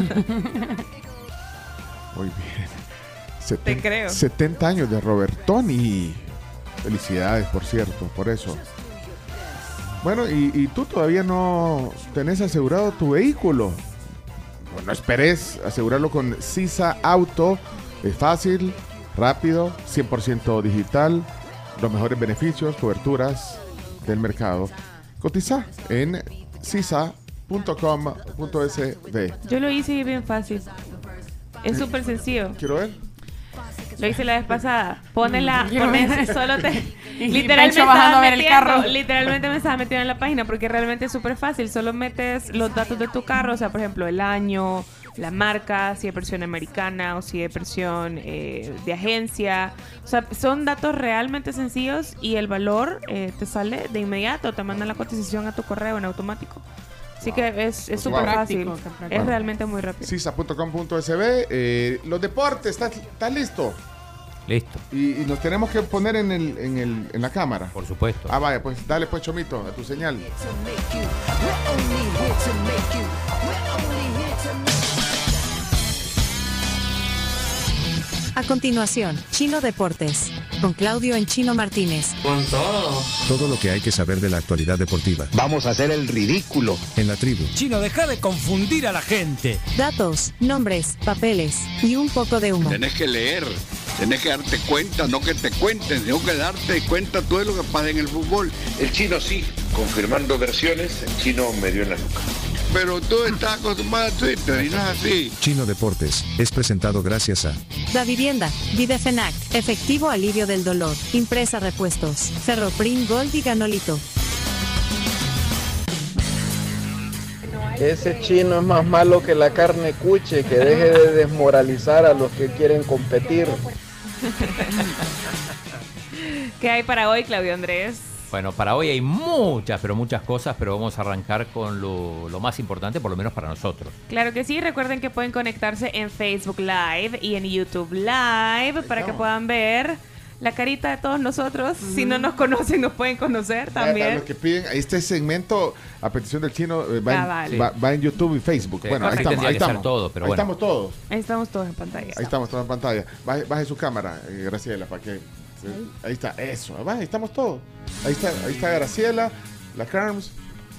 Muy bien. Te creo. setenta años de Robertoni. Felicidades, por cierto, por eso. Bueno, y, y tú todavía no tenés asegurado tu vehículo. Bueno, no esperes asegurarlo con Sisa Auto. Es fácil, rápido, cien por ciento digital. Los mejores beneficios, coberturas del mercado. Cotiza en sisa punto com punto es de. Yo lo hice y bien fácil. Es súper sencillo. Quiero ver. Lo hice la vez pasada. Ponela, pones, solo te... Y literalmente Pancho bajando estaba a ver el metiendo, carro. literalmente me estaba metiendo en la página porque realmente es súper fácil. Solo metes los datos de tu carro, o sea, por ejemplo, el año, la marca, si es versión americana o si es versión eh, de agencia. O sea, son datos realmente sencillos y el valor eh, te sale de inmediato. Te mandan la cotización a tu correo en automático. Así que es es súper Wow. fácil. Práctico, Es realmente muy rápido. sisa punto com punto es de. Eh, los deportes, ¿estás, estás listo? Listo. Y, y nos tenemos que poner en, el, en, el, en la cámara. Por supuesto. Ah, vaya, pues dale pues, Chomito, a tu señal. A continuación, Chino Deportes, con Claudio en Chino Martínez. Con todo. Todo lo que hay que saber de la actualidad deportiva. Vamos a hacer el ridículo. En la tribu. Chino, deja de confundir a la gente. Datos, nombres, papeles y un poco de humo. Tenés que leer, tenés que darte cuenta, no que te cuenten, tenés que darte cuenta todo lo que pasa en el fútbol. El chino sí, confirmando versiones, el chino me dio en la nuca. Pero tú estás acostumbrado a Twitter y no es así. Chino Deportes es presentado gracias a Da Vivienda, Videfenac, Efectivo Alivio del Dolor, Impresa Repuestos, Ferroprim Gold y Ganolito. Ese chino es más malo que la carne cuche, que deje de desmoralizar a los que quieren competir. ¿Qué hay para hoy, Claudio Andrés? Bueno, para hoy hay muchas, pero muchas cosas, pero vamos a arrancar con lo, lo más importante, por lo menos para nosotros. Claro que sí, recuerden que pueden conectarse en Facebook Live y en YouTube Live para que puedan ver la carita de todos nosotros. Mm. Si no nos conocen, nos pueden conocer también. Para los que piden, este segmento, a petición del chino, eh, va, Ah, en, vale. va, va en YouTube y Facebook. Sí, bueno, ahí tendría estamos, ahí que ser estamos. todo, pero ahí bueno. estamos todos. Ahí estamos todos en pantalla. Ahí estamos todos en pantalla. Baje, baje su cámara, eh, Graciela, para que... Sí, ahí está, eso. Ahí estamos todos. Ahí está, ahí está Graciela, la Carms,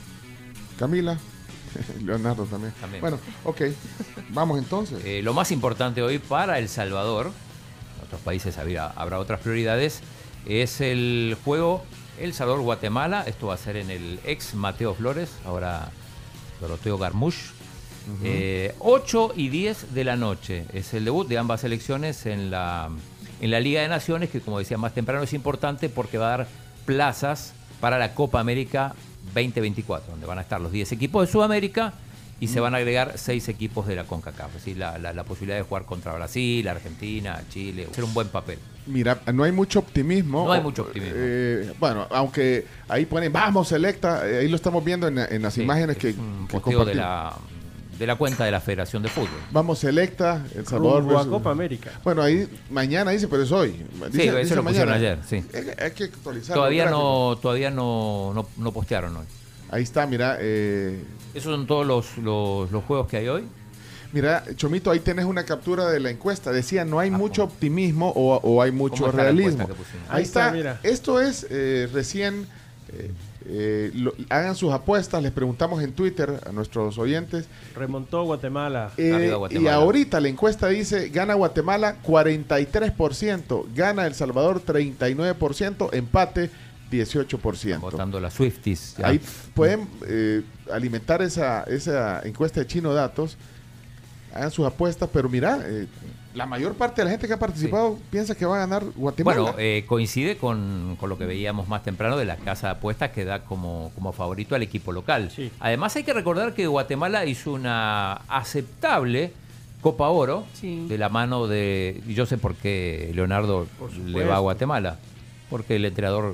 Camila, Leonardo también. También. Bueno, ok. Vamos entonces. Eh, lo más importante hoy para El Salvador, en otros países habrá, habrá otras prioridades, es el juego El Salvador-Guatemala. Esto va a ser en el ex Mateo Flores, ahora Doroteo Garmush. Uh-huh. eh, ocho y diez de la noche es el debut de ambas selecciones en la... en la Liga de Naciones, que como decía más temprano es importante porque va a dar plazas para la Copa América veinte veinticuatro, donde van a estar los diez equipos de Sudamérica y se van a agregar seis equipos de la CONCACAF. Es decir, la, la, la posibilidad de jugar contra Brasil, Argentina, Chile, hacer un buen papel. Mira, no hay mucho optimismo. No hay mucho optimismo. Eh, bueno, aunque ahí ponen, vamos, selecta, eh, ahí lo estamos viendo en, en las sí, imágenes que, un que posteo de la de la cuenta de la Federación de Fútbol. Vamos, selecta, El Salvador versus... a Copa América. Bueno, ahí mañana dice, pero es hoy. Dice, sí, eso dice lo mañana. pusieron ayer, sí. Hay, hay que actualizarlo. Todavía no, todavía no, no, no postearon hoy. Ahí está, mira. Eh... Esos son todos los, los, los juegos que hay hoy. Mira, Chomito, ahí tenés una captura de la encuesta. Decía, no hay ah, mucho ¿cómo? optimismo o, o hay mucho realismo. Ahí, ahí está, está mira. Esto es eh, recién... Eh, Eh, lo, hagan sus apuestas, les preguntamos en Twitter a nuestros oyentes. Remontó Guatemala. Eh, Guatemala. Y ahorita la encuesta dice, gana Guatemala cuarenta y tres por ciento, gana El Salvador treinta y nueve por ciento, empate dieciocho por ciento. Votando las Swifties. Ya. Ahí pueden eh, alimentar esa, esa encuesta de Chino Datos. hagan sus apuestas, pero mira, eh, la mayor parte de la gente que ha participado sí. piensa que va a ganar Guatemala. Bueno, eh, coincide con, con lo que veíamos más temprano de la casa de apuestas que da como, como favorito al equipo local. Sí. Además hay que recordar que Guatemala hizo una aceptable Copa Oro sí. de la mano de... Y yo sé por qué Leonardo por le va a Guatemala. Porque el entrenador,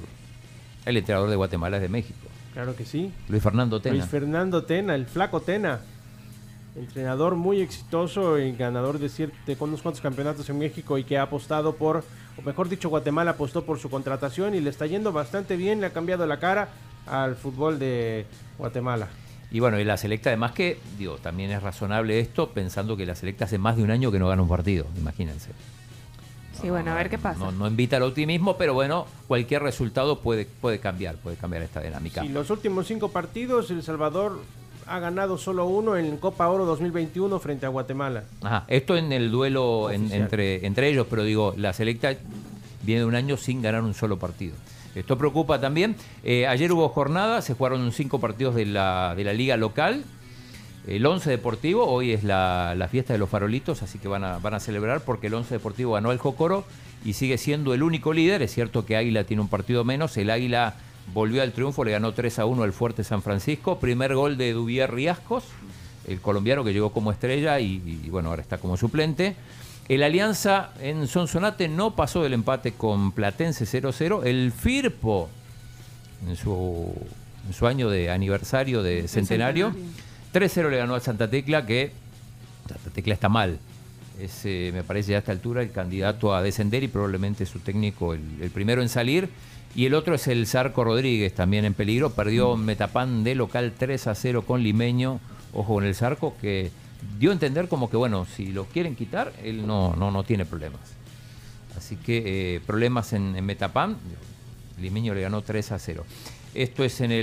el entrenador de Guatemala es de México. Claro que sí. Luis Fernando Tena. Luis Fernando Tena, el flaco Tena. Entrenador muy exitoso y ganador de, cier- de unos cuantos campeonatos en México y que ha apostado por, o mejor dicho, Guatemala apostó por su contratación y le está yendo bastante bien, le ha cambiado la cara al fútbol de Guatemala. Y bueno, y la selecta además que, digo, también es razonable esto pensando que la selecta hace más de un año que no gana un partido, imagínense. Sí, bueno, a ver qué pasa. No, no invita al optimismo, pero bueno, cualquier resultado puede, puede cambiar, puede cambiar esta dinámica. Sí, los últimos cinco partidos, El Salvador ha ganado solo uno en Copa Oro dos mil veintiuno frente a Guatemala. Ajá, esto en el duelo en, entre, entre ellos, pero digo, la selecta viene de un año sin ganar un solo partido. Esto preocupa también. Eh, ayer hubo jornada, se jugaron cinco partidos de la, de la liga local. El Once Deportivo, hoy es la, la fiesta de los farolitos, así que van a, van a celebrar porque el Once Deportivo ganó el Jocoro y sigue siendo el único líder. Es cierto que Águila tiene un partido menos, el Águila volvió al triunfo, le ganó tres a uno al Fuerte San Francisco. Primer gol de Duvier Riascos, el colombiano que llegó como estrella y, y bueno, ahora está como suplente. El Alianza en Sonsonate no pasó del empate con Platense cero cero. El Firpo, en su, en su año de aniversario de centenario, tres cero le ganó a Santa Tecla, que Santa Tecla está mal. Es, eh, me parece ya a esta altura el candidato a descender y probablemente su técnico el, el primero en salir. Y el otro es el Zarco Rodríguez, también en peligro. Perdió Metapán de local tres a cero con Limeño. Ojo con el Zarco, que dio a entender como que, bueno, si lo quieren quitar, él no, no, no tiene problemas. Así que eh, problemas en, en Metapán. Limeño le ganó tres a cero. Esto es en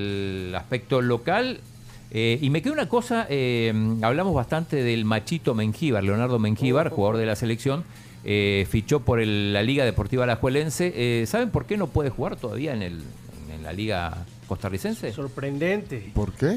el aspecto local. Eh, y me queda una cosa, eh, hablamos bastante del machito Mengíbar, Leonardo Mengíbar, jugador de la selección. Eh, fichó por el, la Liga Deportiva Alajuelense. Eh, ¿Saben por qué no puede jugar todavía en, el, en la Liga Costarricense? Sorprendente. ¿Por qué?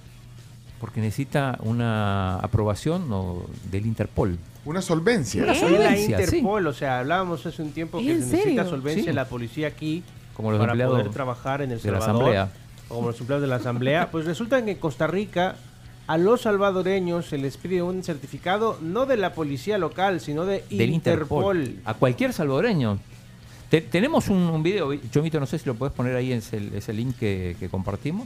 Porque necesita una aprobación no, del Interpol. Una solvencia. Una solvencia, la Interpol, sí. O sea, hablábamos hace un tiempo que se necesita serio? solvencia Sí. en la policía aquí Como los para empleados poder trabajar en El de la Salvador. Asamblea. Como los empleados de la Asamblea. Pues resulta que en Costa Rica a los salvadoreños se les pide un certificado no de la policía local, sino de Del Interpol. Interpol. A cualquier salvadoreño. Te, tenemos un, un video, Chomito, no sé si lo puedes poner ahí en ese, ese link que, que compartimos,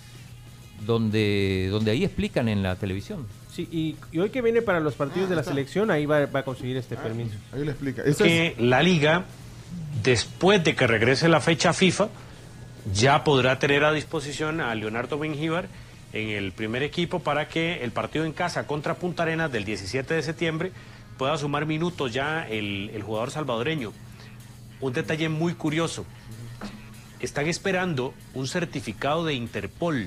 donde, donde ahí explican en la televisión. Sí, y, y hoy que viene para los partidos ah, de la está. selección, ahí va, va a conseguir este ah, permiso. Ahí le explica. Es que la liga, después de que regrese la fecha FIFA, ya podrá tener a disposición a Leonardo Mengíbar en el primer equipo para que el partido en casa contra Punta Arenas del diecisiete de septiembre pueda sumar minutos ya el, el jugador salvadoreño. Un detalle muy curioso, están esperando un certificado de Interpol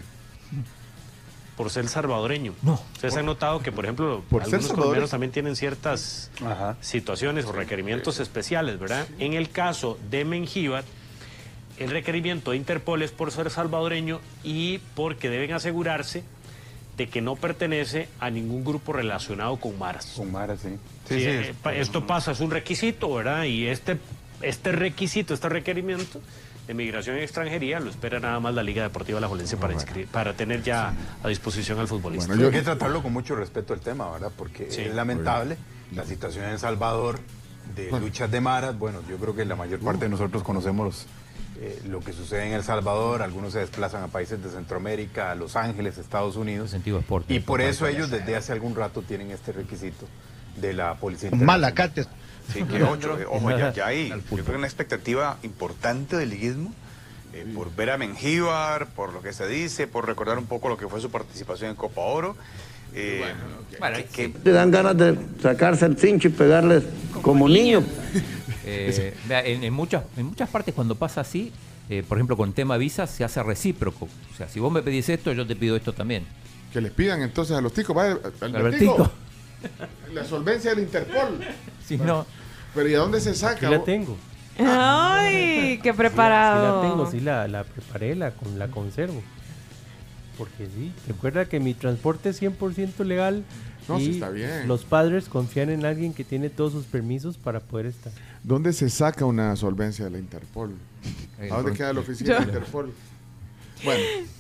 por ser salvadoreño. No. Ustedes por, han notado que, por ejemplo, por algunos colombianos también tienen ciertas Ajá. situaciones o requerimientos especiales, ¿verdad? En el caso de Mengíbar, el requerimiento de Interpol es por ser salvadoreño y porque deben asegurarse de que no pertenece a ningún grupo relacionado con maras. Con maras, sí. sí, sí, sí eh, es, esto no. pasa, es un requisito, ¿verdad? Y este, este requisito, este requerimiento de migración y extranjería lo espera nada más la Liga Deportiva Alajuelense para, inscribir, para tener ya a disposición al futbolista. Bueno, yo... Hay que tratarlo con mucho respeto el tema, ¿verdad? Porque sí. es lamentable la situación en El Salvador de bueno. luchas de maras. Bueno, yo creo que la mayor parte de nosotros conocemos Eh, lo que sucede en El Salvador. Algunos se desplazan a países de Centroamérica, a Los Ángeles, Estados Unidos. Sentido deporte, y por eso ellos desde hace algún rato tienen este requisito de la Policía Internacional. Malacates. Sí, que ocho, ojo, ya, ya hay, yo creo que una expectativa importante del liguismo, eh, por ver a Mengíbar, por lo que se dice, por recordar un poco lo que fue su participación en Copa Oro. Eh, bueno, bueno, que, que... Te dan ganas de sacarse el cincho y pegarles como niño. Eh, en, en, muchas, en muchas partes cuando pasa así, eh, por ejemplo con tema visas, se hace recíproco. O sea, si vos me pedís esto, yo te pido esto también. Que les pidan entonces a los ticos, va, al Albertico. La solvencia del Interpol. Si bueno, no. Pero ¿y a dónde se saca? Aquí la tengo. Ay, qué preparado. Sí, sí la tengo, sí la, la preparé, la, la conservo. Porque sí, recuerda que mi transporte es cien por ciento legal. No, y sí está bien. Los padres confían en alguien que tiene todos sus permisos para poder estar. ¿Dónde se saca una solvencia de la Interpol? ¿A dónde queda la oficina de la Interpol? Bueno.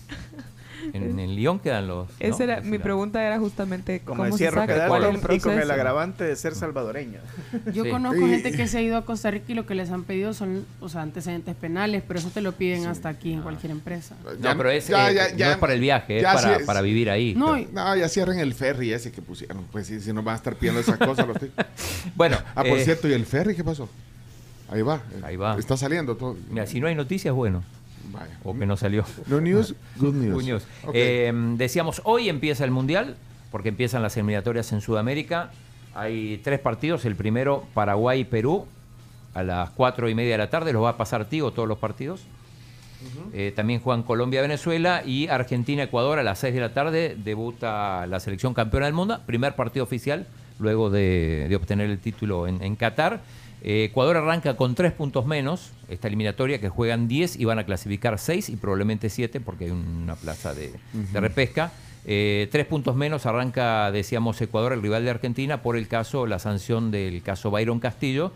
En, en Lyon quedan los... Esa era, mi pregunta era justamente Como cómo decía se saca, Roque cuál es el Dalton, y con el proceso. agravante de ser salvadoreño. Yo Sí. conozco Y- gente que se ha ido a Costa Rica y lo que les han pedido son, o sea, antecedentes penales, pero eso te lo piden hasta aquí en cualquier empresa. No, pero es, ya, eh, ya, ya. no es para el viaje, es Ya, para, sí es- para vivir ahí. No, No, ya cierren el ferry ese que pusieron. Pues sí, si no van a estar pidiendo esas cosas. Los ticos. Bueno. Ah, por eh, cierto, ¿y el ferry qué pasó? Ahí va. Ahí va. Está saliendo todo. Mira, si no hay noticias, bueno. Vaya. O que no salió. No news, good news. Good news. Ok. Eh, decíamos, hoy empieza el Mundial, porque empiezan las eliminatorias en Sudamérica. Hay tres partidos. El primero, Paraguay y Perú, a las cuatro y media de la tarde. Los va a pasar Tigo todos los partidos. Eh, también juegan Colombia-Venezuela y Argentina-Ecuador a las seis de la tarde. Debuta la selección campeona del mundo. Primer partido oficial luego de, de obtener el título en, en Qatar. Eh, Ecuador arranca con tres puntos menos esta eliminatoria, que juegan diez y van a clasificar seis y probablemente siete porque hay una plaza de, Ujú. de repesca. Eh, tres puntos menos arranca, decíamos, Ecuador, el rival de Argentina, por el caso, la sanción del caso Byron Castillo.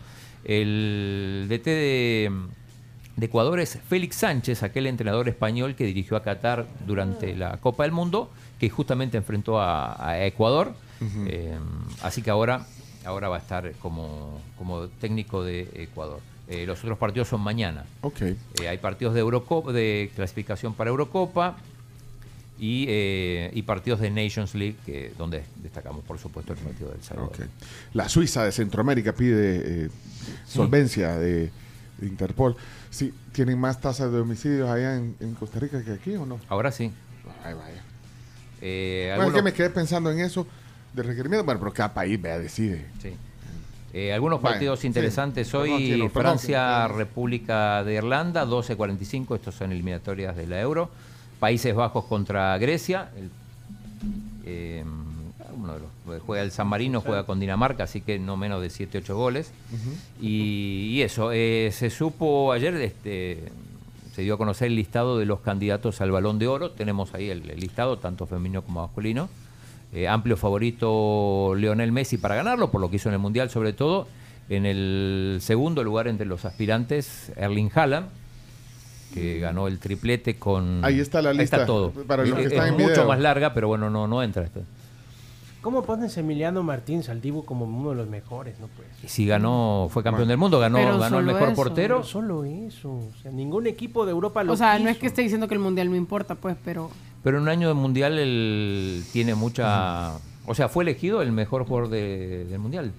El D T de, de Ecuador es Félix Sánchez, aquel entrenador español que dirigió a Qatar durante la Copa del Mundo, que justamente enfrentó a, a Ecuador. Ujú. Eh, así que ahora, ahora va a estar como, como técnico de Ecuador. Eh, los otros partidos son mañana. Ok. Eh, hay partidos de Eurocopa, de clasificación para Eurocopa y, eh, y partidos de Nations League, que, donde destacamos, por supuesto, el partido del Salvador. Ok. La Suiza de Centroamérica pide eh, solvencia de, de Interpol. Sí, ¿tienen más tasas de homicidios allá en, en Costa Rica que aquí o no? Ahora sí. Ay, vaya. Eh, Bueno, es algunos- que me quedé pensando en eso de requerimiento. Bueno, pero cada país vea, decide. Sí. Eh, algunos Vaya, partidos sí. interesantes Perdón, hoy: Chino, perdón, Francia, que- República de Irlanda, doce cuarenta y cinco, estos son eliminatorias de la Euro. Países Bajos contra Grecia. El, eh, uno de los, juega el San Marino, juega con Dinamarca, así que no menos de siete ocho goles. Ujú. Y, y eso, eh, se supo ayer, este, se dio a conocer el listado de los candidatos al Balón de Oro. Tenemos ahí el, el listado, tanto femenino como masculino. Eh, amplio favorito Lionel Messi para ganarlo, por lo que hizo en el Mundial sobre todo. En el segundo lugar entre los aspirantes, Erling Haaland, que ganó el triplete con... Ahí está la Ahí lista, está todo. para los que es están en mucho video. más larga, pero bueno, no, no entra esto. ¿Cómo pones a Emiliano Martín Saldivo como uno de los mejores? No pues. Y si ganó, fue campeón del mundo, ganó, Pero ganó el solo mejor eso. portero. Pero solo eso. O sea, ningún equipo de Europa lo O sea, no quiso. es que esté diciendo que el mundial no importa, pues, pero Pero en un año de mundial él tiene mucha... O sea, fue elegido el mejor jugador de- del mundial.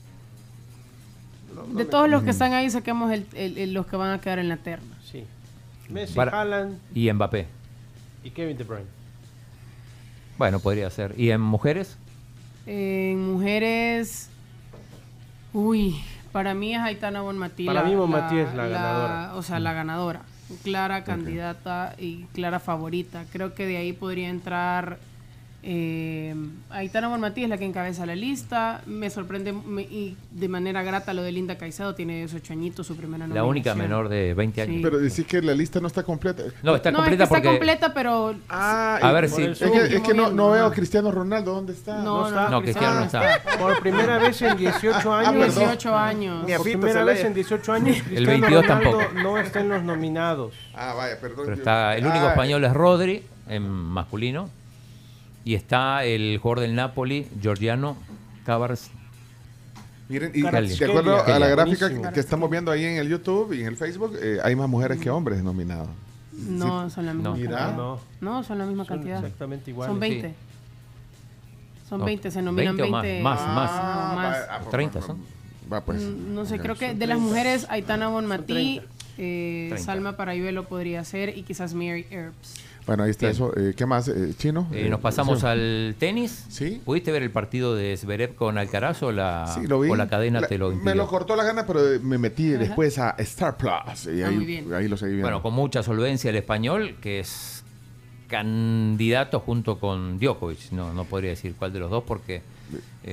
de todos los que están ahí saquemos el, el- el- los que van a quedar en la terna. Sí. Messi, Para- Haaland Y Mbappé. y Kevin De Bruyne. Bueno, podría ser. ¿Y en mujeres? En mujeres, uy, para mí es Aitana Bonmatí. Para la- mí Bonmatí es la ganadora. O sea, la ganadora. Clara candidata y clara favorita. Creo que de ahí podría entrar eh, Aitana Bonmatí, es la que encabeza la lista. Me sorprende me- y de manera grata lo de Linda Caicedo, tiene dieciocho añitos, su primera La única nominación. menor de veinte años. Sí. Pero decir que la lista no está completa. No, está No, completa es que porque... está completa, pero Ah, A y- ver por si- el- Es que, es que no, no veo a Cristiano Ronaldo. ¿Dónde está? No, está. No, Cristiano no está. Por primera vez en dieciocho Ah, años. perdón. dieciocho años. Mi Por afito primera Zelaya. vez en dieciocho años. Cristiano veintidós Ronaldo tampoco. no está en los nominados. Ah, vaya, perdón. Pero yo- está, el único Ah, español es Rodri, en masculino. Y está el jugador del Napoli, Georgiano Cabars. Miren, y Carlos de acuerdo Kelly. a la gráfica Buenísimo. que, que estamos viendo ahí en el YouTube y en el Facebook, eh, hay más mujeres que hombres nominados. No, son la misma No. Mira. cantidad. No, No, son la misma son cantidad. exactamente igual. Son veinte. Son No, veinte, se nominan veinte o más, veinte. más, más. Ah, va- más. ah, pues, treinta va- son. Va, pues. Mm, No sé, Ok. creo que Son de las treinta. mujeres, Aitana Bonmatí, treinta. eh, treinta. Salma Parayuelo podría ser y quizás Mary Earps. Bueno, ahí está Bien. eso. Eh, ¿Qué más, eh, Chino? Eh, Eh, nos pasamos sí. al tenis. Sí. ¿Pudiste ver el partido de Zverev con Alcaraz o la, Sí, lo vi. o la cadena La- te lo me impidió? lo cortó la gana, pero eh, me metí Ajá. después a Star Plus. Y Ah, ahí, muy bien. ahí lo seguí viendo. Bueno, con mucha solvencia el español, que es candidato junto con Djokovic. No, no podría decir cuál de los dos porque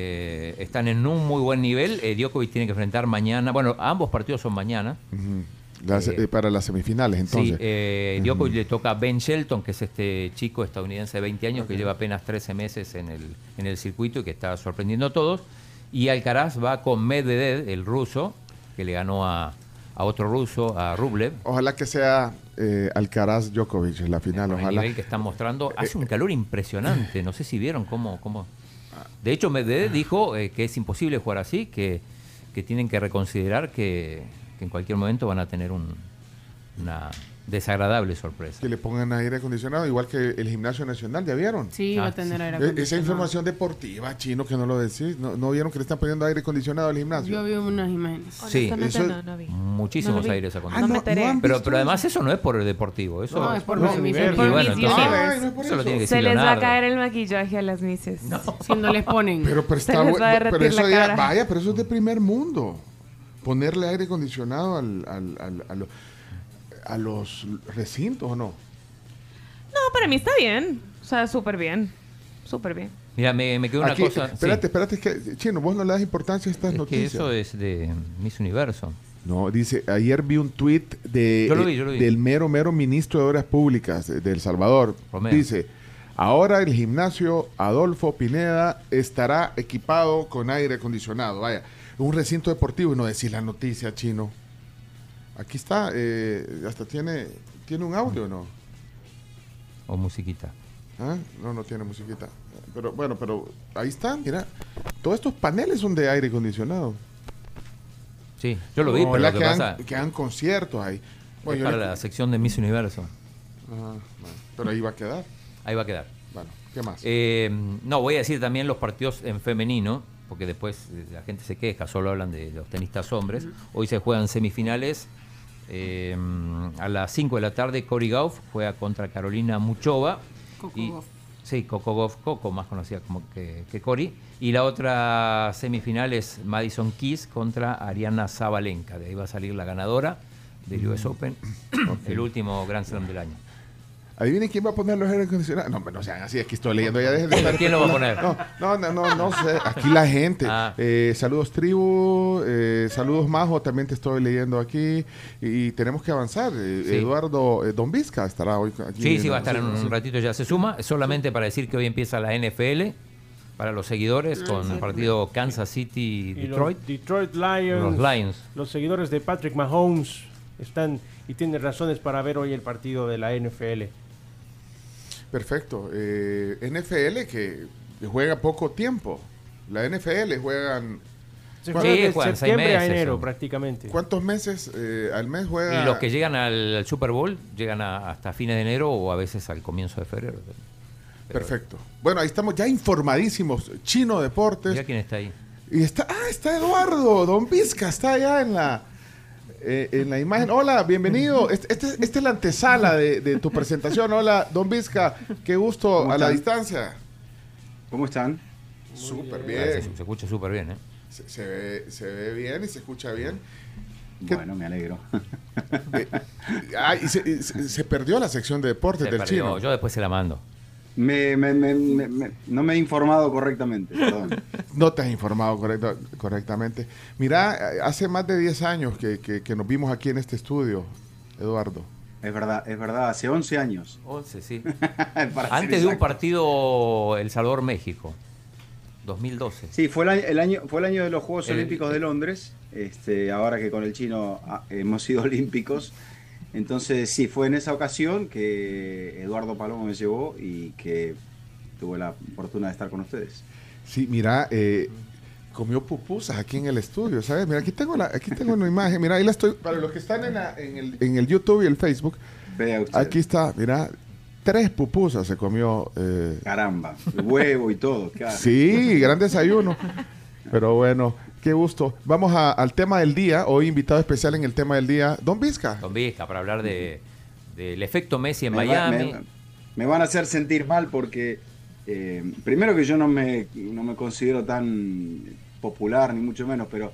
eh, están en un muy buen nivel. Eh, Djokovic tiene que enfrentar mañana. Bueno, ambos partidos son mañana. Ujú. Las, eh, para las semifinales, entonces. Sí, eh, uh-huh. Djokovic le toca a Ben Shelton, que es este chico estadounidense de veinte años okay. que lleva apenas trece meses en el, en el circuito y que está sorprendiendo a todos. Y Alcaraz va con Medvedev, el ruso, que le ganó a, a otro ruso, a Rublev. Ojalá que sea eh, Alcaraz Djokovic en la final. Con ojalá. el nivel que están mostrando. Hace un calor impresionante. No sé si vieron cómo... cómo... De hecho, Medvedev dijo eh, que es imposible jugar así, que, que tienen que reconsiderar que... en cualquier momento van a tener un, una desagradable sorpresa. Que le pongan aire acondicionado, igual que el Gimnasio Nacional, ¿ya vieron? Sí, ah, va a tener aire acondicionado. Esa información deportiva, chino, que no lo decís. ¿No, no vieron que le están poniendo aire acondicionado al gimnasio? Yo vi unas imágenes. Sí, eso, no, no vi. Muchísimos no vi. aires acondicionados. Ah, no, no pero, pero además eso no es por el deportivo, eso no, es por, por los Miss Por bueno, Miss entonces, no, no eso lo tiene que Se decir les Leonardo. va a caer el maquillaje a las Misses. No. Si no les ponen. Pero, pero está les va a derretir pero eso la ya, cara. vaya, pero eso es de primer mundo. Ponerle aire acondicionado al, al, al, a, lo, a los recintos, ¿o no? No, para mí está bien. O sea, súper bien. Súper bien. Mira, me, me quedó una Aquí, cosa... Espérate, sí. espérate, que, Chino, vos no le das importancia a estas es noticias. Que eso es de Miss Universo. No, dice, ayer vi un tuit de, yo lo vi, yo lo vi. del mero, mero ministro de Obras Públicas de, de El Salvador. Romero. Dice, ahora el gimnasio Adolfo Pineda estará equipado con aire acondicionado. Vaya, un recinto deportivo y no decir la noticia, Chino. Aquí está, eh, hasta tiene, tiene un audio, ¿no? O musiquita. ¿Ah? No, no tiene musiquita. Pero bueno, pero ahí está, mira. Todos estos paneles son de aire acondicionado. Sí, yo lo vi, no, pero lo que que pasa... han, que han conciertos ahí. Bueno, es para le... la sección de Miss Universo. Ajá, bueno, pero ahí va a quedar. Ahí va a quedar. Bueno, ¿qué más? Eh, no, voy a decir también los partidos en femenino, porque después la gente se queja, solo hablan de los tenistas hombres. Hoy se juegan semifinales. Eh, a las cinco de la tarde, Cory Gauff juega contra Carolina Muchova. Coco y, Gauff. Sí, Coco Gauff, Coco, más conocida como que, que Cory. Y la otra semifinal es Madison Keys contra Ariana Zabalenka. De ahí va a salir la ganadora del U S Open, el último Grand Slam del año. Adivinen quién va a poner los aire acondicionados. No, no sean así, aquí estoy leyendo ya. Dejen de estar ¿Quién lo va a poner? No, no, no, no, no sé. Aquí la gente. Ah. Eh, saludos, tribu. Eh, saludos, Majo. También te estoy leyendo aquí. Y, y tenemos que avanzar. Eh, sí. Eduardo eh, Don Vizca estará hoy aquí. Sí, sí, va a estar en un sí. ratito. Ya se suma. Solamente para decir que hoy empieza la N F L. Para los seguidores, ah, con sí. el partido Kansas City-Detroit. Detroit Lions. Los Lions. Los seguidores de Patrick Mahomes están y tienen razones para ver hoy el partido de la N F L. Perfecto. Eh, N F L que juega poco tiempo. La N F L juegan... Se juega sí, de juegan septiembre meses, a enero, son. prácticamente. ¿Cuántos meses eh, al mes juega? Y los que llegan al, al Super Bowl llegan a, hasta fines de enero o a veces al comienzo de febrero. Pero... Perfecto. Bueno, ahí estamos ya informadísimos. Chino Deportes. ¿Ya quién está ahí? Y está, ah, está Eduardo, Don Vizca, está allá en la... Eh, en la imagen. Hola, bienvenido. Esta este, este es la antesala de, de tu presentación. Hola, Don Vizca. Qué gusto a la distancia. ¿Cómo están? Súper bien. bien. Se, se escucha súper bien, ¿eh? Se, se, ve, se ve bien y se escucha bien. Bueno, me alegro. Eh, ah, y se, y se, se perdió la sección de deportes se del perdió. Chino. Yo después se la mando. Me, me, me, me, me, no me he informado correctamente, perdón. No te has informado correcto, correctamente. Mira, hace más de diez años que, que, que nos vimos aquí en este estudio, Eduardo. Es verdad, es verdad, hace once años. once, sí. Antes de un partido El Salvador-México, dos mil doce. Sí, fue el año, el año, fue el año de los Juegos el... Olímpicos de Londres, este, ahora que con el Chino ah, hemos sido olímpicos. Entonces, sí, fue en esa ocasión que Eduardo Palomo me llevó y que tuve la fortuna de estar con ustedes. Sí, mira, eh, comió pupusas aquí en el estudio, ¿sabes? Mira, aquí tengo la, aquí tengo una imagen, mira, ahí la estoy, para los que están en, la, en, el, en el YouTube y el Facebook, vea usted. Aquí está, mira, tres pupusas se comió. Eh. Caramba, huevo y todo. Claro. Sí, gran desayuno, pero bueno. Qué gusto. Vamos a, al tema del día. Hoy invitado especial en el tema del día, Don Vizca. Don Vizca, para hablar de del efecto Messi en me Miami. Va, me, me van a hacer sentir mal porque, eh, primero que yo no me, no me considero tan popular, ni mucho menos, pero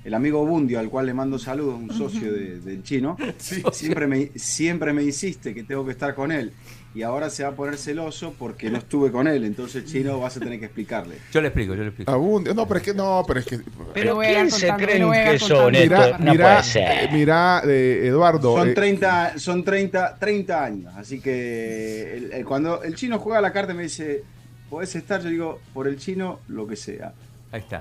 el amigo Bundio, al cual le mando saludos, un socio de, del Chino, sí, siempre, me, siempre me insiste que tengo que estar con él. Y ahora se va a poner celoso porque no estuve con él. Entonces, Chino, vas a tener que explicarle. Yo le explico, yo le explico. A Bundio. No, pero es que no, pero es que. ¿Pero quién se creen que son estos? No mira, puede ser. Mira, eh, Eduardo. Son eh, treinta, son treinta, treinta años. Así que el, el, cuando el Chino juega la carta y me dice, ¿podés estar? Yo digo, por el Chino, lo que sea. Ahí está.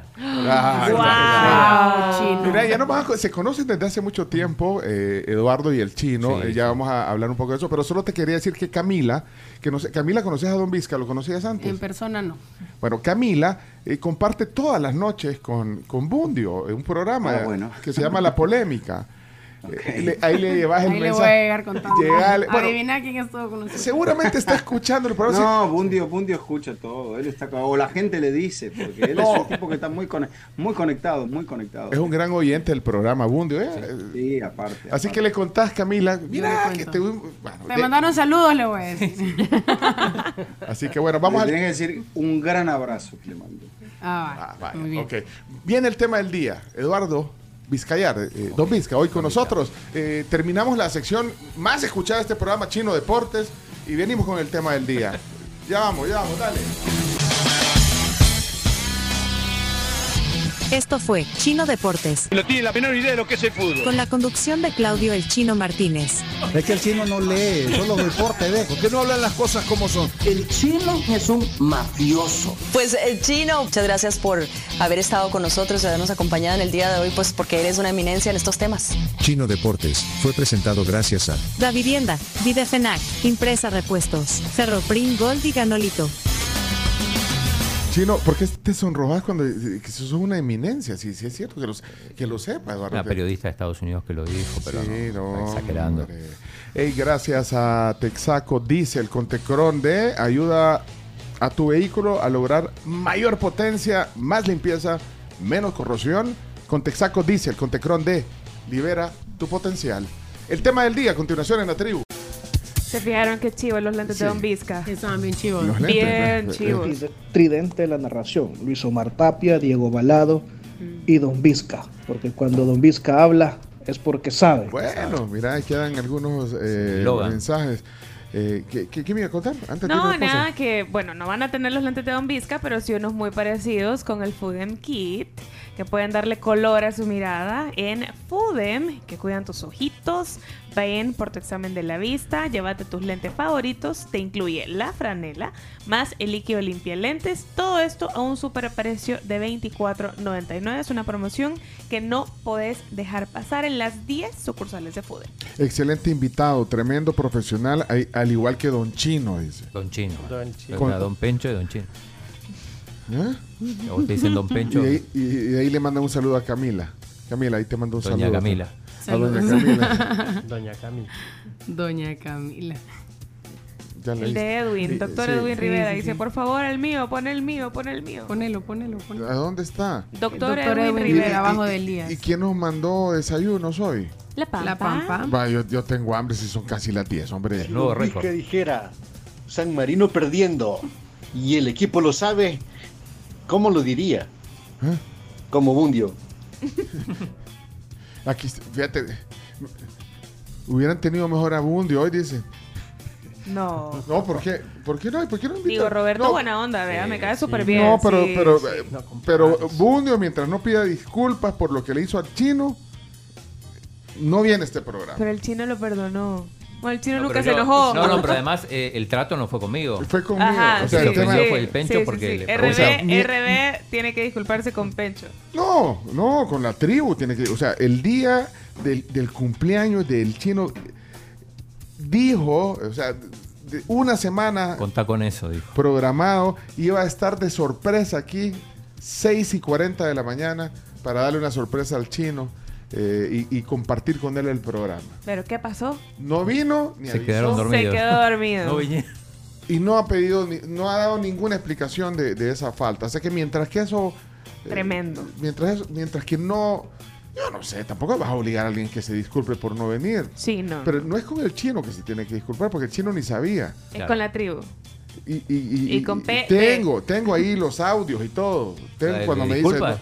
Ah, wow, Chino. Mira, ya no van a- se conocen desde hace mucho tiempo, eh, Eduardo y el Chino. Sí, eh, ya sí. vamos a hablar un poco de eso, pero solo te quería decir que Camila, que no sé, Camila, ¿conocías a Don Vizca? ¿Lo conocías antes? En persona no. Bueno, Camila eh, comparte todas las noches con, con Bundio, en un programa Ah, bueno. que se llama La Polémica. Eh, le- ahí le llevas el Ahí le voy mensaje. a llegar contando. Llegale- bueno, Adivina quién estuvo con nosotros. seguramente está escuchando el programa. No, Bundio, Bundio escucha todo. Él está, o la gente le dice, porque él No. es un tipo que está muy, cone- muy conectado, muy conectado. Es un gran oyente del programa, Bundio. ¿eh? Sí, aparte. Así aparte. que le contás, Camila, mira, le que cuento. te, bueno, Te de- mandaron saludos, le voy a decir. así que bueno, vamos Le a... tenés que decir un gran abrazo que le mando. Ah, Ah, vaya, muy bien. ok. Viene el tema del día. Eduardo Vizcayar, eh, Don Vizca, hoy con nosotros. Eh, terminamos la sección más escuchada de este programa, Chino Deportes, y venimos con el tema del día. Ya vamos, ya vamos, dale. Esto fue Chino Deportes, No tiene la menor idea de lo que es el fútbol. con la conducción de Claudio El Chino Martínez. Es que el chino no lee, solo deporte ve. ¿Por qué no hablan las cosas como son? El chino es un mafioso. Pues el Chino, muchas gracias por haber estado con nosotros y habernos acompañado en el día de hoy, pues porque eres una eminencia en estos temas. Chino Deportes fue presentado gracias a Da Vivienda, Videfenac, Impresa Repuestos, Ferroprim Gold y Ganolito. Chino, ¿por qué te sonrojas cuando eh, que sos una eminencia? Sí, sí es cierto que, los, que lo sepa, Eduardo. Una periodista de Estados Unidos que lo dijo, pero Sí, no, no, está exagerando. hombre. Ey, gracias a Texaco Diesel con Tecron D, ayuda a tu vehículo a lograr mayor potencia, más limpieza, menos corrosión. Con Texaco Diesel, con Tecron D, libera tu potencial. El tema del día, a continuación en la tribu. Se fijaron que chivos los lentes de Don Vizca. Estaban bien chivos. Los lentes, Bien eh, chivos. Trid- Tridente de la narración, Luis Omar Tapia, Diego Balado y Don Vizca, porque cuando Don Vizca habla es porque sabe. Bueno, mira, ahí quedan algunos eh, Logan. mensajes. Eh, ¿qué, qué, qué me iba a contar? Antes de No, irme a nada, cosas. que bueno, no van a tener los lentes de Don Vizca, pero sí unos muy parecidos con el Fudem Kit, que pueden darle color a su mirada en Fudem, que cuidan tus ojitos. Ven por tu examen de la vista, llévate tus lentes favoritos, te incluye la franela, más el líquido limpia lentes, todo esto a un super precio de veinticuatro noventa y nueve. Es una promoción que no podés dejar pasar en las diez sucursales de Fudem. Excelente invitado, tremendo profesional, ay- al igual que Don Chino, dice. Don Chino. Don Chino. Con Don Pencho y Don Chino. ¿Eh? O te dicen Don Pencho. Y, ahí, y- y de ahí le manda un saludo a Camila. Camila, ahí te mando un Doña saludo. Camila. A Doña Camila. Doña Camila. Doña Camila. Ya le El hice. de Edwin, Sí, doctor sí. Edwin Sí, Rivera, sí, dice, sí. por favor, el mío, pon el mío, pon el mío. Ponelo, ponelo, ponelo. ¿A dónde está? Doctor, Doctor Edwin, Edwin Rivera. Rivera, abajo ¿Y- de y- Elías. ¿Y quién nos mandó desayunos hoy? La Pampa. La Pampa. Va, yo, yo tengo hambre si son casi las diez, hombre. Nuevo Luis récord. que dijera, San Marino perdiendo y el equipo lo sabe, ¿cómo lo diría? ¿Eh? Como Bundio. Aquí, fíjate, hubieran tenido mejor abundio hoy, dice. No. No, ¿por qué? ¿Por qué no? ¿Por qué no invitan? Digo, Roberto, No, buena onda, vea, me cae súper bien. No, pero, sí, pero, sí. eh, pero Bundio, mientras no pida disculpas por lo que le hizo al Chino, no viene este programa. Pero el chino lo perdonó. Bueno, el chino No, nunca pero se yo- enojó. No, no, pero además eh, el trato no fue conmigo. Fue conmigo. Ajá, o sea, sí, el tema- sí, fue el Pencho sí, sí, porque sí. le- R B, o sea, mi- R B tiene que disculparse con Pencho. No, no, con la tribu tiene que. O sea, el día del, del cumpleaños del Chino dijo, o sea, de una semana Contá con eso, dijo. programado, iba a estar de sorpresa aquí, seis y cuarenta de la mañana, para darle una sorpresa al Chino eh, y, y compartir con él el programa. ¿Pero qué pasó? No vino ni Se avisó, quedaron dormidos. Se quedó dormido. No vinieron. y no ha pedido, ni- no ha dado ninguna explicación de, de esa falta. Así que mientras que eso... eh, Tremendo. mientras, eso- mientras que no... Yo no sé, tampoco vas a obligar a alguien que se disculpe por no venir. Sí, no. Pero no es con el Chino que se tiene que disculpar, porque el Chino ni sabía. Es con la tribu. Y, y, y- Y con P- tengo, tengo ahí los audios y todo. Tengo ¿La de cuando me dice, disculpas?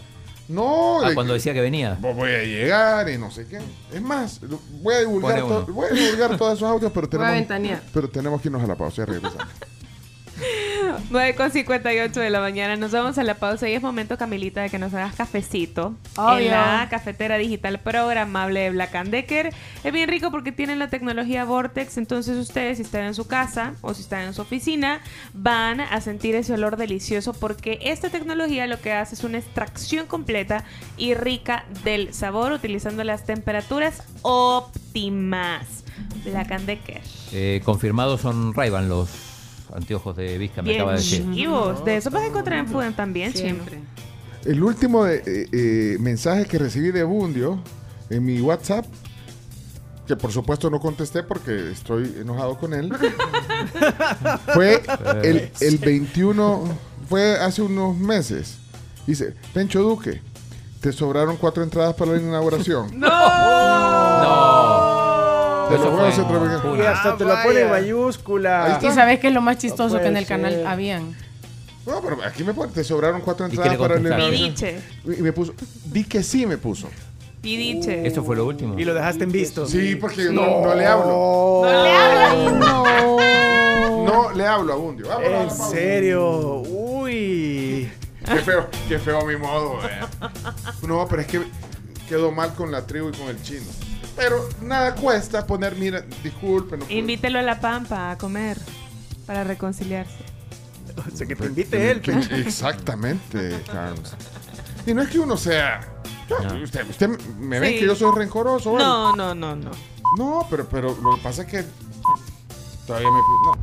No. Ah, de cuando que decía que venía. Voy a llegar y no sé qué. Es más, voy a divulgar, Pone uno. to- voy a divulgar todos esos audios, pero Voy a tenemos, ventanear. pero tenemos que irnos a la pausa. Ya regresamos. nueve con cincuenta y ocho de la mañana. Nos vamos a la pausa y es momento, Camilita, de que nos hagas cafecito Obvio. en la cafetera digital programable de Black and Decker. Es bien rico porque tienen la tecnología Vortex. Entonces ustedes, si están en su casa o si están en su oficina, van a sentir ese olor delicioso porque esta tecnología lo que hace es una extracción completa y rica del sabor utilizando las temperaturas óptimas. Black and Decker. Eh, confirmados son Ray-Ban los anteojos de Vizca, me Bien acaba de decir. chivos. De eso vas a encontrar en Food también, siempre. El último de, eh, eh, mensaje que recibí de Bundio en mi WhatsApp, que por supuesto no contesté porque estoy enojado con él, fue el, el veintiuno, fue hace unos meses. Dice, Pencho Duque, te sobraron cuatro entradas para la inauguración. ¡No! No. De los Eso Juegos fue Centroamericanos. Y hasta te la pone en mayúscula. Y sabes que es lo más chistoso No que en puede el canal ser. habían. No, pero aquí me pone, te sobraron cuatro ¿Y qué entradas le para la contestaste? inauguración. Y me puso, di que sí me puso. Pidiche. Esto fue lo último. Y lo dejaste en visto. Sí, porque no, no le hablo. ¡No le hablas! No. No le hablo a Bundio. Vámonos a la En pausa. serio. Uy. Qué feo, qué feo mi modo, eh. No, pero es que quedó mal con la tribu y con el chino. Pero nada cuesta poner, mira, disculpen. No puedo. Invítelo a La Pampa a comer para reconciliarse. O sea, que te invite él. Que- que- Exactamente, Carlos. Y no es que uno sea. yo- No. Usted, usted me ven Sí. que yo soy rencoroso. ¿vale? No, no, no, no. No, pero, pero lo que pasa es que todavía me. No.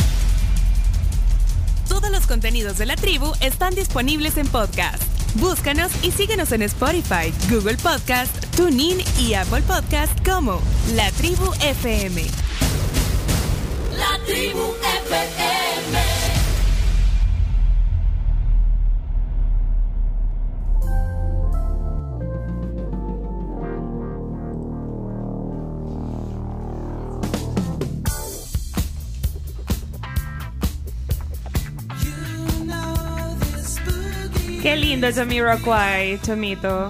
Todos los contenidos de la tribu están disponibles en podcast. Búscanos y síguenos en Spotify, Google Podcast, TuneIn y Apple Podcast como La Tribu F M. La Tribu F M. Qué lindo Jamiroquai, Chomito.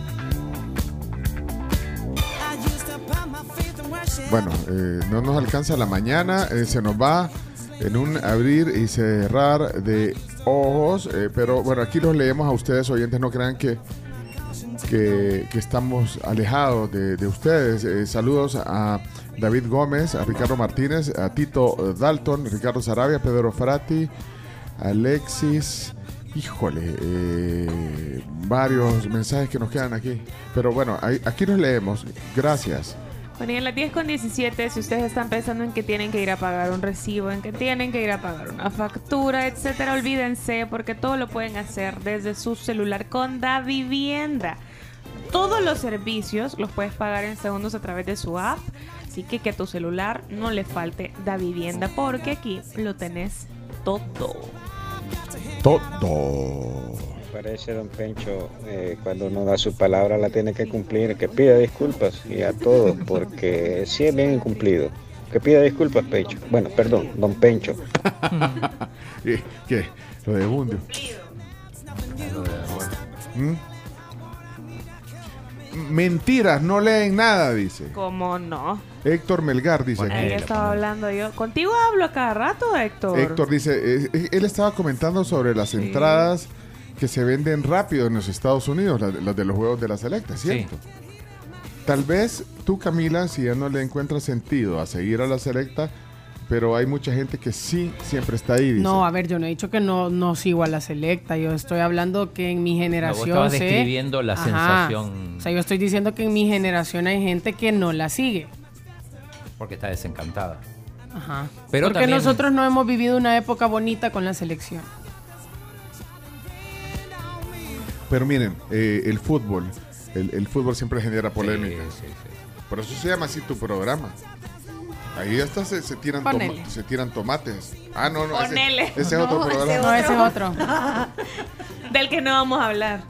Bueno, eh, no nos alcanza la mañana, eh, se nos va en un abrir y cerrar de ojos, eh, pero bueno, aquí los leemos a ustedes, oyentes, no crean que, que, que estamos alejados de, de ustedes. Eh, saludos a David Gómez, a Ricardo Martínez, a Tito Dalton, Ricardo Sarabia, Pedro Frati, Alexis. Híjole, eh, varios mensajes que nos quedan aquí. Pero bueno, ahí- aquí los leemos. Gracias. Bueno, y en las diez con diecisiete, si ustedes están pensando en que tienen que ir a pagar un recibo, en que tienen que ir a pagar una factura, etcétera, olvídense, porque todo lo pueden hacer desde su celular con Davivienda. Todos los servicios los puedes pagar en segundos a través de su app, así que que a tu celular no le falte Davivienda, porque aquí lo tenés todo. Todo. Parece, don Pencho, eh, cuando uno da su palabra la tiene que cumplir, que pida disculpas y a todos, porque sí es bien incumplido. Que pida disculpas, Pencho. Bueno, perdón, don Pencho. ¿Qué? ¿Qué? Lo de Bundio. ¿Mm? Mentiras, no leen nada, dice. ¿Cómo no? Héctor Melgar dice Ahí aquí. estaba hablando yo. Contigo hablo a cada rato, Héctor. Héctor dice, eh, eh, él estaba comentando sobre las entradas que se venden rápido en los Estados Unidos, las, las de los juegos de la selecta, ¿cierto? Tal vez tú, Camila, si ya no le encuentras sentido a seguir a la selecta, pero hay mucha gente que sí siempre está ahí. Dice. No, a ver, yo no he dicho que no, no sigo a la selecta. Yo estoy hablando que en mi generación. No, vos estabas sé- describiendo la Ajá. sensación. O sea, yo estoy diciendo que en mi generación hay gente que no la sigue. Porque está desencantada. Ajá. Pero Porque también- nosotros no hemos vivido una época bonita con la selección. Pero miren, eh, el fútbol, el, el fútbol siempre genera polémica. Sí, sí, sí. Por eso se llama así tu programa. Ahí hasta se, se tiran, Ponele. toma- se tiran tomates. Ah, no, no. Ese, Ponele. ese es otro No, ese programa. No, ese es otro. Del que no vamos a hablar.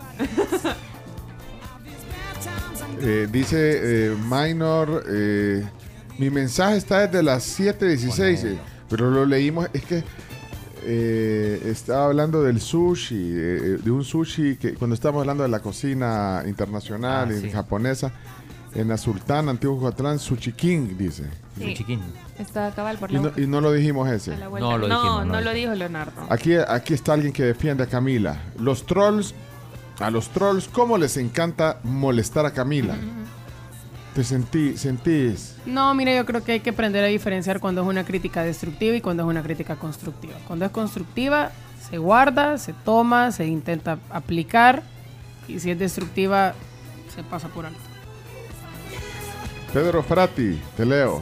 Eh, dice eh, Minor, eh, mi mensaje está desde las siete dieciséis, eh, pero lo leímos, es que eh, estaba hablando del sushi, eh, de un sushi que cuando estábamos hablando de la cocina internacional Ah, y sí. japonesa, en la Sultana, Antiguo Juatlán, Sushi King, dice. Sí. Sushi King. Está cabal por Y la no, y no lo dijimos ese. a la vuelta. No lo no, dijimos, no no lo lo dijo Leonardo. Aquí, aquí está alguien que defiende a Camila. Los trolls, a los trolls, ¿cómo les encanta molestar a Camila? Te sentí, sentís. No, mire, yo creo que hay que aprender a diferenciar cuando es una crítica destructiva y cuando es una crítica constructiva. Cuando es constructiva, se guarda, se toma, se intenta aplicar, y si es destructiva, se pasa por alto. Pedro Frati, te leo.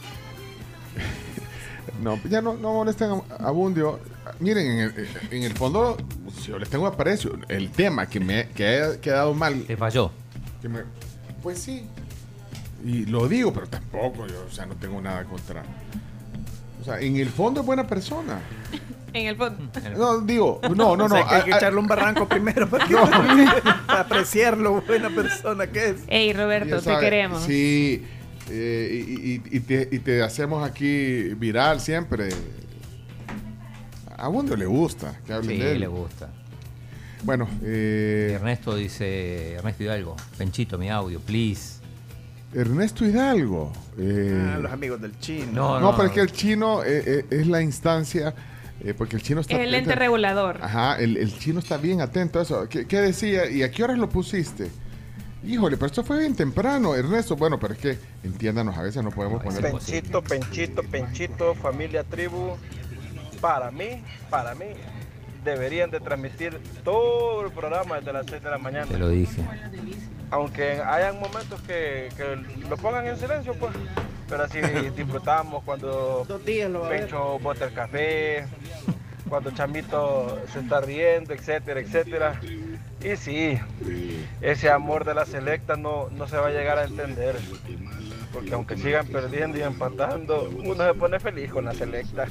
No, ya no, no molesten a, a Bundio. Miren, en el, en el fondo, yo les tengo aprecio. El tema que me que haya quedado mal. Te falló. Que me, pues sí. Y lo digo, pero tampoco, yo, o sea, no tengo nada contra. O sea, en el fondo es buena persona. En el fondo. No, digo, no, no, O no. sea, que hay a- que a- echarle un barranco primero para, que- para apreciar lo buena persona que es. Ey, Roberto, ya te sabe, queremos. Sí, eh, y, y- y te, y te hacemos aquí viral siempre. A Bundio le gusta que hablen Sí, de él. le gusta. Bueno, eh, Ernesto dice, Ernesto Hidalgo, Penchito, mi audio, please. Ernesto Hidalgo. eh, Ah, los amigos del chino. No, no, no, pero es que el chino eh, eh, es la instancia, eh, porque el chino está... Es el ente atento- regulador. Ajá, el, el chino está bien atento a eso. ¿Qué, qué decía? ¿Y a qué horas lo pusiste? Híjole, pero esto fue bien temprano, Ernesto. Bueno, pero es que, entiéndanos, a veces no podemos poner... Penchito, Penchito, Penchito, familia tribu. Para mí, para mí, deberían de transmitir todo el programa desde las seis de la mañana. Te lo dije. Aunque hayan momentos que, que lo pongan en silencio, pues. Pero así disfrutamos cuando Dos días lo va a ver. Pencho bota el café, cuando Chamito se está riendo, etcétera, etcétera. Y sí, ese amor de la selecta no, no se va a llegar a entender. Porque aunque sigan perdiendo y empatando, uno se pone feliz con la selecta.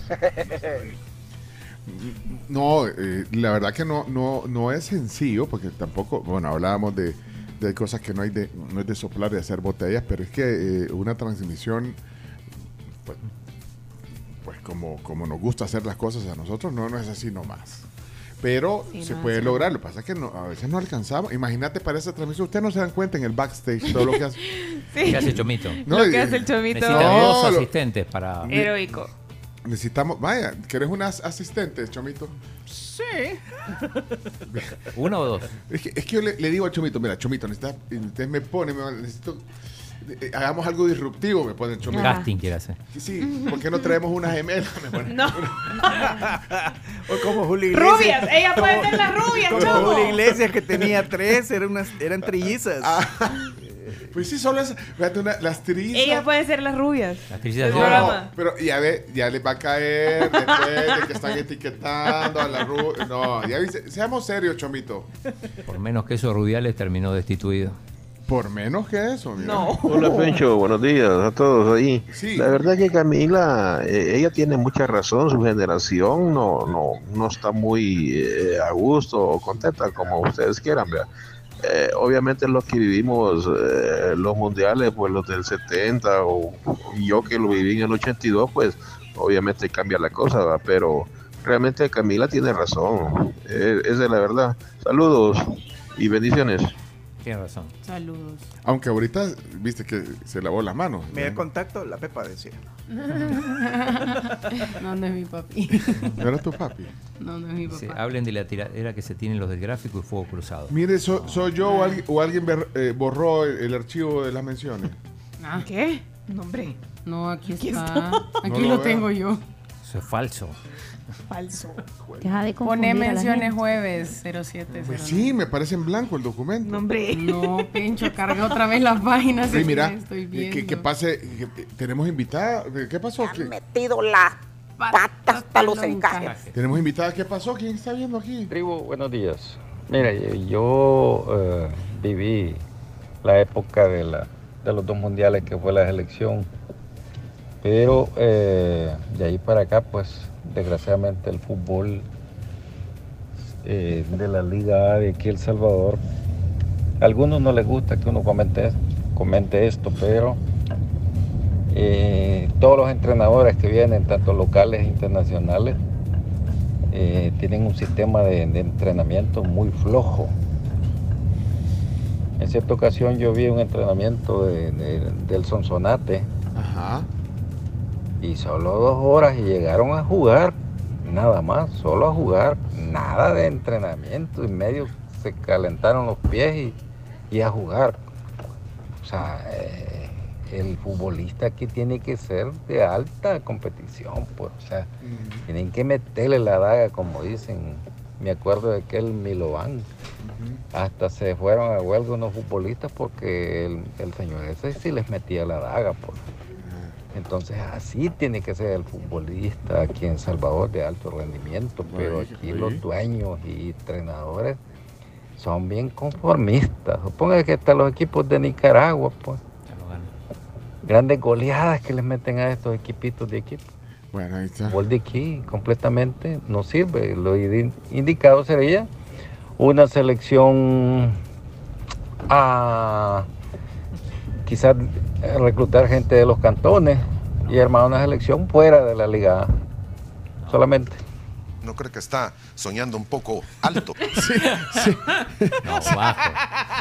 No, eh, la verdad que no, no, no es sencillo, porque tampoco, bueno, hablábamos de, de cosas que no hay de, no es de soplar y hacer botellas, pero es que eh, una transmisión, pues, pues como, como nos gusta hacer las cosas a nosotros, no, no es así nomás. Pero Sí, se no, puede sí. lograr, lo que pasa es que no, a veces no alcanzamos. Imagínate para esa transmisión, ustedes no se dan cuenta en el backstage todo lo que hace. Sí. ¿Qué hace Chomito? No, Lo y- que hace el Chomito. Necesita No, dos lo- asistentes para... Heroico. Necesitamos, vaya, ¿querés unas asistentes, Chomito? Sí. ¿Uno o dos? Es que, es que yo le, le digo a Chomito, mira, Chomito, necesita, usted me pone, me, necesito, eh, hagamos algo disruptivo, me pone el Chomito. Casting quiere hacer. Sí, ¿por qué no traemos unas gemelas? Me pone. No. O como Julio Iglesias. Rubias, ella puede ser la rubia, Como chavo. Julio Iglesias, que tenía tres, eran, unas, eran trillizas. Pues sí, solo es, fíjate, una, las trillizas. Ella puede ser las rubias. Las trillizas El de oro. programa. Pero ya ve, ya les va a caer después de que están etiquetando a la rubia. No, ya viste, seamos serios, Chomito. Por menos que eso, Rubiales terminó destituido. Por menos que eso, mira. No. Hola Pencho, buenos días a todos ahí. Sí. La verdad que Camila, eh, ella tiene mucha razón, su generación no, no, no está muy eh, a gusto o contenta como ustedes quieran, ¿verdad? Eh, obviamente los que vivimos eh, los mundiales, pues los del setenta o y yo que lo viví en el ochenta y dos, pues obviamente cambia la cosa, ¿verdad? Pero realmente Camila tiene razón, eh, esa es la verdad. Saludos y bendiciones. Tiene razón. Saludos. Aunque ahorita, viste que se lavó las manos. Me da contacto, la Pepa decía. No, no es mi papi. ¿No era tu papi? No, no es mi Dice, papá. hablen de la tiradera que se tienen los del gráfico y fuego cruzado. Mire, so- soy yo o alguien, o alguien ver- eh, borró el, el archivo de las menciones. Ah, ¿Qué? No, hombre. no, aquí Aquí está. está. Aquí No lo, lo veo. tengo yo. Eso es falso. Falso. Deja de Pone confundir a la menciones gente. jueves cero siete. Pues sí, me parece en blanco el documento. No, hombre. No, Pencho, carga otra vez las páginas. Sí, mira, Estoy eh, viendo. que, que pase, que- que tenemos invitada. ¿Qué pasó? ¿Qué- metido la pata hasta los encajes. Tenemos invitada. ¿Qué pasó? ¿Quién está viendo aquí? Tribu, buenos días. Mira, yo eh, viví la época de, la, de los dos mundiales que fue la selección, pero eh, de ahí para acá, pues desgraciadamente el fútbol eh, de la Liga A de aquí El Salvador, a algunos no les gusta que uno comente, comente esto, pero eh, todos los entrenadores que vienen, tanto locales e internacionales, eh, tienen un sistema de, de entrenamiento muy flojo. En cierta ocasión yo vi un entrenamiento de, de, del Sonsonate. Ajá. Y solo dos horas y llegaron a jugar, nada más, solo a jugar, nada de entrenamiento. Y medio se calentaron los pies y, y a jugar. O sea, eh, el futbolista aquí tiene que ser de alta competición, pues. O sea, uh-huh. tienen que meterle la daga, como dicen. Me acuerdo de aquel Milovan. Uh-huh. Hasta se fueron a huelga unos futbolistas porque el, el señor ese sí les metía la daga, pues. Entonces así tiene que ser el futbolista aquí en Salvador de alto rendimiento, pero aquí los dueños y entrenadores son bien conformistas. Suponga que hasta los equipos de Nicaragua, pues, grandes goleadas que les meten a estos equipitos de equipo. Bueno, ahí está. Gol de aquí completamente no sirve. Lo indicado sería una selección a quizás reclutar gente de los cantones y armar una selección fuera de la Liga A. Solamente. ¿No cree que está soñando un poco alto? Sí, sí. No, bajo.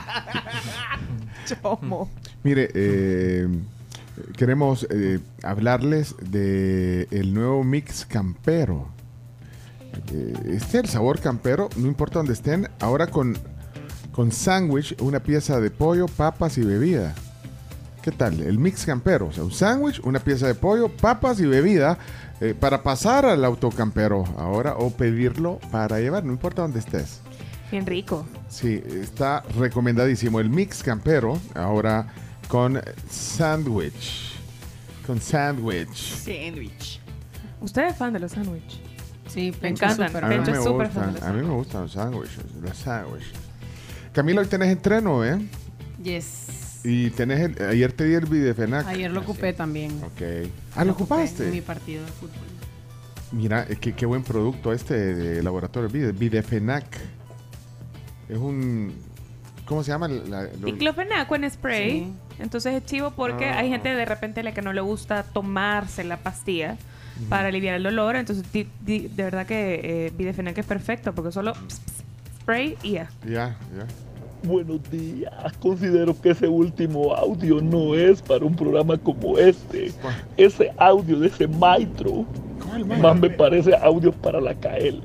Chomo. Mire, eh, queremos eh, hablarles de el nuevo mix campero. Eh, este es el sabor campero, no importa dónde estén, ahora con, con sándwich, una pieza de pollo, papas y bebida. ¿Qué tal? El mix campero, o sea, un sándwich, una pieza de pollo, papas y bebida eh, para pasar al autocampero ahora o pedirlo para llevar, no importa dónde estés. Bien rico. Sí, está recomendadísimo el mix campero ahora con sándwich. Con sándwich. Sándwich. ¿Usted es fan de los sándwiches? Sí, me encantan. Pencho es súper fan de los sándwiches. A mí me gustan los sándwiches. Los sándwiches. Camila, hoy tenés entreno, ¿eh? Yes. Y tenés el, ayer te di el Videfenac. Ayer lo ocupé también. Ok. Ah, ¿lo ocupaste? En mi partido de fútbol. Mira, qué, qué buen producto este de laboratorio Vide, Videfenac. Es un... ¿Cómo se llama? La, lo... Diclofenac en spray. Sí. Entonces es chivo porque Ah. hay gente de repente a la que no le gusta tomarse la pastilla para aliviar el dolor. Entonces di- di- de verdad que eh, Videfenac es perfecto porque solo ps, ps, spray y ya. Ya, ya. Buenos días. Considero que ese último audio no es para un programa como este. Ese audio de ese maestro más me parece audio para la K L.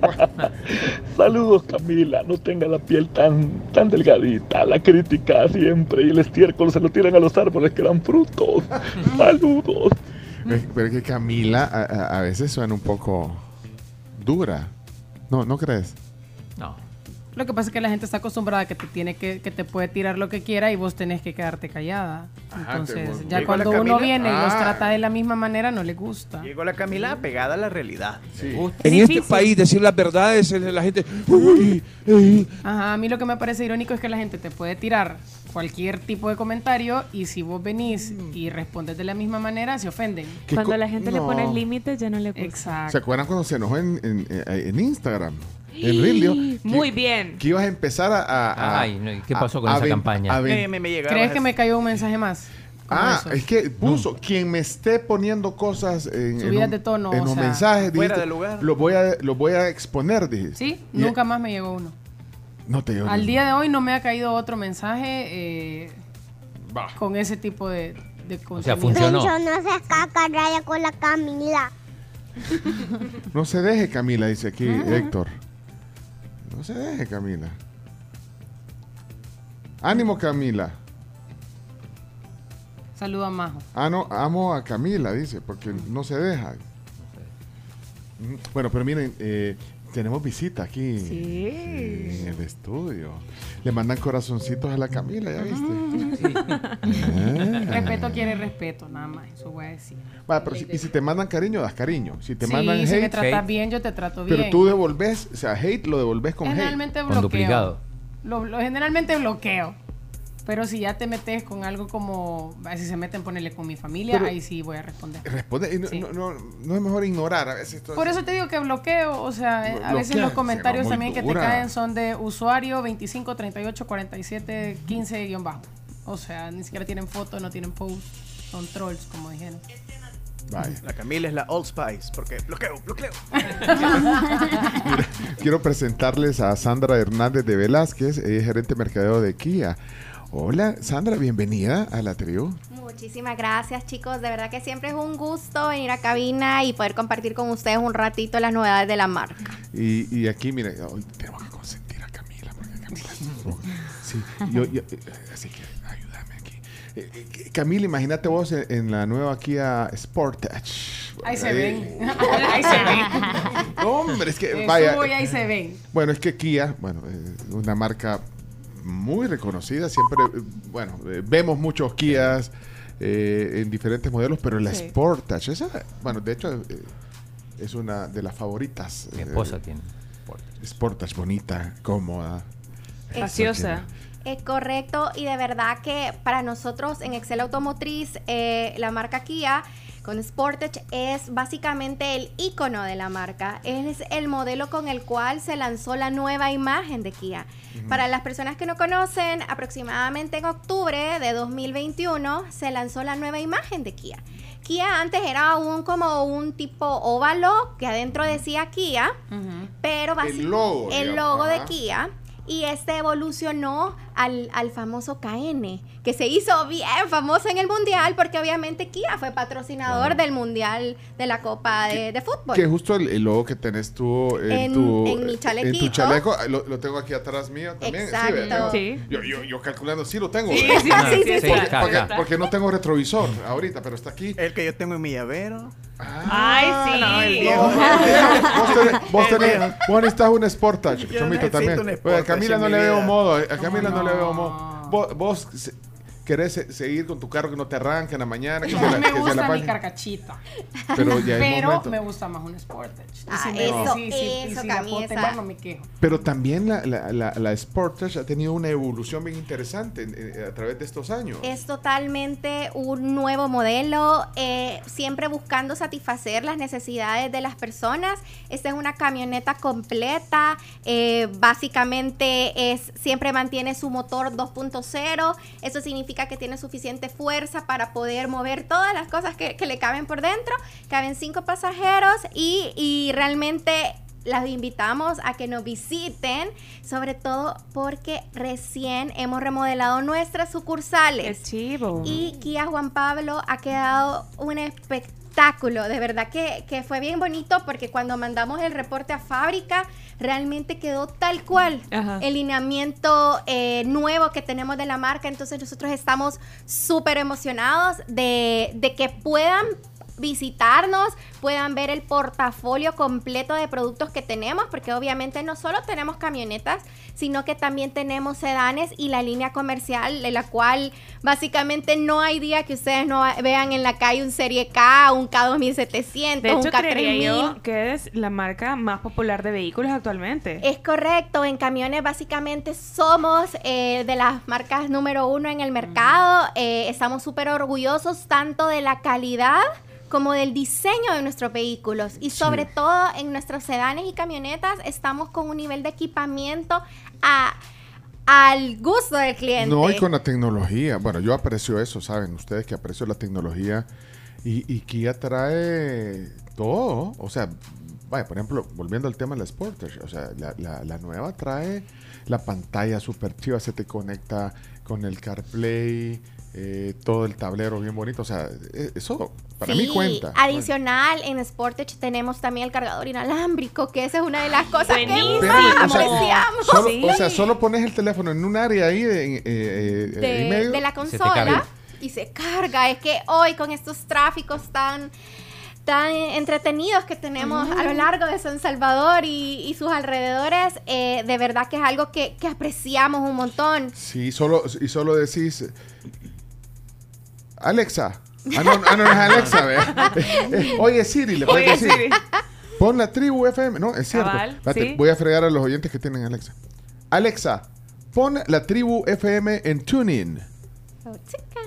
Saludos, Camila. No tenga la piel tan, tan delgadita. La crítica siempre y el estiércol se lo tiran a los árboles que dan frutos. Saludos. Pero es que Camila a, a- a veces suena un poco dura. ¿No, no crees? No. Lo que pasa es que la gente está acostumbrada a que te tiene que, que te puede tirar lo que quiera y vos tenés que quedarte callada. Ajá, Entonces, te- ya llegó cuando la uno Camila. viene y los Ah. trata de la misma manera, no le gusta. Llegó la Camila pegada a la realidad. Me gusta. En este país decir las verdades, eh, la gente... "Uy, uy". Ajá, a mí lo que me parece irónico es que la gente te puede tirar cualquier tipo de comentario y si vos venís y respondes de la misma manera, se ofenden. ¿Qué Cuando co- la gente le No. pone límites ya no le gusta. Exacto. ¿Se acuerdan cuando se enojó en, en, en Instagram? En Rilio. Muy bien. Que ibas a empezar a... a- a- Ay, no, ¿y qué pasó a- con a esa ven- campaña? a ven- Me, me llegaba ¿Crees ese- que me cayó un mensaje más? Como Ah, eso. es que puso, quien me esté poniendo cosas en, en, Subidas un- de tono, en o los sea, mensajes, fuera dijiste, de lugar. Lo voy a, lo voy a exponer, dijiste. Sí, Y- nunca más me llegó uno. No te llegó Al ninguno. día de hoy no me ha caído otro mensaje eh, Va. con ese tipo de, de O sea, contenido. funcionó. Pencho, no seas cacarraya con la Camila. No se deje, Camila, dice aquí Ajá. Héctor. No se deje, Camila. Ánimo, Camila. Saludo a Majo. Ah, no, amo a Camila, dice, porque no se deja. Mm, Bueno, pero miren, eh, tenemos visita aquí Sí. en el estudio. Le mandan corazoncitos a la Camila, ¿ya viste? Ah. Respeto quiere respeto, nada más, eso voy a decir. Va, pero si- y si te mandan cariño, das cariño. Si te Sí, mandan si me hate, tratas hate. bien, yo te trato bien. pero tú devolves, o sea, hate lo devolves con hate. Generalmente Con bloqueo. duplicado. Lo, lo- generalmente bloqueo. Pero si ya te metes con algo como, ah, si se meten, ponerle con mi familia, Pero- ahí sí voy a responder. Responde, y no, Sí. no, no, no es mejor ignorar a veces. todo Por eso te digo que bloqueo, o sea, eh, a veces Bloquea, los comentarios se va muy también que te dura. caen son de usuario veinticinco treinta y ocho cuarenta y siete quince guión bajo. O sea, ni siquiera tienen foto, no tienen post, son trolls, como dijeron. Vaya. La Camila es la Old Spice, porque bloqueo, bloqueo. Mira, quiero presentarles a Sandra Hernández de Velázquez, ella es gerente de mercadeo de Kia. Hola, Sandra, bienvenida a la tribu. Muchísimas gracias, chicos. De verdad que siempre es un gusto venir a cabina y poder compartir con ustedes un ratito las novedades de la marca. Y, y aquí, mire, hoy tenemos que consentir a Camila, porque Camila sí, yo, yo, así que ayúdame aquí. Eh, eh, Camila, imagínate vos en, en la nueva Kia Sportage. Ahí se ven. Ahí se ven. No, hombre, es que Eh, vaya. subo y ahí se ven. Bueno, es que Kia, bueno, eh, una marca muy reconocida, siempre, eh, bueno, eh, vemos muchos Kias eh, en diferentes modelos, pero la Sí. Sportage, esa, bueno, de hecho eh, es una de las favoritas. Mi eh, esposa tiene. Sportage, bonita, cómoda. Espaciosa. Es correcto, y de verdad que para nosotros en Excel Automotriz, eh, la marca Kia con Sportage es básicamente el icono de la marca. Es el modelo con el cual se lanzó la nueva imagen de Kia. Uh-huh. Para las personas que no conocen, aproximadamente en octubre de dos mil veintiuno se lanzó la nueva imagen de Kia. Kia antes era un como un tipo óvalo que adentro decía Kia, uh-huh. pero básicamente el logo, el digamos, logo de ajá. Kia. Y este evolucionó al, al famoso K N, que se hizo bien famoso en el Mundial, porque obviamente Kia fue patrocinador claro. del Mundial de la Copa de, de Fútbol. Que justo el, el logo que tenés tú en, en, tu, en mi chalequito. En tu chaleco, lo, lo tengo aquí atrás mío también. Exacto. Sí, sí. Yo, yo, yo calculando, sí lo tengo. Sí, sí, sí, sí, sí, sí. Porque, porque, porque no tengo retrovisor ahorita, pero está aquí. El que yo tengo en mi llavero. Ah, Ay, sí. No, el viejo. Vos tenés, vos tenés, vos necesitas un Sportage, Yo Chomito también. Sportage a Camila no le vida. veo modo, a Camila no, no le veo modo. Vos, vos querés se, seguir con tu carro que no te arranca en la mañana. Que no, se la, me que gusta se la mi carcachita. Pero ya es Pero momento. me gusta más un Sportage. Ah, si eso, sí, sí, eso, sí, camisa. no me quejo. Pero también la, la, la, la Sportage ha tenido una evolución bien interesante eh, a través de estos años. Es totalmente un nuevo modelo, eh, siempre buscando satisfacer las necesidades de las personas. Esta es una camioneta completa, eh, básicamente es siempre mantiene su motor dos punto cero. Eso significa que tiene suficiente fuerza para poder mover todas las cosas que, que le caben por dentro. Caben cinco pasajeros y, y realmente las invitamos a que nos visiten, sobre todo porque recién hemos remodelado nuestras sucursales. ¡Qué chivo! Y Kia Juan Pablo ha quedado un espectáculo. De verdad que, que fue bien bonito, porque cuando mandamos el reporte a fábrica, realmente quedó tal cual. Ajá. El lineamiento eh, nuevo que tenemos de la marca. Entonces nosotros estamos súper emocionados de, de que puedan visitarnos, puedan ver el portafolio completo de productos que tenemos, porque obviamente no solo tenemos camionetas, sino que también tenemos sedanes y la línea comercial, de la cual básicamente no hay día que ustedes no vean en la calle un Serie K, un K dos mil setecientos, de hecho, un K tres mil. Yo que es la marca más popular de vehículos actualmente. Es correcto, en camiones básicamente somos eh, de las marcas número uno en el mercado. Mm. Eh, estamos súper orgullosos tanto de la calidad como del diseño de nuestros vehículos, y sobre sí. todo en nuestros sedanes y camionetas estamos con un nivel de equipamiento a, al gusto del cliente. No, y con la tecnología, bueno, yo aprecio eso, saben ustedes que aprecio la tecnología, y, y Kia trae todo, o sea, vaya, por ejemplo, volviendo al tema de la Sportage, o sea, la, la, la nueva trae la pantalla super chiva, se te conecta con el CarPlay, Eh, todo el tablero bien bonito, o sea, eso para sí, mí cuenta. Adicional, en Sportage tenemos también el cargador inalámbrico, que esa es una de las cosas Buenísimo. que más o sea, apreciamos. Solo, sí. O sea, solo pones el teléfono en un área ahí de, eh, eh, de, en medio, de la consola y se carga. Es que hoy con estos tráficos tan tan entretenidos que tenemos mm. a lo largo de San Salvador y, y sus alrededores, eh, de verdad que es algo que, que apreciamos un montón. Sí, solo, y solo decís Alexa. Ah, no, ah, no, no es Alexa, ¿verdad? eh, eh, oye, Siri, le puedes decir. Siri. Pon la tribu F M. No, es cierto. Cabal, Espérate, ¿sí? Voy a fregar a los oyentes que tienen Alexa. Alexa, pon la tribu F M en TuneIn. Oh, chica.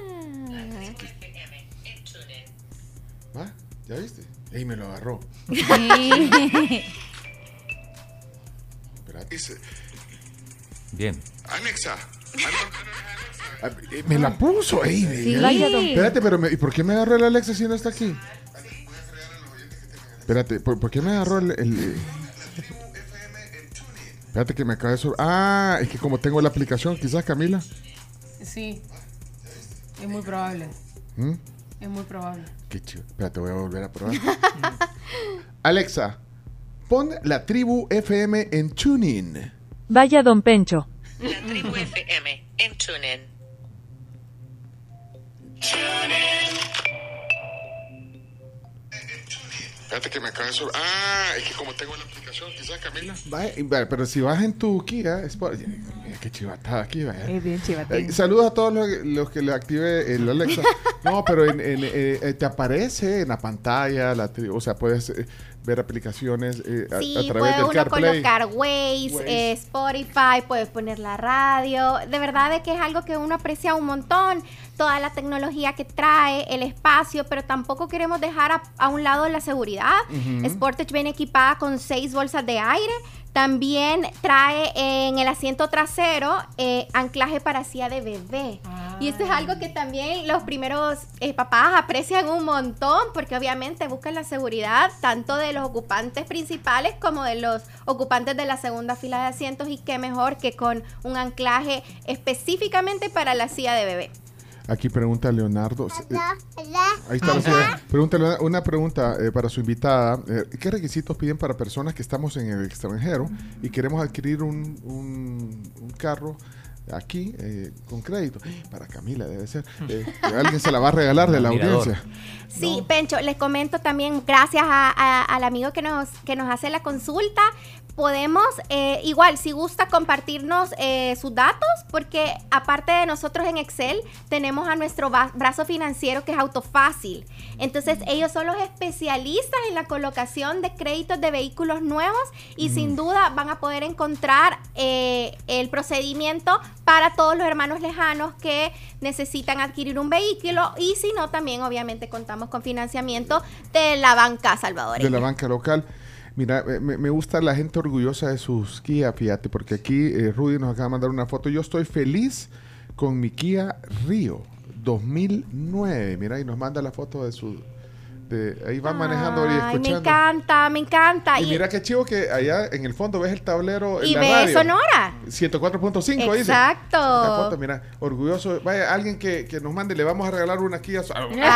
¿Ah? ¿Ya viste? Ey, me lo agarró. Espérate. Bien. Alexa. Me la puso, ey. Sí. Espérate, pero me, ¿y por qué me agarró el Alexa si no está aquí? Espérate, ¿por, ¿por qué me agarró el, el... Espérate que me acaba de sobre... Ah, es que como tengo la aplicación, quizás, Camila. Sí. Es muy probable. ¿Mm? Es muy probable. Qué chido. Espérate, voy a volver a probar. Alexa, pon La Tribu F M en TuneIn. Vaya Don Pencho. La Tribu F M en TuneIn. Espérate que me acaba de sobre... Ah, es que como tengo la aplicación, quizás, Camila. Vaya, vaya, pero si vas en tu Kia, es por... Mira qué chivatada aquí, vaya. Es bien chivatín. Eh, saludos a todos los, los que le active el Alexa. No, pero en, en, eh, te aparece en la pantalla, la tri- o sea, puedes eh, ver aplicaciones eh, a, Sí, a través puede del uno CarPlay. colocar Waze, Waze. eh, Spotify, puedes poner la radio. De verdad es que es algo que uno aprecia un montón. Toda la tecnología que trae, el espacio, pero tampoco queremos dejar a, a un lado la seguridad. Ujú. Sportage viene equipada con seis bolsas de aire. También trae en el asiento trasero eh, anclaje para silla de bebé. Y esto es algo que también los primeros eh, papás aprecian un montón, porque obviamente buscan la seguridad tanto de los ocupantes principales como de los ocupantes de la segunda fila de asientos, y qué mejor que con un anclaje específicamente para la silla de bebé. Aquí pregunta Leonardo. eh, ahí está la silla. Pregúntale una pregunta eh, para su invitada. Eh, ¿Qué requisitos piden para personas que estamos en el extranjero y queremos adquirir un, un, un carro aquí eh, con crédito? Para Camila debe ser. Eh, alguien se la va a regalar de la audiencia. Sí, no. Pencho, les comento también, gracias a, a, al amigo que nos, que nos hace la consulta, podemos, eh, igual, si gusta compartirnos eh, sus datos, porque aparte de nosotros en Excel, tenemos a nuestro ba- brazo financiero que es Autofácil. Entonces, ellos son los especialistas en la colocación de créditos de vehículos nuevos y mm. sin duda van a poder encontrar eh, el procedimiento para todos los hermanos lejanos que necesitan adquirir un vehículo, y si no, también obviamente contamos con financiamiento de la banca salvadoreña. De la banca local. Mira, me, me gusta la gente orgullosa de sus Kia, fíjate, porque aquí eh, Rudy nos acaba de mandar una foto. Yo estoy feliz con mi Kia Rio dos mil nueve. Mira, y nos manda la foto de su... De, ahí va manejando y Ay, escuchando. me encanta, me encanta. Y, y mira qué chivo que allá en el fondo ves el tablero y en la ves radio. Sonora. ciento cuatro punto cinco dice. Exacto. La foto, mira, orgulloso. Vaya, alguien que, que nos mande, le vamos a regalar una Kia.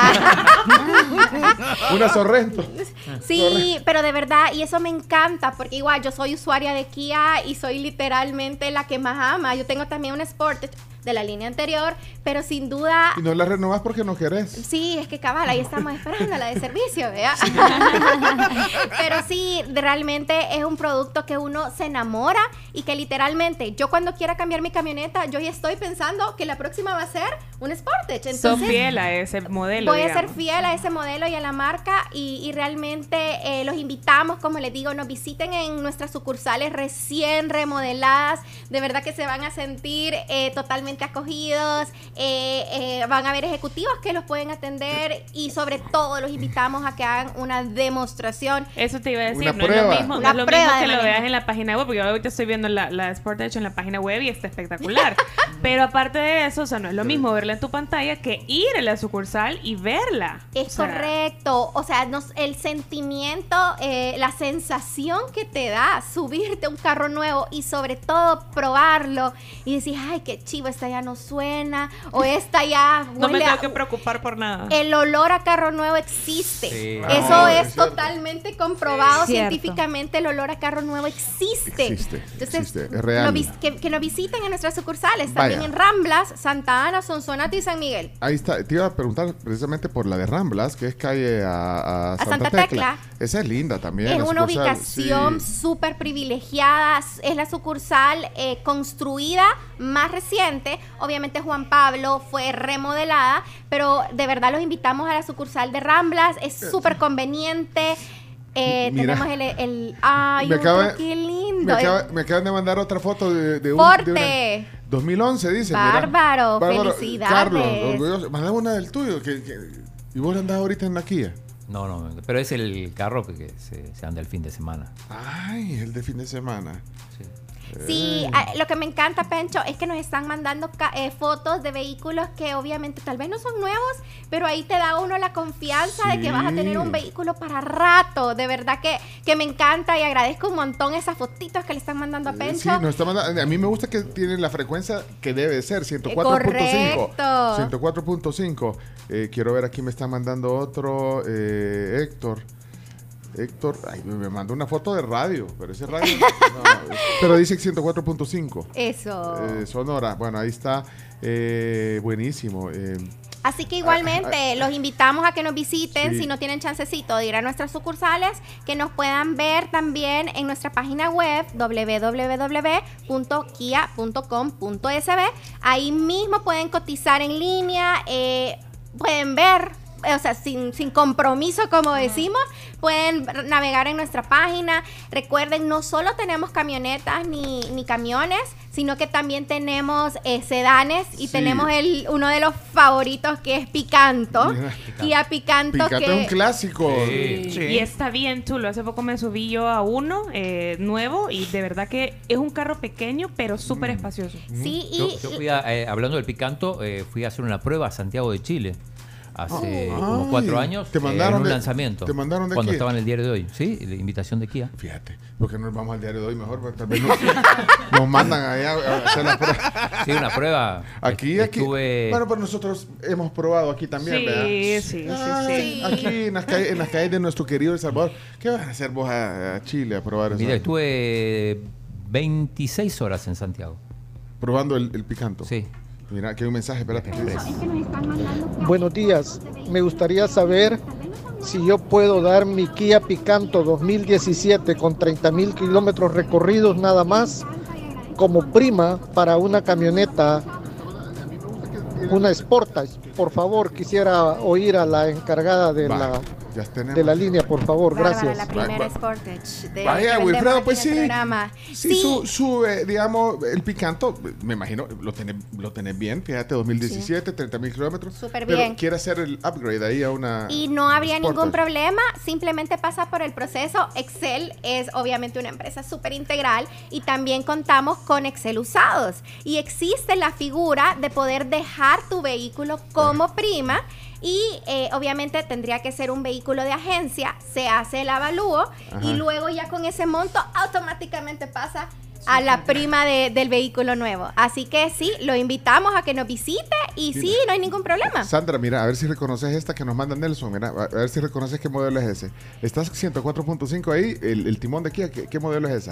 Una Sorrento. Sí, Sorrento. pero de verdad, y eso me encanta, porque igual yo soy usuaria de Kia y soy literalmente la que más ama. Yo tengo también un Sportage de la línea anterior, pero sin duda... Y no la renovas porque no querés. Sí, es que cabal, ahí estamos esperando la de servicio, ¿verdad? Sí. Pero sí, realmente es un producto que uno se enamora y que literalmente, yo cuando quiera cambiar mi camioneta, yo ya estoy pensando que la próxima va a ser un Sportage. Entonces, Sos fiel a ese modelo, voy digamos. a ser fiel a ese modelo y a la marca, y, y realmente eh, los invitamos, como les digo, nos visiten en nuestras sucursales recién remodeladas. De verdad que se van a sentir eh, totalmente acogidos, eh, eh, van a haber ejecutivos que los pueden atender, y sobre todo los invitamos a que hagan una demostración. Eso te iba a decir, Una no prueba. es lo mismo, no Una es lo prueba mismo de que lo manejo. veas en la página web, porque yo ahorita estoy viendo la, la Sportage en la página web y está espectacular. Pero aparte de eso, o sea, no es lo mismo verla en tu pantalla que ir a la sucursal y verla. Es o sea, correcto, o sea, nos, el sentimiento, eh, la sensación que te da subirte a un carro nuevo y sobre todo probarlo y decir, ay, qué chivo, esta ya no suena, o esta ya no me huele tengo a- que preocupar por nada. El olor a carro nuevo existe. Sí. Eso Ah, es es cierto. totalmente comprobado Sí. Cierto. científicamente. El olor a carro nuevo existe. Existe, Entonces, existe, es real. lo vis- que, que nos visiten en nuestras sucursales. Vaya. También en Ramblas, Santa Ana, Sonsonate y San Miguel. Ahí está, te iba a preguntar precisamente por la de Ramblas, que es calle a, a A Santa, Santa Tecla. Tecla. Esa es linda también. Es la una sucursal, ubicación sí. súper privilegiada. Es la sucursal eh, construida más reciente. Obviamente Juan Pablo fue remodelada, pero de verdad los invitamos a la sucursal de Ramblas. Es súper conveniente. Eh, Mira. tenemos el, el- ay, Me otro, acaba- qué Me, lindo. acaba- me acaban de mandar otra foto de, de un... Forte. de una- dos mil once, dice. mira. Bárbaro, felicidades. Carlos, orgulloso. Mandame una del tuyo. Que, que- ¿Y vos andás ahorita en la Kia? No, no, pero es el carro que, que se, se anda el fin de semana. Ay, el de fin de semana. Sí. Sí, Eh. a- lo que me encanta, Pencho, es que nos están mandando ca- eh, fotos de vehículos que obviamente tal vez no son nuevos, pero ahí te da uno la confianza de que vas a tener un vehículo para rato. De verdad que, que me encanta y agradezco un montón esas fotitos que le están mandando a Pencho. Sí, nos está mandando, a mí me gusta que tiene la frecuencia que debe ser, ciento cuatro punto cinco. Correcto. ciento cuatro punto cinco. Eh, quiero ver, aquí me está mandando otro, eh, Héctor. Héctor, ay, me mandó una foto de radio, pero ese radio, no, pero dice ciento cuatro punto cinco. Eso. Eh, Sonora, bueno, ahí está, eh, buenísimo. Eh, Así que igualmente ah, ah, los invitamos a que nos visiten, sí. si no tienen chancecito de ir a nuestras sucursales, que nos puedan ver también en nuestra página web doble u doble u doble u punto kia punto com punto es be. Ahí mismo pueden cotizar en línea, eh, pueden ver, o sea, sin, sin compromiso, como decimos, pueden navegar en nuestra página. Recuerden, no solo tenemos camionetas ni, ni camiones, sino que también tenemos eh, sedanes y Sí. tenemos el uno de los favoritos, que es Picanto. Kia Picanto, Picanto que es un clásico. Sí. Y está bien chulo. Hace poco me subí yo a uno eh, nuevo y de verdad que es un carro pequeño, pero súper espacioso. Sí, Yo, y yo fui a, eh, hablando del Picanto, eh, fui a hacer una prueba a Santiago de Chile hace Oh. como Ay, cuatro años. te eh, mandaron en un de- lanzamiento. te mandaron de cuando Kia. estaba en el diario de hoy. Sí, la invitación de Kia. Fíjate, porque no nos vamos al diario de hoy mejor, porque tal vez nos, nos mandan allá a hacer la prueba. Sí, una prueba. Aquí, aquí. Estuve- Bueno, pero nosotros hemos probado aquí también, Sí, ¿verdad? sí, sí, Ay, sí. Aquí en las, calles, en las calles de nuestro querido El Salvador. ¿Qué vas a hacer vos a, a Chile a probar eso? Mira, estuve veintiséis horas en Santiago. Probando el, el picanto. Sí. Mira, aquí hay un mensaje, espérate. ¿qué dice? Buenos días, me gustaría saber si yo puedo dar mi Kia Picanto dos mil diecisiete con treinta mil kilómetros recorridos nada más como prima para una camioneta, una Sportage. Por favor, quisiera oír a la encargada de, Va, la, ya tenemos. de la línea, por favor, Bárbara, gracias. la primera Va- va- Sportage de Vaya, que vendemos Wilfredo, aquí pues en el sí. programa. Sí, Su, sube, digamos, el picanto, me imagino, lo tenés, lo tenés bien, fíjate, dos mil diecisiete, treinta mil kilómetros. Súper pero bien. quiere hacer el upgrade ahí a una... Y no habría Sportage. ningún problema, simplemente pasa por el proceso. Excel es obviamente una empresa súper integral y también contamos con Excel usados. Y existe la figura de poder dejar tu vehículo como prima y eh, obviamente tendría que ser un vehículo de agencia, se hace el avalúo Ajá. y luego ya con ese monto automáticamente pasa a la prima de- del vehículo nuevo. Así que sí, lo invitamos a que nos visite y sí, no hay ningún problema. Sandra, mira, a ver si reconoces esta que nos manda Nelson, mira, a a ver si reconoces qué modelo es ese. Estás ciento cuatro punto cinco ahí, el, el timón de Kia, ¿qué, qué modelo es esa?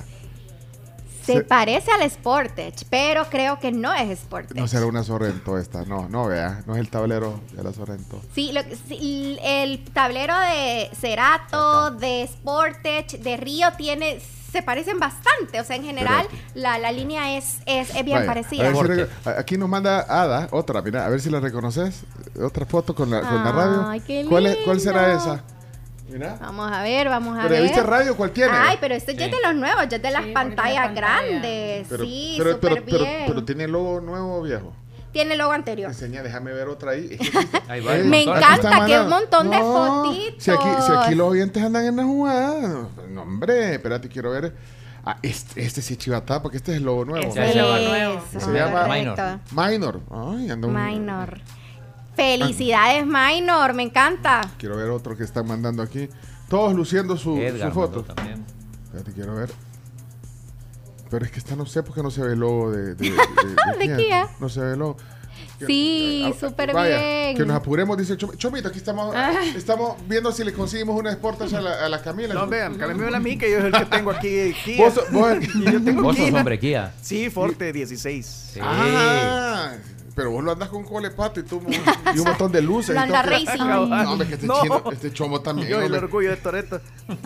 Se Se- parece al Sportage, pero creo que no es Sportage. No será una Sorrento esta, no, no, vea, no es el tablero de la Sorrento. Sí, lo que- sí, el tablero de Cerato, de Sportage, de Río tiene, se parecen bastante. O sea, en general, la, la línea es, es, es bien Vaya, parecida. a ver si re- a- aquí nos manda Ada, otra, mira, a ver si la reconoces. Otra foto con la, con la radio. Ay, qué ¿Cuál, es- ¿Cuál será lindo. esa? Mira. Vamos a ver, vamos a Pero ver. ¿viste radio? ¿Cuál tiene? Ay, pero este ya es Sí. de los nuevos, ya es de las Sí, pantallas porque es de pantalla. grandes. Pero, sí, pero, súper pero, pero, bien. pero tiene el logo nuevo o viejo. Tiene el logo anterior. Enseña, déjame ver otra ahí. Ahí va, Me Aquí encanta está que un mandando. montón de No, fotitos. Si aquí, si aquí los oyentes andan en la jugada. No, hombre, espérate, quiero ver. Ah, este, este sí chivatá, porque este es el logo nuevo. Ese es el logo nuevo. Se Eso, llama correcto. Minor. Ay, anda un- Minor. Felicidades, Minor, me encanta. Quiero ver otro que están mandando aquí. Todos luciendo su, Edgar su foto. mandó también. Espérate, quiero ver. Pero es que esta no sé porque no se ve el logo de, de, de, De Kia. No se ve el logo. Sí, Ah, súper vaya, bien. Que nos apuremos, dice Chomito. Chomito, aquí estamos, Ah. estamos viendo si le conseguimos una Sportage a la, a la Camila. No, vean, cámbiame a mí, que yo es el que tengo aquí. Kia. Vos, vos- Y yo tengo Vos sos Kia. hombre Kia. Sí, Forte dieciséis. Sí. Ah, pero vos lo andas con colepato y, tú, y un montón de luces. Lo y anda todo. racing. No, hombre, que este, No. chino, este chomo también. Yo el hombre. orgullo de Toretto.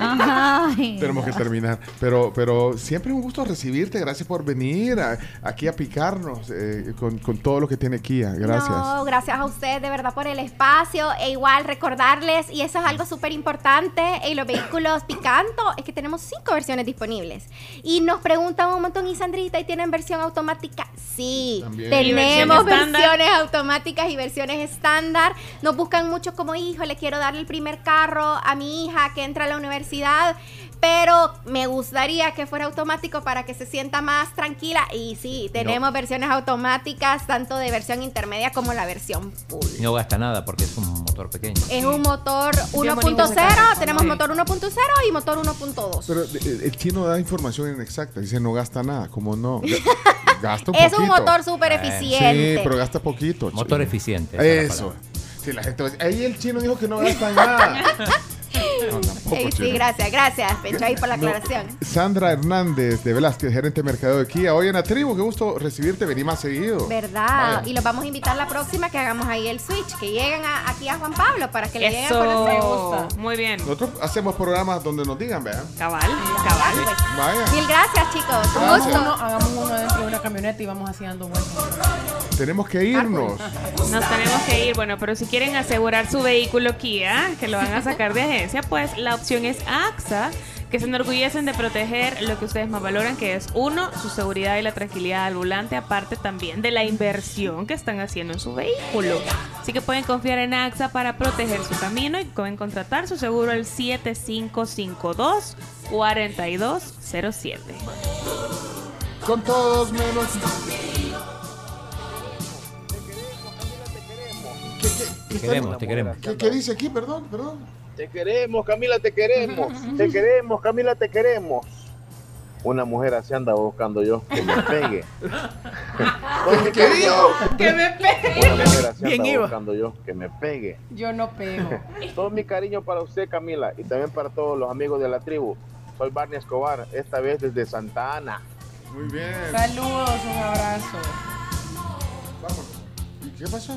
Tenemos que terminar. Pero, pero siempre es un gusto recibirte. Gracias por venir a- aquí a picarnos eh, con, con todo lo que tiene Kia. Gracias. No, gracias a ustedes de verdad por el espacio. E igual recordarles, y eso es algo súper importante, en los vehículos Picanto, es que tenemos cinco versiones disponibles. Y nos preguntan un montón, ¿y Sandrita, y tienen versión automática? Sí, También. tenemos Y versión versión estándar. versiones automáticas y versiones estándar. Nos buscan mucho como, hijo, le quiero darle el primer carro a mi hija que entra a la universidad, pero me gustaría que fuera automático para que se sienta más tranquila. Y sí, tenemos no. versiones automáticas, tanto de versión intermedia como la versión full. No gasta nada porque es un motor pequeño. Es un motor uno punto cero, tenemos motor uno punto cero y motor uno punto dos. Pero el, el chino da información inexacta, dice no gasta nada, ¿cómo no? Gasta un es poquito. un motor súper eficiente. Sí, pero gasta poquito. Motor chino. Eficiente. Eso. Si la gente va a decir, ahí el chino dijo que no gasta nada. No, tampoco, sí, sí, gracias, gracias, Pencho, ahí por la aclaración. No, Sandra Hernández de Velázquez, gerente de mercadeo de Kia. Hoy en la tribu, qué gusto recibirte, vení más seguido. Verdad, vaya. Y los vamos a invitar la próxima que hagamos ahí el switch, que lleguen a, aquí a Juan Pablo para que le lleguen a conocer. Gusta. Muy bien. Nosotros hacemos programas donde nos digan, vean. Cabal, cabal. Pues. Vaya. Mil gracias, chicos. Hagamos uno, hagamos uno dentro de una camioneta y vamos así dando vueltas. Tenemos que irnos. Nos tenemos que ir, bueno, pero si quieren asegurar su vehículo Kia, que lo van a sacar de agencia, pues la opción es A X A, que se enorgullecen de proteger lo que ustedes más valoran, que es uno, su seguridad y la tranquilidad al volante, aparte también de la inversión que están haciendo en su vehículo. Así que pueden confiar en A X A para proteger su camino y pueden contratar su seguro al siete cinco cinco dos, cuatro dos cero siete. Con todos menos... ¿Qué, qué, qué te queremos, te queremos. ¿Qué, ¿Qué dice aquí? Perdón, perdón. Te queremos, Camila, te queremos. Te queremos, Camila, te queremos. Una mujer así anda buscando yo, que me pegue. ¿Qué dijo? Que me pegue. Una mujer así anda Bien buscando iba. yo, que me pegue. Yo no pego. Todo mi cariño para usted, Camila, y también para todos los amigos de la tribu. Soy Barney Escobar, esta vez desde Santa Ana. Muy bien. Saludos, un abrazo. Vamos. ¿Y qué pasó?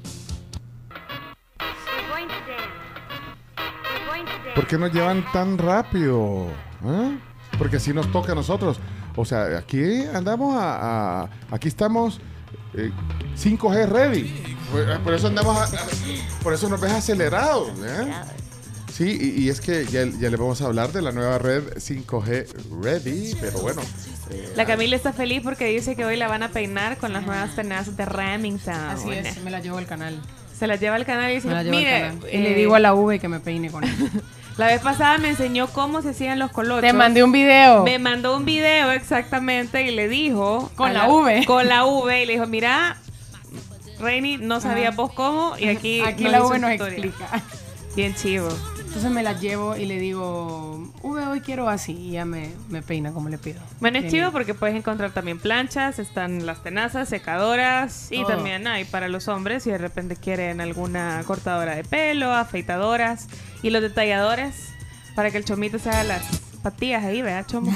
¿Por qué nos llevan tan rápido? ¿Eh? Porque así nos toca a nosotros. O sea, aquí andamos a... a aquí estamos eh, cinco G ready. Por, por eso andamos... A, a, por eso nos ves acelerados. ¿eh? Sí, y, y es que ya, ya le vamos a hablar de la nueva red cinco G ready, pero bueno. Eh, la Camila está feliz porque dice que hoy la van a peinar con las nuevas tenazas de Remington. Así es, me la llevo al canal. Se la lleva al canal y dice, mire, eh, y le digo a la V que me peine con él. La vez pasada me enseñó cómo se hacían los colochos. Te mandé un video. Me mandó un video exactamente y le dijo... Con la, la V. Con la V y le dijo, mira, Reini, no sabías vos cómo y aquí... Aquí la V nos explica. Bien chivo. Entonces me la llevo y le digo, V, hoy quiero así. Y ya me, me peina como le pido. Bueno, es chivo porque puedes encontrar también planchas, están las tenazas, secadoras y oh. también hay para los hombres si de repente quieren alguna cortadora de pelo, afeitadoras y los detalladores para que el chomito se haga las patillas ahí, ¿verdad, chomo?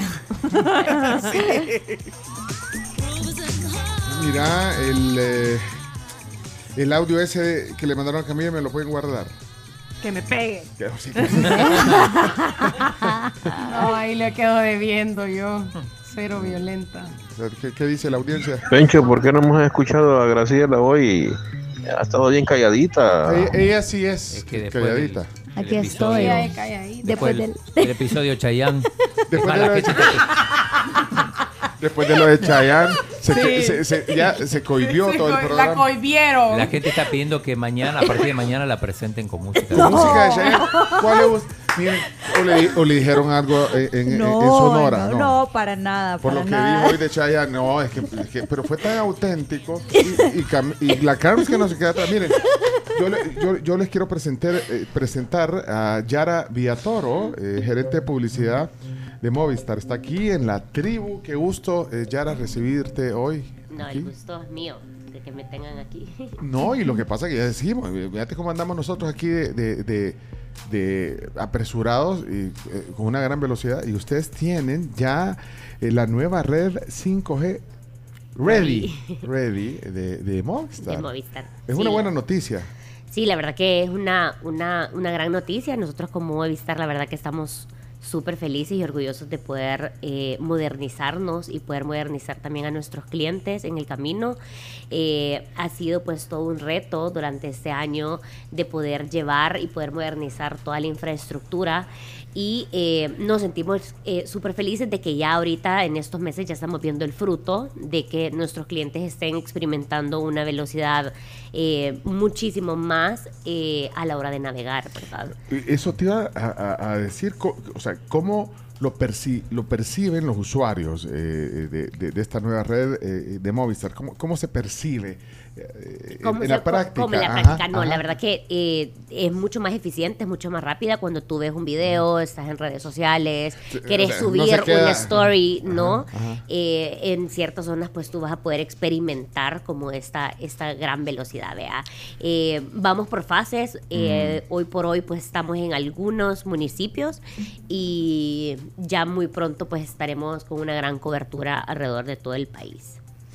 Mira, el, eh, el audio ese que le mandaron a Camila me lo pueden guardar. Que me pegue. No, ahí le quedo debiendo yo. Cero violenta. ¿Qué, qué dice la audiencia? Pencho, ¿por qué no hemos escuchado a Graciela hoy? Ha estado bien calladita. Ella, ella sí es, es que calladita. Del, Aquí estoy. Después, después del, del episodio Chayanne. Después de, de Después de lo de Chayanne, se, sí. se, se, ya se cohibió se todo co- el programa. La cohibieron. La gente está pidiendo que mañana, a partir de mañana, la presenten con música. ¿Con no. música de Chayanne? ¿Cuál le gusta? Miren, o le, o le dijeron algo en, en, no, en Sonora. No, no, no, para nada. Por para lo nada. que dijo hoy de Chayanne, no, es que, es que pero fue tan auténtico. Y, y, Cam, y la Carms que no se queda atrás. Miren, yo, le, yo, yo les quiero presentar, eh, presentar a Yara Villatoro, eh, gerente de publicidad de Movistar. Está aquí en la tribu. Qué gusto, eh, Yara, recibirte hoy. No, aquí. El gusto es mío de que me tengan aquí. No, y lo que pasa es que ya decimos, fíjate cómo andamos nosotros aquí de, de, de, de apresurados y eh, con una gran velocidad. Y ustedes tienen ya eh, la nueva red cinco G ready, ready de, de Movistar. De Movistar. Es sí. una buena noticia. Sí, la verdad que es una, una, una gran noticia. Nosotros como Movistar, la verdad que estamos súper felices y orgullosos de poder eh, modernizarnos y poder modernizar también a nuestros clientes en el camino. Eh, ha sido pues todo un reto durante este año de poder llevar y poder modernizar toda la infraestructura y eh, nos sentimos eh, súper felices de que ya ahorita en estos meses ya estamos viendo el fruto de que nuestros clientes estén experimentando una velocidad eh, muchísimo más eh, a la hora de navegar, ¿verdad? Eso te iba a, a, a decir, o sea, ¿cómo lo, perci lo perciben los usuarios eh, de, de, de esta nueva red eh, de Movistar? ¿Cómo, cómo se percibe eh, en, en la práctica? Como en la ajá, práctica, no, ajá. la verdad que eh, es mucho más eficiente, es mucho más rápida cuando tú ves un video, estás en redes sociales, Sí, quieres o sea, subir no se queda- una story, ajá, ¿no? ajá. Eh, en ciertas zonas pues tú vas a poder experimentar como esta, esta gran velocidad, ¿vea? Eh, vamos por fases, eh, Mm. hoy por hoy pues estamos en algunos municipios y ya muy pronto pues estaremos con una gran cobertura alrededor de todo el país.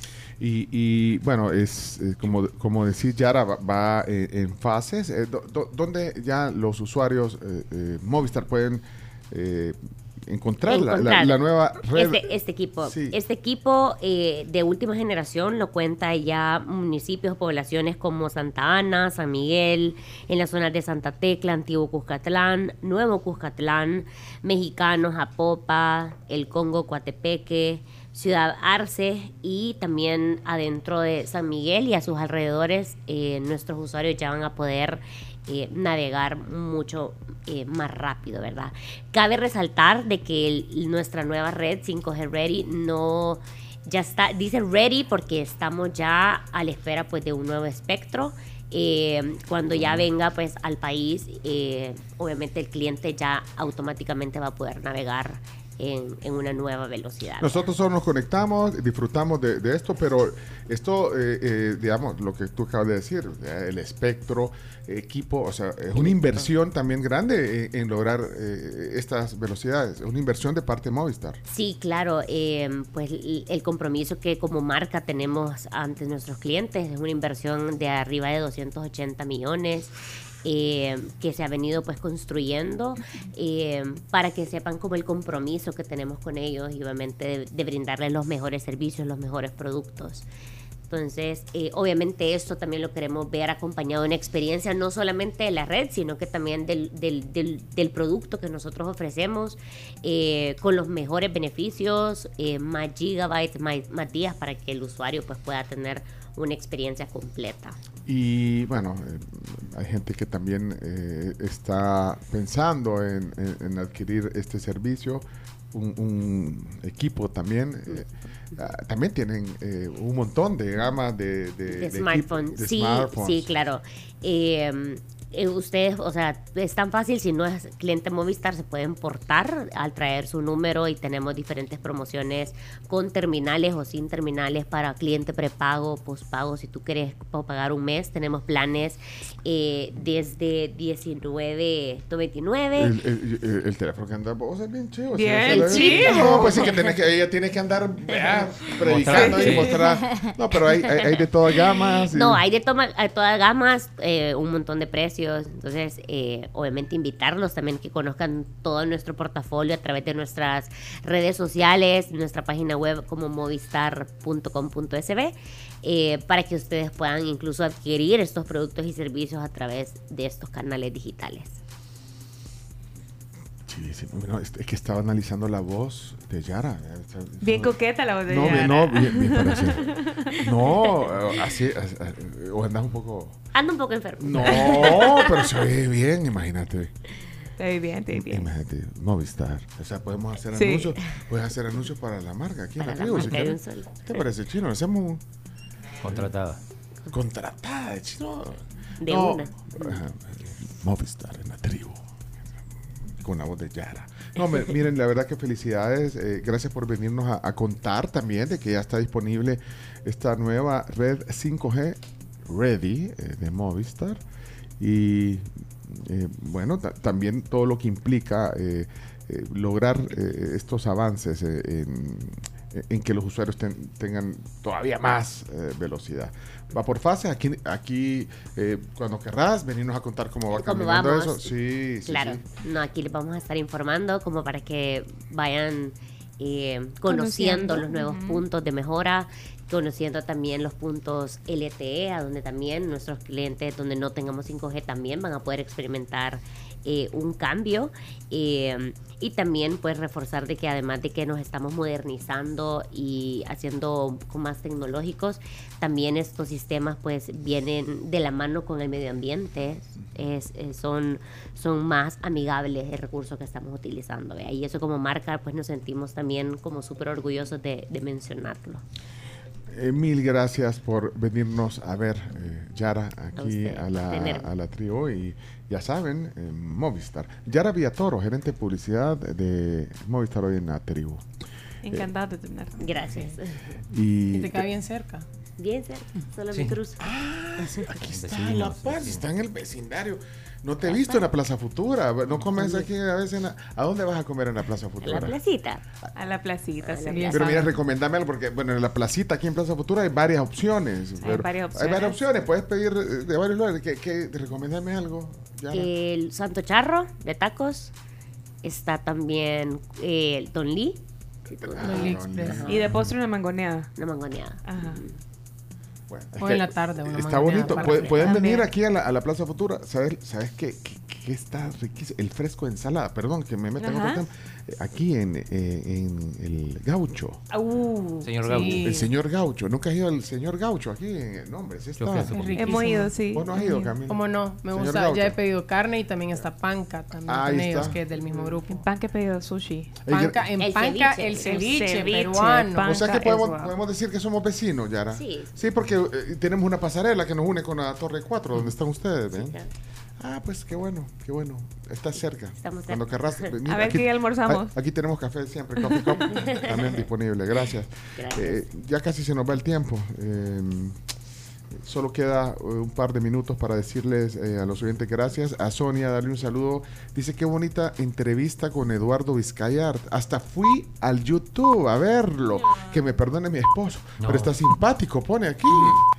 Y, y, bueno, es eh, como, como decís, Yara, va, va, eh, en fases. Eh, do, do, ¿Dónde ya los usuarios eh, eh, Movistar pueden eh, encontrar, la, la, la nueva red? Este, este equipo, Sí. este equipo eh, de última generación lo cuenta ya municipios, poblaciones como Santa Ana, San Miguel, en las zonas de Santa Tecla, Antiguo Cuscatlán, Nuevo Cuscatlán, Mexicano, Zapopa, El Congo, Coatepeque, Ciudad Arce y también adentro de San Miguel y a sus alrededores eh, nuestros usuarios ya van a poder eh, navegar mucho eh, más rápido, ¿verdad? Cabe resaltar de que el, nuestra nueva red cinco G Ready no ya está, dice ready porque estamos ya a la espera pues de un nuevo espectro. Eh, cuando ya venga pues al país, eh, obviamente el cliente ya automáticamente va a poder navegar En, en una nueva velocidad. Nosotros solo nos conectamos, disfrutamos de, de esto, pero esto, eh, eh, digamos, lo que tú acabas de decir, eh, el espectro, equipo, o sea, es una inversión también grande en, en lograr eh, estas velocidades, es una inversión de parte de Movistar. Sí, claro, eh, pues el, el compromiso que como marca tenemos ante nuestros clientes es una inversión de arriba de doscientos ochenta millones. Eh, que se ha venido pues construyendo eh, para que sepan como el compromiso que tenemos con ellos y obviamente de, de brindarles los mejores servicios, los mejores productos. Entonces, eh, obviamente esto también lo queremos ver acompañado de una experiencia no solamente de la red, sino que también del, del, del, del producto que nosotros ofrecemos eh, con los mejores beneficios, eh, más gigabytes, más, más días para que el usuario pues pueda tener una experiencia completa. Y bueno, eh, hay gente que también eh, está pensando en, en, en adquirir este servicio, un, un equipo también. Eh, ah, también tienen eh, un montón de gamas de, de, De, de smartphones. equipo- de Sí, smartphones. sí, claro. Eh, eh, ustedes, o sea, es tan fácil, si no es cliente Movistar, se pueden portar al traer su número y tenemos diferentes promociones con terminales o sin terminales para cliente prepago, pospago. Si tú quieres pagar un mes, tenemos planes eh, desde diecinueve noventa y nueve. El, el- el- el teléfono que anda vos es bien chivo. Bien ¿sí? ¿Sí? chivo. No, pues sí que, tenés que ella tiene que andar vea, predicando Mostrar, y sí. mostrar. No, pero hay, hay, hay de todas gamas. y- No, hay de, toma, hay todas gamas, eh, un montón de precios. Entonces, eh, obviamente invitarlos también que conozcan todo nuestro portafolio a través de nuestras redes sociales, nuestra página web como movistar punto com punto es be, eh, para que ustedes puedan incluso adquirir estos productos y servicios a través de estos canales digitales. Sí, sí, no, es, es que estaba analizando la voz de Yara. Bien coqueta la voz de No, Yara. bien, no, bien, bien para hacer. No, así, así, o andas un poco... Ando un poco enfermo. No, pero se ve bien, imagínate. Te bien, te bien. Imagínate, Movistar. O sea, podemos hacer Sí. anuncios. Puedes hacer anuncios para la marca aquí Para en la la tribu. si marca de un quieres. solo. ¿Qué te parece, Chino? Hacemos un... Contratada. Contratada, Chino. De No, una. ajá, Movistar en la tribu. Con la voz de Yara. No, me- miren, la verdad que felicidades. eh, gracias por venirnos a, a contar también de que ya está disponible esta nueva red cinco G Ready eh, de Movistar. Y eh, bueno, ta- también todo lo que implica eh, eh, lograr eh, estos avances eh, en, en que los usuarios ten, tengan todavía más eh, velocidad. Va por fases, aquí, aquí eh, cuando querrás, venirnos a contar cómo va ¿Cómo caminando vamos? eso. Sí, sí, claro, sí. no, aquí les vamos a estar informando como para que vayan eh, conociendo, Conociendo. los nuevos Uh-huh. puntos de mejora, conociendo también los puntos L T E, a donde también nuestros clientes donde no tengamos cinco G también van a poder experimentar eh, un cambio eh, y también pues reforzar de que además de que nos estamos modernizando y haciendo con más tecnológicos, también estos sistemas pues vienen de la mano con el medio ambiente, es, es- son, son más amigables el recurso que estamos utilizando, ¿vea? Y eso como marca pues nos sentimos también como súper orgullosos de, de mencionarlo. Eh, mil gracias por venirnos a ver, eh, Yara, aquí usted, a, la, tenerme. a la tribu. Y ya saben, eh, Movistar. Yara Villatoro, gerente de publicidad de Movistar hoy en la tribu. Encantada de tenerte. Gracias. Y, Y te queda bien cerca. Bien cerca, solo Sí. mi cruz. Aquí está en la paz, está en el vecindario. No te he visto en la Plaza Futura. No comes aquí a veces. En la, ¿A dónde vas a comer en la Plaza En Futura? la placita. A la placita, sí. Pero mira, recomendámelo porque, bueno, en la placita aquí en Plaza Futura hay varias opciones. pero varias Hay varias opciones. opciones. Puedes pedir eh, de varios lugares. ¿Qué, qué, recomendarme algo? Yara? El Santo Charro de tacos. Está también eh, el Don Lee. Don Lee Express. Y de postre una mangoneada. Una mangoneada. Ajá. Bueno, es O que en la tarde. una Está mangoneada bonito. para Pueden, mí. pueden venir También. aquí a la, a la Plaza Futura. ¿Sabes, ¿sabes qué, qué, qué está riquísimo? El fresco de ensalada. Perdón, que me metan en Ajá. otro tema. Eh, Aquí en, eh, en el Gaucho. Uh, Señor sí. Gaucho. El señor Gaucho. ¿Nunca has ido al señor Gaucho aquí? En, no, hombre, sí está. Yo fui hace poquito. Hemos ido, sí. ¿Vos no has ido, Camila? ¿Cómo no? Me Señor gusta. Gaucho. Ya he pedido carne y también está panca también Ah, con ahí ellos, está. que es del mismo grupo. En pan que he pedido sushi. Panca, en El panca, ceviche. el ceviche, El ceviche, peruano. pan- O sea que Panca podemos, es guau. podemos decir que somos vecinos, Yara. Sí. Sí, porque eh, tenemos una pasarela que nos une con la Torre cuatro, donde están ustedes, ¿ven? claro. Ah, pues qué bueno, qué bueno. Estás cerca. Estamos Cuando cerca. querrás venir. A ver aquí, qué almorzamos. a- Aquí tenemos café siempre, Coffee Cup, también disponible. Gracias. Gracias. Eh, ya casi se nos va el tiempo. Eh, solo queda eh, un par de minutos para decirles eh, a los oyentes gracias. A Sonia, darle un saludo. Dice qué bonita entrevista con Eduardo Vizcayart. Hasta fui al YouTube a verlo. Que me perdone mi esposo. No. Pero está simpático, pone aquí.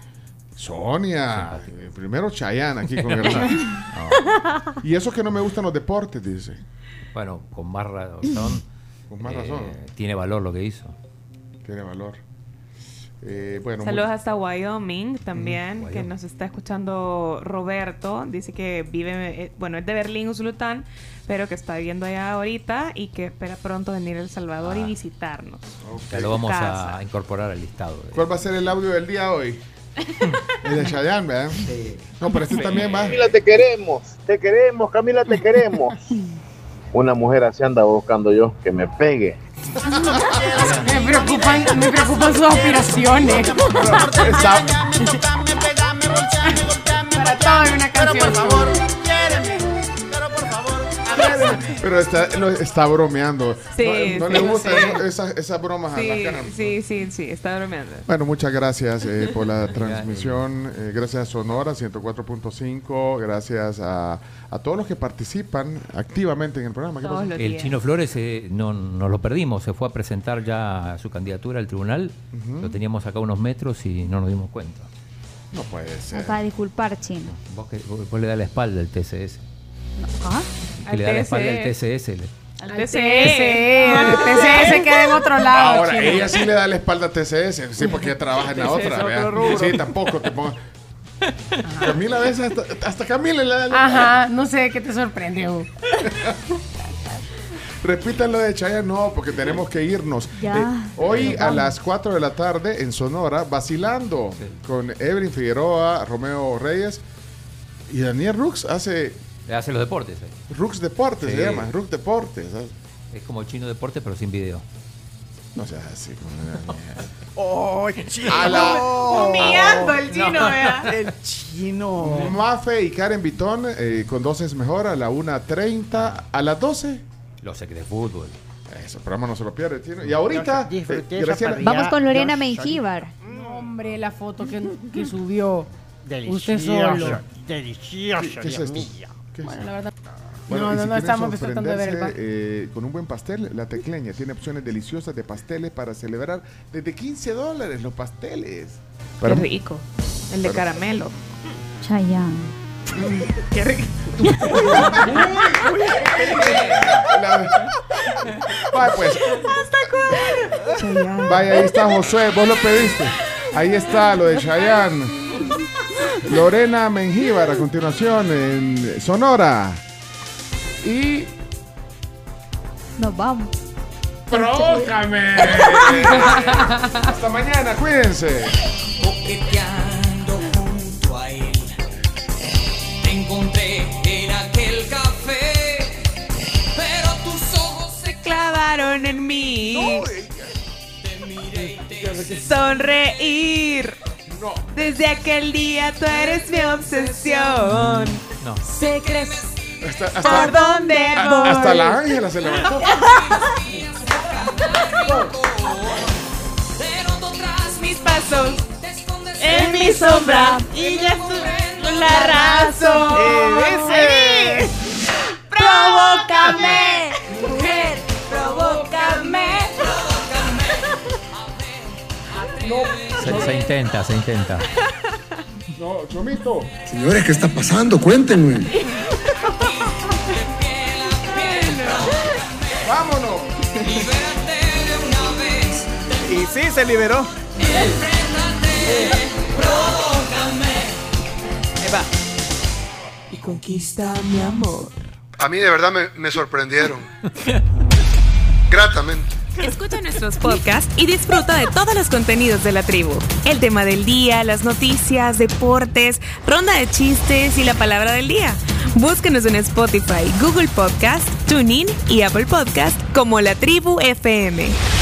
Sonia, eh, primero Chayanne aquí con Hernán. Y eso que no me gustan los deportes, dice. Bueno, con más razón. Con más eh, razón. Tiene valor lo que hizo. Tiene valor. Eh, bueno, Saludos muy- hasta Wyoming también, que Wyoming. nos está escuchando Roberto. Dice que vive, eh, bueno, es de Berlín, Usulután, pero que está viviendo allá ahorita y que espera pronto venir a El Salvador y Ah. visitarnos. Ya lo vamos Casa. a incorporar al listado. de- ¿Cuál va a ser el audio del día hoy? El de Chayanne, ¿verdad? No, pero este también va. Camila, te queremos, te queremos, Camila, te queremos. Una mujer así anda buscando yo, que me pegue. Me preocupan, me preocupan sus aspiraciones. Está- Para todo hay una canción. pero está, lo- está bromeando. Sí, no no sí, le gustan sí. eso- esas, esas bromas a la Sí, cara. sí, sí, sí, está bromeando. Bueno, muchas gracias eh, por la transmisión. Eh, gracias a Sonora ciento cuatro punto cinco. Gracias a, a todos los que participan activamente en el programa. ¿Qué Todos pasó? los El días. Chino Flores eh, no nos lo perdimos, se fue a presentar ya su candidatura al tribunal. Ujú. Lo teníamos acá a unos metros y no nos dimos cuenta. No puede Me ser. va a disculpar, Chino. Vos, que, vos, vos le das la espalda al T C S. ¿Ah? Que Al le da la espalda al T T C C S. le- Al Al T T C S. C S. El T C S queda en otro lado. Ahora, Chino. ella sí le da la espalda a T C S. Sí, porque ella trabaja en la Ese es otra. otro ¿verdad? rubro. Sí, tampoco te pongas. Camila, a veces hasta, hasta Camila le da la Ajá, no sé qué te sorprendió. Repitan lo de Chayanne, no, porque tenemos que irnos. Ya. Eh, hoy a las cuatro de la tarde en Sonora, vacilando con Evelyn Figueroa, Romeo Reyes y Daniel Rux. Hace Le hace los deportes. eh. Rux Deportes, Sí. se llama, Rux Deportes. ¿sabes? Es como el Chino Deportes, pero sin video. No seas así. ¡Oh, chino! A la- Humillando el Chino, vea. El chino. Mafe y Karen Vitón, eh, con doce es mejor, a la una treinta, a las doce. Los ex de fútbol. Ese programa no se lo pierde, Chino. Y ahorita, Disfruté eh, esa Graciela- parrilla. Vamos con Lorena Yo- Mengíbar. No, hombre, la foto que, que subió. Delicioso, Usted solo. delicioso, ¿Qué es Dios esto? mío. ¿Qué es Bueno, esto? la verdad. Bueno, no, y no, si no, quieren estamos tratando de ver el sorprenderse, eh, con un buen pastel, La Tecleña tiene opciones deliciosas de pasteles para celebrar desde quince dólares los pasteles. Qué Para- rico. El de para- caramelo. Chayanne. Qué rico. La- Vaya, pues. Chayanne. Vaya, ahí está Josué, vos lo pediste. Ahí está lo de Chayanne. Lorena Mengíbar a continuación en Sonora. Y Nos vamos. ¡Provócame! Hasta mañana, cuídense. Coqueteando junto a él, te encontré en aquel café, pero tus ojos se Clavaron en mí. te miré y te Sonreír. No. Desde aquel día tú eres mi obsesión. No. Se crees Hasta, hasta- por dónde a- voy. hasta la Ángela se levantó. Tras mis pasos en mi sombra y ya estuve con la razón. Eh, Provócame, mujer, provócame. Se, se intenta, se intenta. No, Chomito. Señores, ¿qué está pasando? Cuéntenme. Vámonos. Y sí, se liberó. Eva. Y conquista mi amor. A mí de verdad me, me sorprendieron. Gratamente. Escucha nuestros podcasts y disfruta de todos los contenidos de la tribu. El tema del día, las noticias, deportes, ronda de chistes y la palabra del día. Búscanos en Spotify, Google Podcast, TuneIn y Apple Podcast como La Tribu F M.